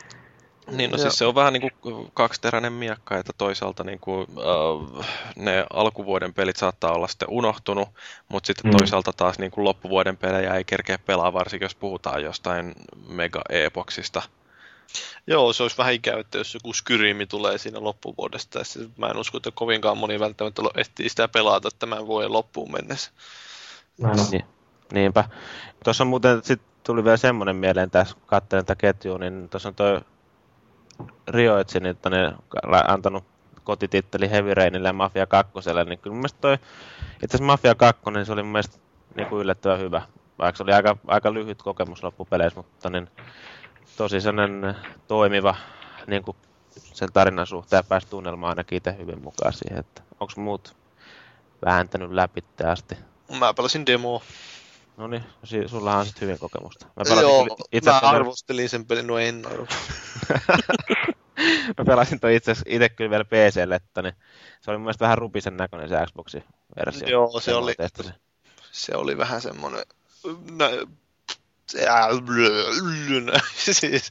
B: Niin, no siis se on vähän niin kuin kaksiteräinen miekka, että toisaalta niin kuin, äh, ne alkuvuoden pelit saattaa olla sitten unohtunut, mutta sitten mm. toisaalta taas niin kuin loppuvuoden pelejä ei kerkeä pelaa, varsinkin jos puhutaan jostain mega-epoksista.
D: Joo, se olisi vähän ikävä, että jos joku Skyrimi tulee siinä loppuvuodesta. Mä en usko, että kovinkaan moni välttämättä ehtii sitä pelata tämän vuoden loppuun mennessä.
C: No, no. Niin, niinpä. Tuossa muuten sit tuli vielä semmoinen mieleen tässä, kun katselen tätä ketjua, niin tuossa on toi Rioetsin, että ne antanut kotititteli Heavy Rainille ja Mafia kakkoselle, niin kyllä mun mielestä toi, itse asiassa Mafia kaksi, niin se oli mun mielestä niin kuin yllättävän hyvä. Vaikka se oli aika, aika lyhyt kokemus loppupeleissä, mutta niin tosi sellainen toimiva niin kuin sen tarinan suhteen ja pääsi tunnelmaan ainakin itse hyvin mukaan siihen, että onko muut vääntänyt läpi asti?
D: Mä pelasin demoa.
C: No niin, sullahan on sitten hyvin kokemusta.
D: Mä Joo, itse mä arvostelin sen pelin, no en arvostelin.
C: Mä pelasin toi itse itse kyllä vielä P C:lle, että niin se oli mun mielestä vähän rupisen näköinen se Xboxin versio.
D: Joo, se oli, se oli vähän semmonen... Nä, siis,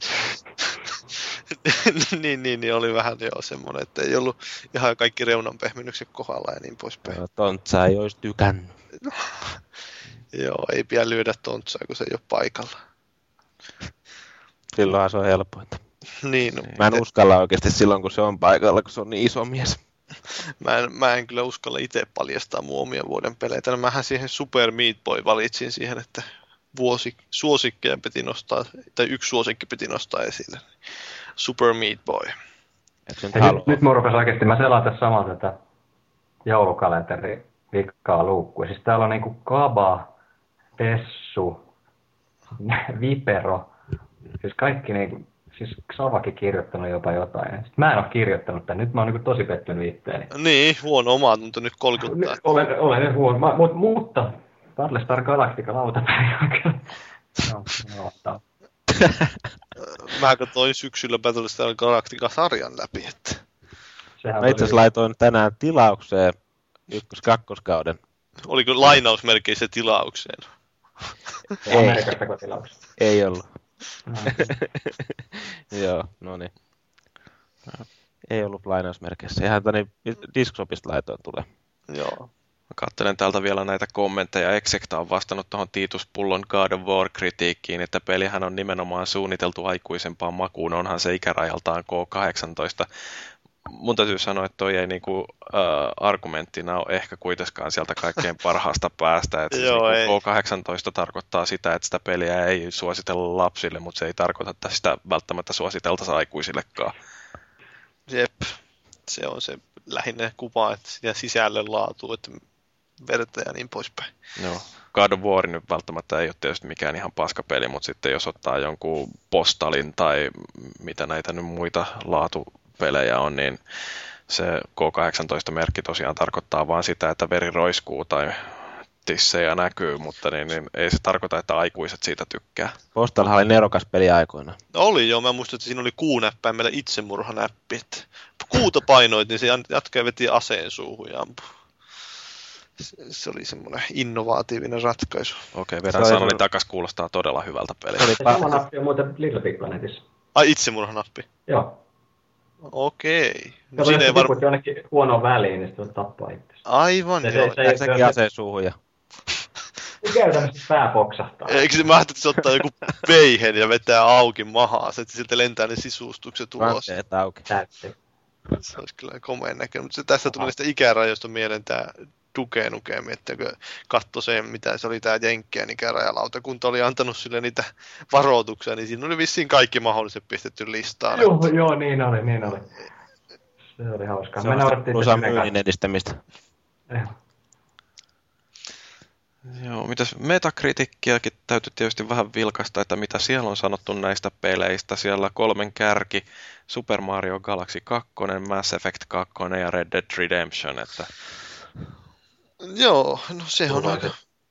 D: niin, niin, niin, oli vähän joo semmonen, että ei ollut ihan kaikki reunanpehmennykset kohdalla ja niin poispäin.
C: No, Tontsa ei ois tykännyt.
D: Joo, ei pidä lyödä Tontsaa, kun se ei ole paikalla.
C: Silloinhan se on helpointa.
D: Niin, no,
C: mä en te... uskalla oikeasti silloin, kun se on paikalla, kun se on niin iso mies.
D: Mä en, mä en kyllä uskalla itse paljastaa mun omia vuoden peleitä. No, mähän siihen Super Meat Boy valitsin siihen, että vuosi suosikkeja piti nostaa, tai yksi suosikki piti nostaa esille. Super Meat Boy.
E: Nyt, nyt mun rupesi oikeasti, mä selaan tässä samaa tätä joulukalenteri vikkaa luukkua. Siis täällä on niinku Kaba, Tessu, Vipero, siis kaikki niinku, siis Xavakin kirjoittanut jopa jotain. Sitten mä en ole kirjoittanut tän, nyt mä oon niinku tosi pettynyt itteeni.
D: Niin, huono omaat, mutta nyt kolkuttaa.
E: Olen, olen nyt huono, mä, mutta, mutta Battlestar Galactica lautapeli on kyllä. No, no,
D: mä katsoin syksyllä Battlestar Galactica-sarjan läpi, että...
C: Sehän mä itse asiassa laitoin tänään tilaukseen ykkös-kakkoskauden.
D: Oliko lainausmerkeissä tilaukseen?
C: Ei, ei ollut. Joo, no niin. Ei ollut lainausmerkeissä. Ihan tänne Discshopista laitoin tulee.
D: Joo.
B: Mä katselen täältä vielä näitä kommentteja. Execta on vastannut tuohon Titus Pullon God of War-kritiikkiin, että pelihän on nimenomaan suunniteltu aikuisempaan makuun. Onhan se ikärajaltaan K kahdeksantoista. Mun täytyy sanoa, että toi ei niinku, äh, argumenttina ole ehkä kuitenkaan sieltä kaikkein parhaasta päästä. Että
D: Joo,
B: niinku K kahdeksantoista tarkoittaa sitä, että sitä peliä ei suositella lapsille, mutta se ei tarkoita, että sitä välttämättä suositeltaisiin aikuisillekaan.
D: Jep. se on se lähinnä kuva, että sitä sisällön laatu, että verta ja niin poispäin.
B: Joo. God of War nyt välttämättä ei ole tietysti mikään ihan paskapeli, mutta sitten jos ottaa jonkun Postalin tai mitä näitä nyt muita laatupelejä on, niin se K kahdeksantoista-merkki tosiaan tarkoittaa vaan sitä, että veri roiskuu tai tissejä näkyy, mutta niin, niin ei se tarkoita, että aikuiset siitä tykkää.
C: Postalhan oli nerokas peli aikoina.
D: Oli joo, mä muistan, että siinä oli kuunäppäimellä itsemurhanäppi, että kuuta painoit, niin se jatkaa veti aseen suuhun ja ampui. Se oli semmoinen innovatiivinen ratkaisu.
B: Okei, vedän sanani takas, kuulostaa todella hyvältä peliltä.
E: Sama nappi on muuten Little Big Planetissa.
D: Ai, itsemurhanappi?
E: Joo.
D: Okei.
E: No, siinä ei varmaan jonnekin huonoon väliin, niin sitten voit tappaa itse.
D: Aivan,
E: se,
D: joo.
E: Se, se,
C: sekin aseen suuhun ja...
E: Käytännössä pää poksahtaa.
D: Eikö se mä ajattelin, että se ottaa joku veihen ja vetää auki mahaa, että siltä lentää ne sisustukset ulos.
C: Ranteet auki.
E: Täytti.
D: Se olisi kyllä komeen näköinen. Mutta tästä tuli sitä ikärajoista mieleen tämä Duke Nukem, että kun katsoi sen, mitä se oli tämä Jenkkien ikärajalautakunta oli antanut sille niitä varoituksia, niin siinä oli vissiin kaikki mahdolliset pistetty listaan.
E: Joo, että... joo, niin oli, niin oli. Se oli hauskaa.
C: Se on plusan myynnin edistämistä.
E: Joo.
B: Joo, mitäs Metacritickiäkin täytyy tietysti vähän vilkaista, että mitä siellä on sanottu näistä peleistä. Siellä kolmen kärki, Super Mario Galaxy kaksi, Mass Effect kaksi ja Red Dead Redemption. Että...
D: Joo, no se on aika...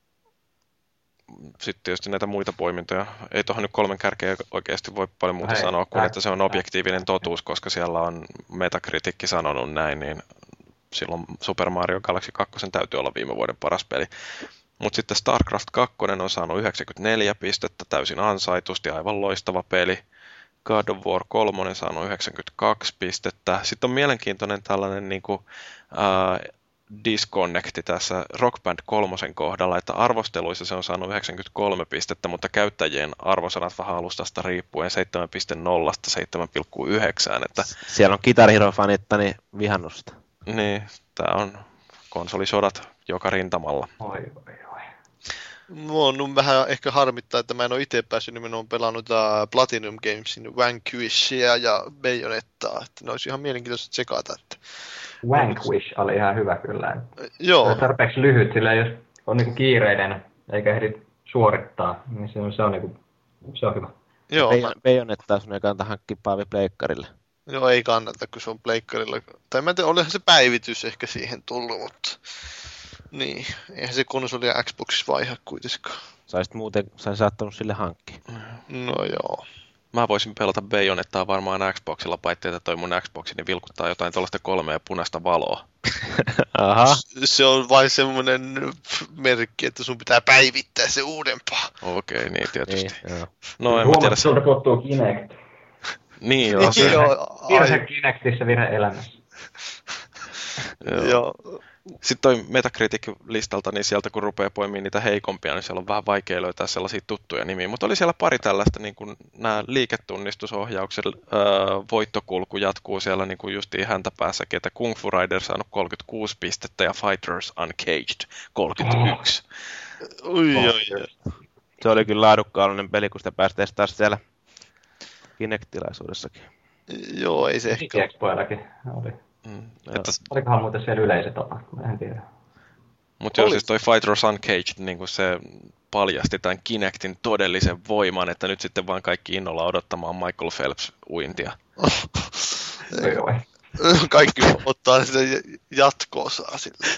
B: Sitten tietysti näitä muita poimintoja. Ei tuohon nyt kolmen kärkeä oikeasti voi paljon muuta
E: Hei,
B: sanoa kuin,
E: hei,
B: että se on objektiivinen totuus, koska siellä on Metacritic sanonut näin, niin silloin Super Mario Galaxy kaksi täytyy olla viime vuoden paras peli. Mutta sitten StarCraft kaksi on saanut yhdeksänkymmentäneljä pistettä, täysin ansaitusti, aivan loistava peli. God of War kolme on saanut yhdeksänkymmentäkaksi pistettä. Sitten on mielenkiintoinen tällainen niin kuin, ää, disconnecti tässä Rock Band kolme kohdalla, että arvosteluissa se on saanut yhdeksänkymmentäkolme pistettä, mutta käyttäjien arvosanat vähän alustasta riippuen seitsemän pilkku nolla seitsemän pilkku yhdeksän. Että...
C: Siellä on Guitar Hero-fanit niin vihannusta.
B: Niin, tämä on konsolisodat joka rintamalla.
E: Oi, oi, oi.
D: Mua on vähän ehkä harmittaa, että mä en ole itse päässyt, niin minä olen pelannut uh, Platinum Gamesin Vanquishia ja Bayonettaa, että ne olisi ihan mielenkiintoista tsekata. Että...
E: Vanquish oli ihan hyvä kyllä.
D: Joo.
E: Se on tarpeeksi lyhyt, sillä jos on niinku kiireinen eikä ehdi suorittaa, niin se on, se on, niinku, se on hyvä.
D: Joo.
C: Bay- mä... Bayonettaa sun ei kannata hankkia Paavi pleikkarille.
D: Joo, ei kannata, kun se on pleikkarilla. Tai mä en tiedä, olihan se päivitys ehkä siihen tullut, mutta... Niin, eihän se konsoli ja Xboxissa vaiha kuitenkaan.
C: Saisit muuten, saisit saattanut sille hankkia.
D: No joo.
B: Mä voisin pelata Bayonettaa varmaan Xboxilla, paitsi että toi mun Xboxini vilkuttaa jotain tuollaista kolmea punaista valoa.
C: Aha.
D: Se on vain semmoinen merkki, että sun pitää päivittää se uudempaa.
B: Okei, okay, niin tietysti.
C: Niin,
B: no en mä tiedä.
E: Sulta puuttuu Kinect.
B: Niin joo. Se...
E: Virhe Kinectissä, virhe elämässä.
B: Joo.
D: Joo.
B: Sitten toi Metacritic-listalta, niin sieltä kun rupeaa poimimaan niitä heikompia, niin siellä on vähän vaikea löytää sellaisia tuttuja nimiä. Mutta oli siellä pari tällaista, niin kuin nämä liiketunnistusohjauksen öö, voittokulku jatkuu siellä niin kuin justiin häntä päässäkin, että Kung Fu Rider saanut kolmekymmentäkuusi pistettä ja Fighters Uncaged kolmekymmentäyksi.
D: Oh. Ui, oi, oi.
C: Se oli kyllä laadukkaallinen peli, kun sitä pääsi testaa siellä Kinect-tilaisuudessakin.
D: Joo, ei se ehkä...
E: Expoillakin oli.
B: Mm,
E: että... Olikohan muuten siellä yleisötapa? En tiedä.
B: Mutta joo, siis toi Fighters Uncaged, niin se paljasti tämän Kinectin todellisen voiman, että nyt sitten vaan kaikki innolla odottamaan Michael Phelps-uintia.
D: Kaikki ottaa sitä jatko-osaa sille.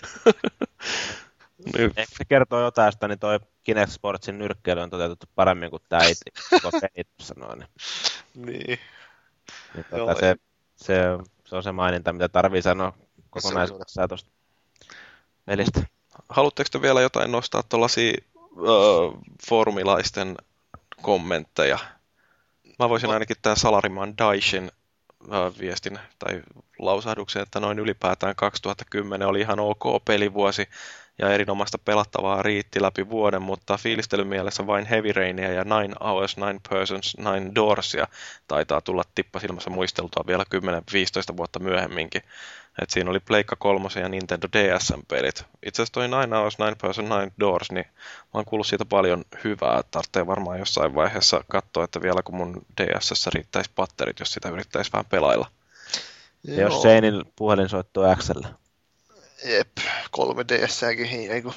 C: Ehkä se kertoo jotain sitä, niin toi Kinect Sportsin nyrkkeily on toteutettu paremmin kuin tämä itse peli tuossa noin.
D: Niin.
C: niin tuota, se, se, se on se maininta, mitä tarvii sanoa kokonaisuudessaan tuosta pelistä.
B: Haluatteko te vielä jotain nostaa tuollaisia uh, foorumilaisten kommentteja? Mä voisin ainakin tämän Salariman Daishin uh, viestin tai lausahduksen, että noin ylipäätään kaksituhattakymmenen oli ihan ok pelivuosi ja erinomaista pelattavaa riitti läpi vuoden, mutta fiilistelymielessä vain Heavy Rainia ja Nine Hours, Nine Persons, Nine Doorsia taitaa tulla tippasilmässä muisteltua vielä kymmenen viisitoista vuotta myöhemminkin. Et siinä oli Pleikka kolmosen ja Nintendo D S-pelit. Itse asiassa toi Nine Hours, Nine Persons, Nine Doors, niin mä oon kuullut siitä paljon hyvää. Tarvitsee varmaan jossain vaiheessa katsoa, että vielä kun mun D S:ssä riittäisi patterit, jos sitä yrittäisi vähän pelailla.
C: Ja jos Seinin puhelinsoitto X:llä.
D: Jep, kolme D S-ääkin, ei kun...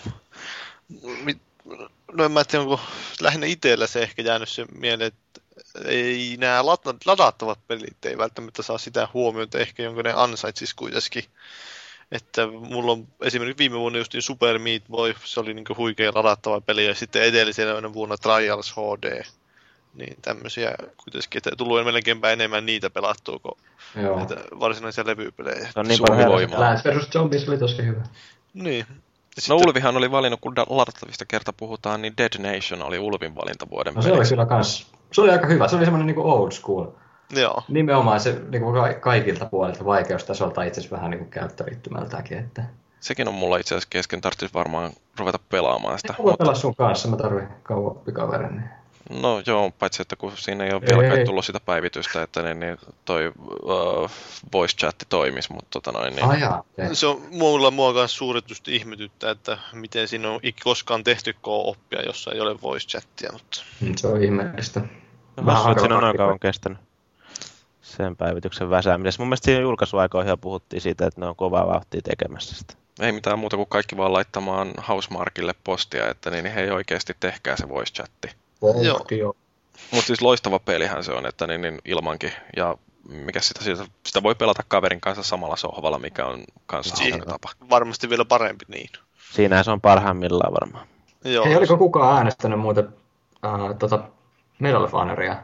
D: No en mä tiedä, onko lähinnä itsellä se ehkä jäänyt se mieleen, että ei nämä ladattavat pelit ei välttämättä saa sitä huomiota, ehkä jonka ne ansaitsisi kuitenkin. Että mulla on esimerkiksi viime vuonna justiin Super Meat Boy, se oli niinku huikea ladattava peli, ja sitten edellisenä vuonna Trials H D. Niin tämmöisiä kuitenkin, että tullut melkeinpä enemmän niitä pelattua kuin Joo. näitä varsinaisia levypelejä.
C: Se on niin paljon
E: Plants versus. Zombies oli tosi hyvä.
D: Niin.
H: No Ulvihan oli valinnut, kun ladattavista kerta puhutaan, niin Dead Nation oli Ulvin valinta vuoden
E: no, se oli kyllä kans. Se oli aika hyvä. Se oli semmoinen niinku old school.
D: Joo.
E: Nimenomaan se niinku kaikilta puolilta vaikeustasolta itse asiassa vähän niinku käyttöriittymältäkin. Että...
H: Sekin on mulla itse asiassa kesken, tarvitsisi varmaan ruveta pelaamaan sitä.
E: Ei voi pelaa sun kanssa, mä tarvitsen kauan kaverin. Niin...
H: No joo, paitsi että kun siinä ei ole vielä kai tullut sitä päivitystä, että niin, niin toi uh, voice chatti toimisi, mutta tota noin niin...
E: Ah, jaa,
D: se on mulla mua kanssa suuretusti ihmetyttää, että miten siinä on koskaan tehty co-oppia, jossa ei ole voice chattia, mutta...
E: Se on ihmeellistä.
C: No, Hassu, että siinä on aika kauan kestänyt sen päivityksen väsäämisessä. Mun mielestä siinä julkaisuaikoihin puhuttiin siitä, että ne on kovaa vauhtia tekemässä sitä.
H: Ei mitään muuta kuin kaikki vaan laittamaan Housemarquille postia, että niin hei oikeasti tehkää se voice chatti.
E: Joo. Joo.
H: Mutta siis loistava pelihän se on, että niin, niin ilmankin. Ja mikä sitä, sitä, sitä voi pelata kaverin kanssa samalla sohvalla, mikä on kanssa hauska tapa.
D: Varmasti vielä parempi niin.
C: Siinähän se on parhaimmillaan varmaan.
E: Joo. Hei, oliko kukaan äänestänyt muuten äh, tota Medal of Honoria?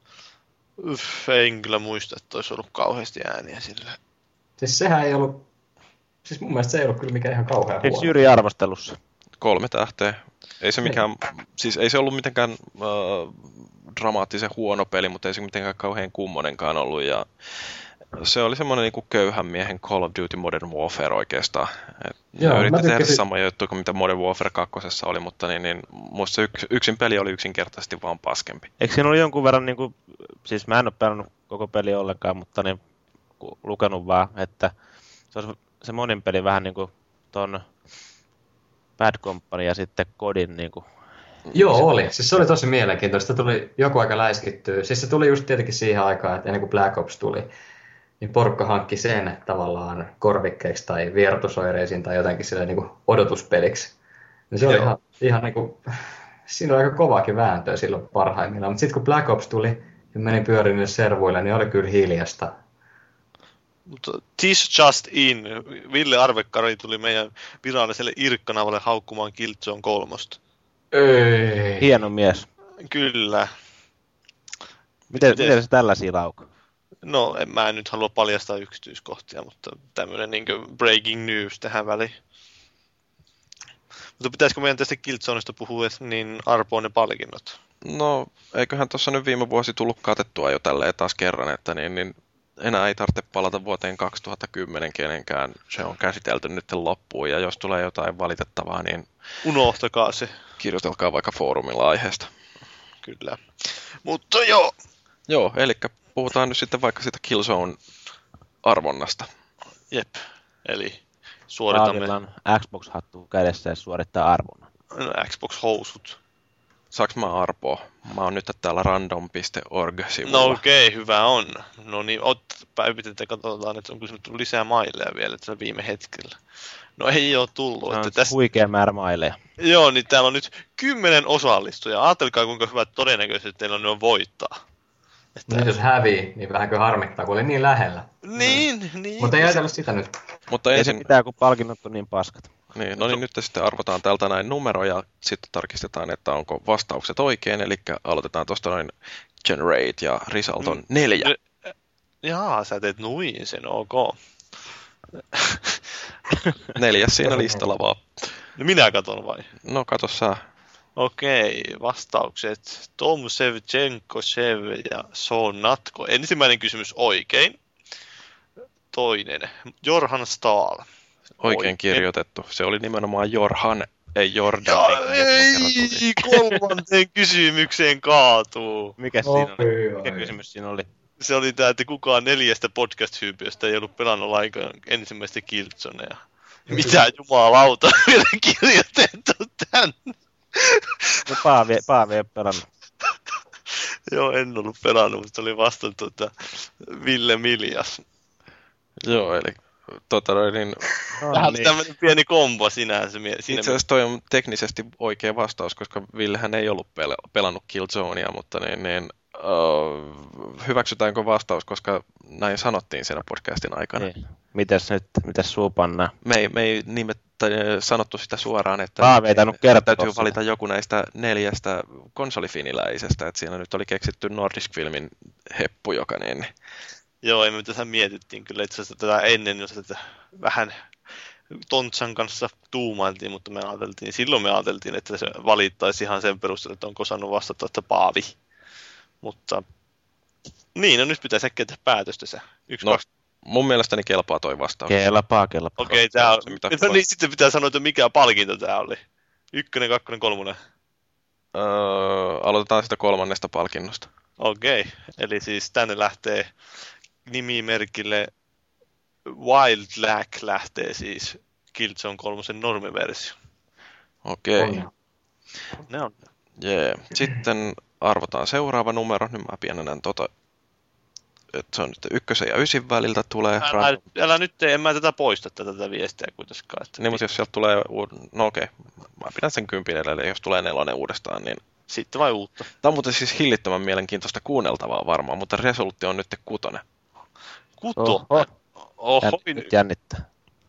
D: Uff, en kyllä muista, että olisi ollut kauheasti ääniä sillä.
E: Siis sehän ei ollut, siis mun mielestä se ei ollut kyllä mikään ihan kauhean huono.
C: Eikö Jyri arvostelussa?
H: Kolme tähteä. Ei se mikään, siis ei se ollut mitenkään äh, dramaattisen huono peli, mutta ei se mitenkään kauhean kummonenkaan ollut. Ja se oli semmoinen niin kuin köyhän miehen Call of Duty Modern Warfare oikeastaan. Et Joo, yritti tehdä sama juttu kuin mitä Modern Warfare kaksi oli, mutta niin, niin, musta se yks, yksin peli oli yksinkertaisesti vaan paskempi.
C: Eikö siinä ollut jonkun verran, niin kuin, siis mä en ole pelannut koko peli ollenkaan, mutta niin, lukenut vaan, että se, olisi, se monin peli vähän niin kuin ton Bad Company ja sitten Kodin niin kuin.
E: Joo, oli. Siis se oli tosi mielenkiintoista. Se tuli joku aika läiskittyä. Siis se tuli just tietenkin siihen aikaan, että ennen kuin Black Ops tuli, niin porukka hankki sen tavallaan korvikkeeksi tai vierotusoireisiin tai jotenkin silleen niin kuin odotuspeliksi. Ja se oli Joo. ihan, ihan niin kuin, siinä oli aika kovaakin vääntöä silloin parhaimmillaan. Mutta sitten kun Black Ops tuli ja meni pyörin niille servuille, niin oli kyllä hiljasta.
D: Mutta This Just In, Ville Arvekkari tuli meidän viralliselle Irkkanavalle haukkumaan Killzone kolmosta.
E: Ei.
C: Hieno mies.
D: Kyllä.
C: Miten, miten, miten se tällaisia laukuu?
D: No, en mä nyt halua paljastaa yksityiskohtia, mutta tämmöinen niin breaking news tähän väliin. Mutta pitäisikö meidän tästä Killzoneista puhua, niin Arpoon ne palkinnot?
H: No, eiköhän tuossa nyt viime vuosi tullut katettua jo tälleen taas kerran, että niin, niin enää ei tarvitse palata vuoteen kaksituhattakymmenen kenenkään. Se on käsitelty nyt loppuun, ja jos tulee jotain valitettavaa, niin
D: unohtakaa se.
H: Kirjoitelkaa vaikka foorumilla aiheesta.
D: Kyllä. Mutta joo.
H: Joo, eli puhutaan nyt sitten vaikka siitä Killzone-arvonnasta.
D: Jep, eli suoritamme.
C: Aavillan Xbox-hattu kädessä ja suorittaa arvonnan.
D: No, Xbox-housut.
H: Saanko mä arpoa? Mä oon nyt täällä random piste org-sivulla.
D: No okei, okay, hyvä on. No niin, ot päivitettä katsotaan, että onko se tullut lisää maileja vielä tällä viime hetkellä. No ei oo tullut.
C: No,
D: että
C: tästä huikea määrä maileja.
D: Joo, niin täällä on nyt kymmenen osallistujaa. Ajatelkaa, kuinka hyvät todennäköisesti teillä on nyt voittaa.
E: Että nyt jos hävii, niin vähänkö harmittaa, kun oli niin lähellä.
D: Niin, no. niin.
E: Mutta ei ajatella sitä nyt.
H: Mutta
C: ei
H: ensin
C: se mitään, kun palkinnot on niin paskat.
H: Niin, no niin, nyt sitten arvotaan täältä näin numero ja sitten tarkistetaan, että onko vastaukset oikein. Eli aloitetaan tuosta noin generate ja result on neljä.
D: Mm. Jaa, sä teet nuin sen, ok.
H: Neljäs siinä listalla vaan.
D: No minä katon vai?
H: No kato sä.
D: Okei, vastaukset. Tom Sevchenko, Sev ja Sonatko. Ensimmäinen kysymys oikein. Toinen. Jorhan Stahl.
H: Oikein, oikein kirjoitettu. Se oli nimenomaan Jorhan, ei Jordan.
D: Ja ei, kolmanteen kysymykseen kaatuu.
C: Mikä siinä oli? Mikä kysymys siinä oli?
D: Se oli tää, että kukaan neljästä podcast-hyypiöstä ei ollut pelannut lainkaan ensimmäistä Killzonea. Mitä jumalauta vielä kirjoitettu tänne?
C: No Paavi, Paavi ei ole pelannut.
D: Joo, en ollut pelannut, mutta oli vasta tuota Ville Miljas.
B: Joo, eli tota niin...
D: Vähän niin. Tämmöinen pieni kombo sinänsä. Siinä
B: itse asiassa toi on teknisesti oikea vastaus, koska Villehän ei ollut pel- pelannut Killzonea, mutta niin, niin uh, hyväksytäänkö vastaus, koska näin sanottiin siinä podcastin aikana.
C: Niin. Mitäs nyt, mitäs suupanna?
B: Me ei, me ei nimet, tai sanottu sitä suoraan, että
C: Paavi ei tainnut kertoa
B: täytyy valita joku näistä neljästä konsolifiniläisestä, että siinä nyt oli keksitty Nordisk Filmin heppu, joka niin...
D: Joo, ei me tässä mietittiin kyllä itse asiassa tätä ennen, jos tätä vähän Tontsan kanssa tuumailtiin, mutta me ajateltiin, silloin me ajateltiin, että se valittaisi ihan sen perusteella, että onko saanut vastata, että Paavi. Mutta niin, no nyt pitäisi äkkiä tehdä päätöstä se. Yksi,
B: no,
D: kaksi.
B: Mun mielestäni kelpaa toi vastaus.
C: Kelpaa, kelpaa.
D: Okei, okay, tää on, no niin, sitten pitää sanoa, että mikä palkinto tää oli. Ykkönen, kakkonen, kolmonen.
B: Öö, aloitetaan sitä kolmannesta palkinnosta.
D: Okei, okay. Eli siis tänne lähtee nimimerkille Wild Lack lähtee siis Killzone kolmosen normiversio.
B: Okei. Okay.
D: Ne on.
B: Jee. Sitten arvotaan seuraava numero. Nyt mä pienennän tota, että se on nyt ykkösen ja ysin väliltä tulee.
D: Älä, älä nyt tee, en mä tätä poista tätä, tätä viestiä kuitenkaan. Että
B: niin, mutta jos sieltä tulee, no okei, okay. Mä pidän sen kympin edelleen, jos tulee nelonen uudestaan, niin...
D: Sitten vai uutta.
B: Tämä on muuten siis hillittömän mielenkiintoista kuunneltavaa varmaan, mutta resultti on nyt kutonen.
D: Kuto?
C: Oho.
D: Oho.
C: Nyt jännittää.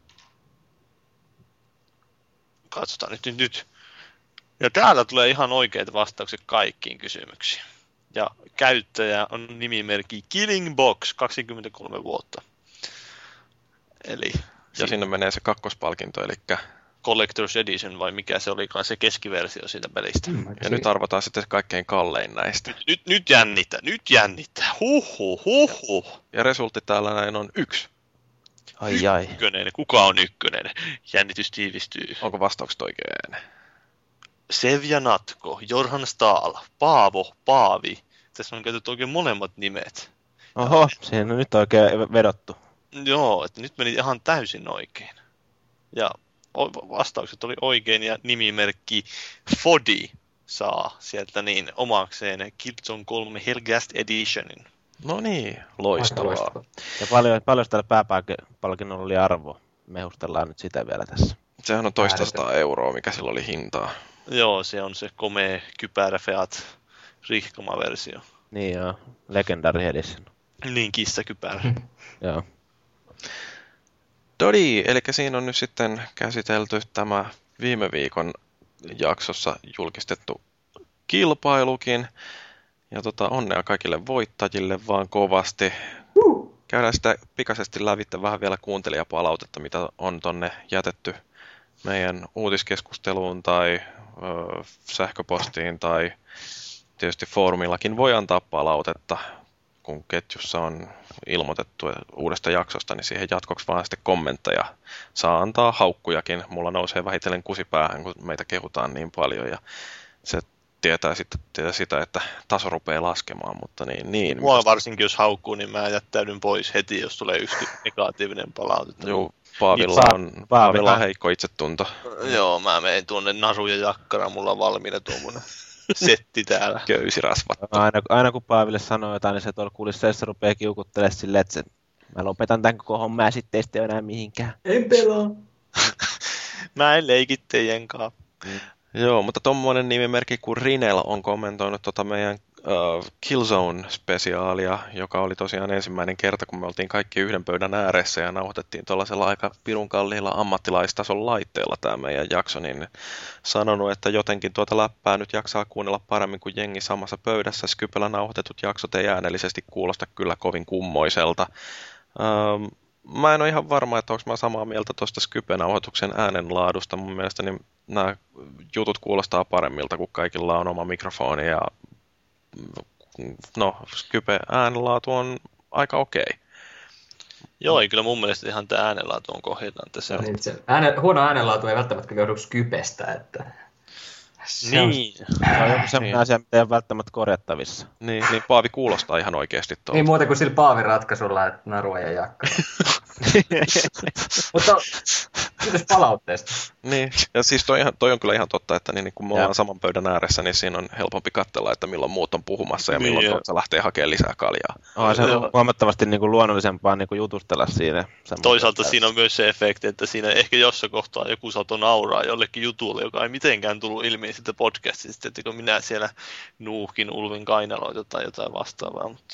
D: Katsotaan nyt, nyt, nyt. Ja täällä tulee ihan oikeat vastaukset kaikkiin kysymyksiin. Ja käyttäjä on nimimerkki Killing Box, kaksikymmentäkolme vuotta. Eli...
B: Ja sinne menee se kakkospalkinto, eli...
D: Collector's Edition, vai mikä se olikaan se keskiversio siitä pelistä. Mm,
B: ja nyt arvotaan sitten kaikkein kallein näistä.
D: Nyt, nyt, nyt jännittää, nyt jännittää. Huhhuh, huhhuh.
B: Ja resultti täällä näin on yksi.
C: Ai ai.
D: Ykkönen, kuka on ykkönen? Jännitys tiivistyy.
B: Onko vastaukset oikein?
D: Sevja Natko, Jorhan Stahl, Paavo, Paavi. Tässä on käytetty oikein molemmat nimet.
C: Oho, siihen on nyt oikein vedottu.
D: Joo, että nyt meni ihan täysin oikein. Ja vastaukset oli oikein ja nimimerkki Fodi saa sieltä niin omakseen Killzone kolme Helghast Editionin.
B: No niin, loistavaa.
C: Ja paljon, paljon tällä pääpalkinnolla oli arvo. Mehustellaan nyt sitä vielä tässä.
B: Sehän on toista sataa euroa, mikä sillä oli hintaa.
D: Joo, se on se komea kypärä Feat rihkama-versio.
C: Niin joo, Legendary Edition.
D: Niin, kissakypärä.
C: Joo.
B: Dodi, eli siinä on nyt sitten käsitelty tämä viime viikon jaksossa julkistettu kilpailukin. Ja tota, onnea kaikille voittajille vaan kovasti. Käydään sitä pikaisesti lävitse vähän vielä kuuntelijapalautetta, mitä on tonne jätetty meidän uutiskeskusteluun tai ö, sähköpostiin tai tietysti foorumillakin voi antaa palautetta, kun ketjussa on ilmoitettu uudesta jaksosta, niin siihen jatkoksi vaan sitten kommentteja. Saa antaa haukkujakin. Mulla nousee vähitellen kusipäähän, kun meitä kehutaan niin paljon ja se tietää sitten tietää sitä, että taso rupeaa laskemaan, mutta niin. niin
D: Mua varsinkin jos haukkuu, niin mä jättäydyn pois heti, jos tulee yksi negatiivinen palaute.
B: Joo, Paavilla on, Paavilla on heikko itsetunto.
D: Joo, mä menen tuonne Naru ja Jakkara, mulla on valmiina tuommoinen setti täällä.
B: Köysirasvattu.
C: Aina, aina kun Paaville sanoo jotain, niin se tuolla kulisseessa rupeaa kiukuttelemaan silleen, että se, mä lopetan tämän koko homman ja sitten ei sitten enää mihinkään. En pelaa.
D: Mä en leikit teidän kanssa.
B: Mm. Joo, mutta tommonen nimimerkki kuin Rinel on kommentoinut tota meidän uh, Killzone-spesiaalia, joka oli tosiaan ensimmäinen kerta, kun me oltiin kaikki yhden pöydän ääressä ja nauhoitettiin tuollaisella aika pirun kalliilla ammattilaistason laitteella tämä meidän jakso, niin sanonut, että jotenkin tuota läppää nyt jaksaa kuunnella paremmin kuin jengi samassa pöydässä. Skypellä nauhoitetut jaksot ei äänellisesti kuulosta kyllä kovin kummoiselta. Um, Mä en ole ihan varma, että onko mä samaa mieltä tuosta Skype-nauhoituksen äänenlaadusta. Mun mielestä niin nämä jutut kuulostaa paremmilta, kun kaikilla on oma mikrofoni. Ja no, Skype-äänenlaatu on aika okei. Okay.
D: Joo, ei kyllä mun mielestä ihan tämä äänenlaatu on kohdillaan tässä.
E: Niin, se ääne, huono äänenlaatu ei välttämättä joudu Skypestä, että...
D: Se niin.
C: On, se on joku sellainen niin. asia, mitä ei ole välttämättä korjattavissa.
B: Niin, niin Paavi kuulostaa ihan oikeasti tuolta.
E: Niin muuta kuin sillä Paavin ratkaisulla, että Narua ja Jakka. Mutta Kiitos palautteesta.
B: Niin, ja siis toi, ihan, toi on kyllä ihan totta, että niin, niin kun me ollaan saman pöydän ääressä, niin siinä on helpompi katsella, että milloin muut on puhumassa ja milloin niin, se lähtee hakemaan lisää kaljaa.
C: Oh, se on huomattavasti niin kuin luonnollisempaa niin kuin jutustella siinä.
D: Toisaalta siinä on myös se efekti, että siinä ehkä jossain kohtaa joku saattaa nauraa jollekin jutulle, joka ei mitenkään tullut ilmi sitten podcastista, että kun minä siellä nuuhkin Ulvin kainaloita tai jotain vastaavaa. Mutta...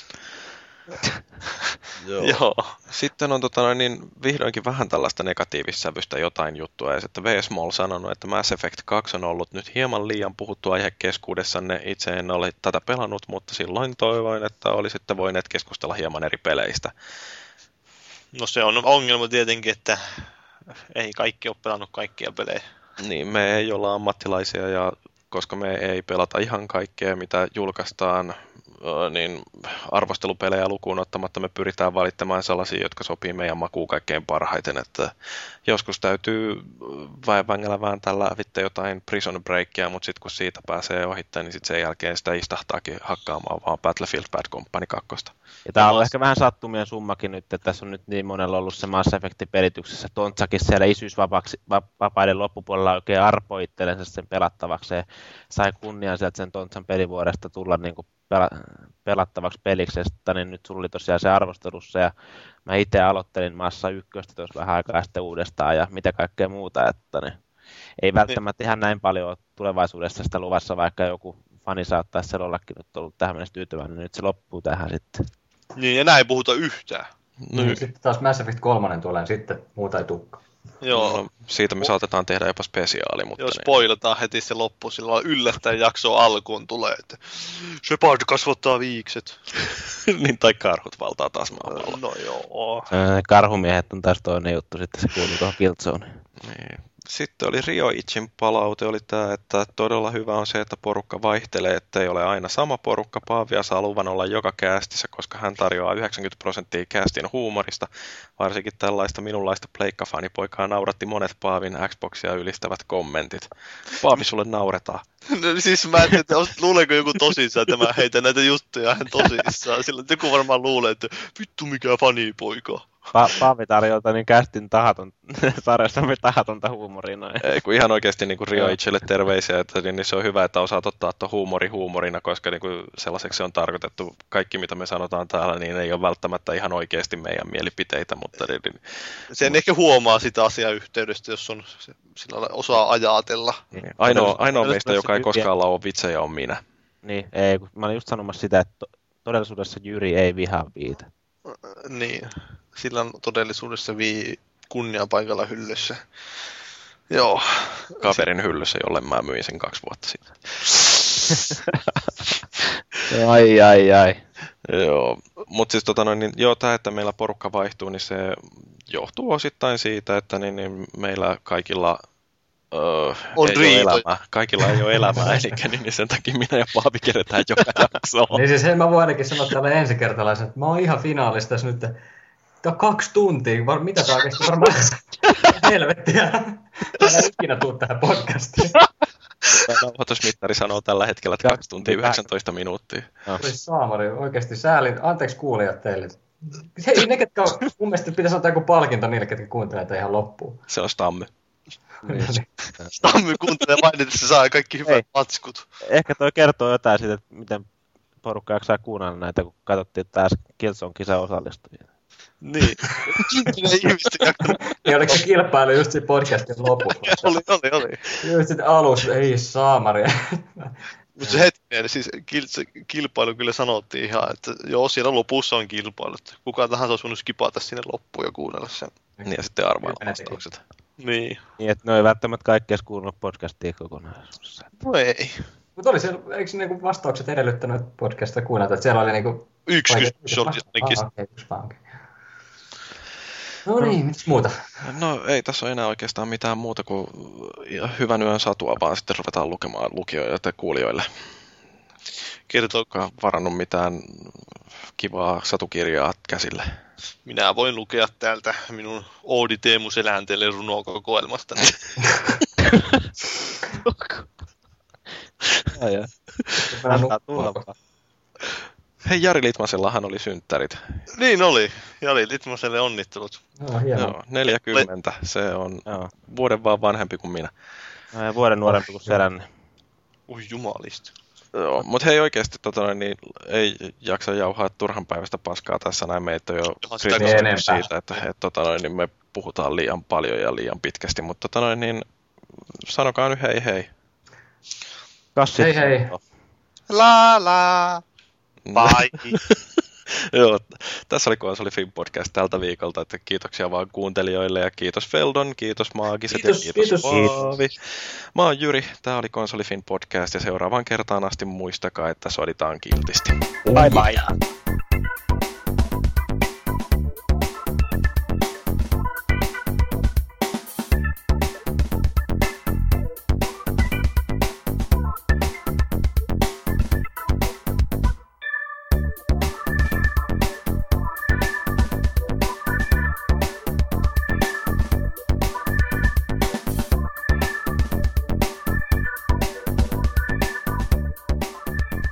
B: Joo. Joo. Sitten on tota, niin vihdoinkin vähän tällaista negatiivissävystä jotain juttua, ja sitten V-Small sanonut, että Mass Effect kaksi on ollut nyt hieman liian puhuttu aihe keskuudessanne. Itse en ole tätä pelannut, mutta silloin toivoin, että olisitte voineet keskustella hieman eri peleistä.
D: No se on ongelma tietenkin, että ei kaikki ole pelannut kaikkia pelejä.
B: Niin, me ei olla ammattilaisia, ja koska me ei pelata ihan kaikkea, mitä julkaistaan, niin arvostelupelejä lukuun ottamatta me pyritään valittamaan sellaisia, jotka sopii meidän makuun kaikkein parhaiten, että joskus täytyy vängällä vähän tällä lävitse jotain Prison Breakia, mutta sitten kun siitä pääsee ohittain, niin sitten sen jälkeen sitä istahtaakin hakkaamaan vaan Battlefield Bad Company kaksi.
C: Ja tämä on ollut ehkä vähän sattumien summakin nyt, että tässä on nyt niin monella ollut se Mass Effect-pelityksessä. Tontsakin siellä isyysvapaiden loppupuolella oikein arpoi itsellensä sen pelattavaksi. Se sai kunnian sieltä sen Tontsan pelivuodesta tulla niin kuin pelattavaksi peliksi, ja niin nyt sulla oli tosiaan se arvostelussa, ja mä itse aloittelin Massa ykköstä tuossa vähän aikaa sitten uudestaan, ja mitä kaikkea muuta, että niin, ei välttämättä ihan näin paljon ole tulevaisuudessa sitä luvassa, vaikka joku fani saattaa sen ollakin nyt ollut tähän mennessä tyytyväinen, niin nyt se loppuu tähän sitten.
D: Niin, enää ei puhuta yhtään.
E: No, niin. Sitten taas Mass Effect kolme tulee, niin sitten muuta ei tukka.
B: Joo. No, siitä me saatetaan tehdä jopa spesiaali. Mutta
D: jos spoilataan heti se loppu, sillä yllättäen jakso alkuun tulee, että Shepard kasvattaa viikset.
B: Niin, tai karhut valtaa taas maapalloa.
D: No joo.
C: Karhumiehet on taas toinen juttu, sitten se kuuluu tuohon Killzoneen.
B: Niin. Sitten oli Rioichin palaute, oli tämä, että todella hyvä on se, että porukka vaihtelee, että ei ole aina sama porukka. Paavia saa luvan olla joka käästissä, koska hän tarjoaa yhdeksänkymmentä prosenttia käästin huumorista. Varsinkin tällaista minunlaista pleikkafanipoikaa nauratti monet Paavin Xboxia ylistävät kommentit. Paavi, sulle nauretaan.
D: No, siis mä en tiedä, luuleeko joku tosissaan, että mä heitän näitä juttuja ihan tosissaan. Sillä joku varmaan luulee, että vittu mikä fanipoika.
C: Pa- Paavi tarjolta niin kästin tahaton, sarjassamme tahatonta huumoria noin.
B: Ei, kun ihan oikeasti niin Rioichille terveisiä, että niin, niin se on hyvä, että osaat ottaa tuon huumori huumorina, koska niin kuin sellaiseksi se on tarkoitettu. Kaikki, mitä me sanotaan täällä, niin ei ole välttämättä ihan oikeasti meidän mielipiteitä. Mutta niin,
D: sen mutta... ehkä huomaa sitä asiayhteydestä, jos on sillä osaa ajatella.
B: Niin. Ainoa, ainoa meistä, joka ei koskaan laua vitsejä, on minä.
C: Niin, ei, kun mä olin just sanomassa sitä, että todellisuudessa Jyri ei vihaa viitä.
D: Niin, sillä on todellisuudessa vii kunnia paikalla hyllyssä. Joo.
B: Kaverin hyllyssä, jolle mä myin sen kaksi vuotta sitten.
C: ai, ai, ai.
B: Joo, mutta siis tota noin, niin, joo, tämä, että meillä porukka vaihtuu, niin se johtuu osittain siitä, että niin, niin meillä kaikilla öö,
D: on
B: ei ole elämää. Kaikilla ei ole elämää, eli niin, niin sen takia minä ja Paavi kerätään joka jaksoon.
E: Niin siis hei, mä voin ainakin sanoa tälle ensikertalaisen, että mä oon ihan finaalissa tässä nyt. Tämä on kaksi tuntia, var, mitä tää oikeasti varmaan helvettiä. Mä en ikinä tuu tähän podcastiin.
B: Nauhoitusmittari sanoo tällä hetkellä, että kaksi tuntia yhdeksäntoista minuuttia.
E: No. Saamari, oikeasti säälin. Anteeksi kuulijat teille. Hei, ne ketkä on, mun mielestä pitäisi ottaa joku palkinto niille, ketkä kuuntelevat ihan loppuun.
B: Se on Stamme.
D: Stamme kuuntelee vain, että se saa kaikki hyvät Ei. matskut.
C: Ehkä toi kertoo jotain siitä, että miten porukka jaksaa kuunnella näitä, kun katsottiin taas Killzone-kisan osallistujia.
D: Niin.
E: Niin oliko se kilpailu just siinä podcastin lopussa?
D: oli, oli, oli.
E: Just sitten alussa, ei saamari.
D: Mutta se hetkinen, siis kilpailu kyllä sanottiin ihan, että joo, siellä lopussa on kilpailu. Kukaan tahansa olisi voinut skipata sinne loppuun ja kuunnella sen.
B: Niin ja sitten arvailla vastaukset.
D: Niin.
C: Niin, että ne ei välttämättä kaikki edes kuunnellut podcastia kokonaisuudessa.
D: No ei.
E: Mutta oli siellä, eikö niinku vastaukset edellyttänyt podcastia kuunnella, että siellä oli niinku...
D: Yksi kysymys oli ainakin.
E: Ah, okay, yksi vaan, okay. No niin, mitäs muuta?
B: No ei tässä ole enää oikeastaan mitään muuta kuin hyvän yön satua, vaan sitten ruvetaan lukemaan lukijoille ja kuulijoille. Kertokaa varannut mitään kivaa satukirjaa käsille.
D: Minä voin lukea täältä minun Oodi Teemu Selänteelle runokokoelmasta.
B: Hei, Jari Litmasellahan oli synttärit.
D: Niin oli. Jari Litmaselle onnittelut.
E: No, hienoa.
B: Joo, neljäkymmentä. Se on Joo. vuoden vaan vanhempi kuin minä.
C: No, ja vuoden nuorempi kuin Seränne.
D: Ui jumalista.
B: Joo, mutta hei oikeasti tota, niin ei jaksa jauhaa turhan päivästä paskaa tässä näin. Meitä on jo kritisoitu siitä, että et, tota, niin me puhutaan liian paljon ja liian pitkästi. Mutta tota, niin, sanokaa nyt hei hei.
C: Kassit.
E: Hei hei.
D: La la. Bye.
B: Joo, tässä oli KonsolFin podcast tältä viikolta, että kiitoksia vaan kuuntelijoille ja kiitos Feldon, kiitos Maagiset
E: kiitos,
B: ja kiitos,
E: kiitos.
B: Paavi. Mä oon Jyri, tää oli KonsolFin podcast ja seuraavaan kertaan asti muistakaa, että soditaan kiltisti.
C: Bye bye.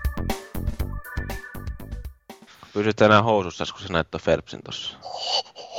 C: Pysyt enää housussa, kun sä näet ton Phelpsin tossa.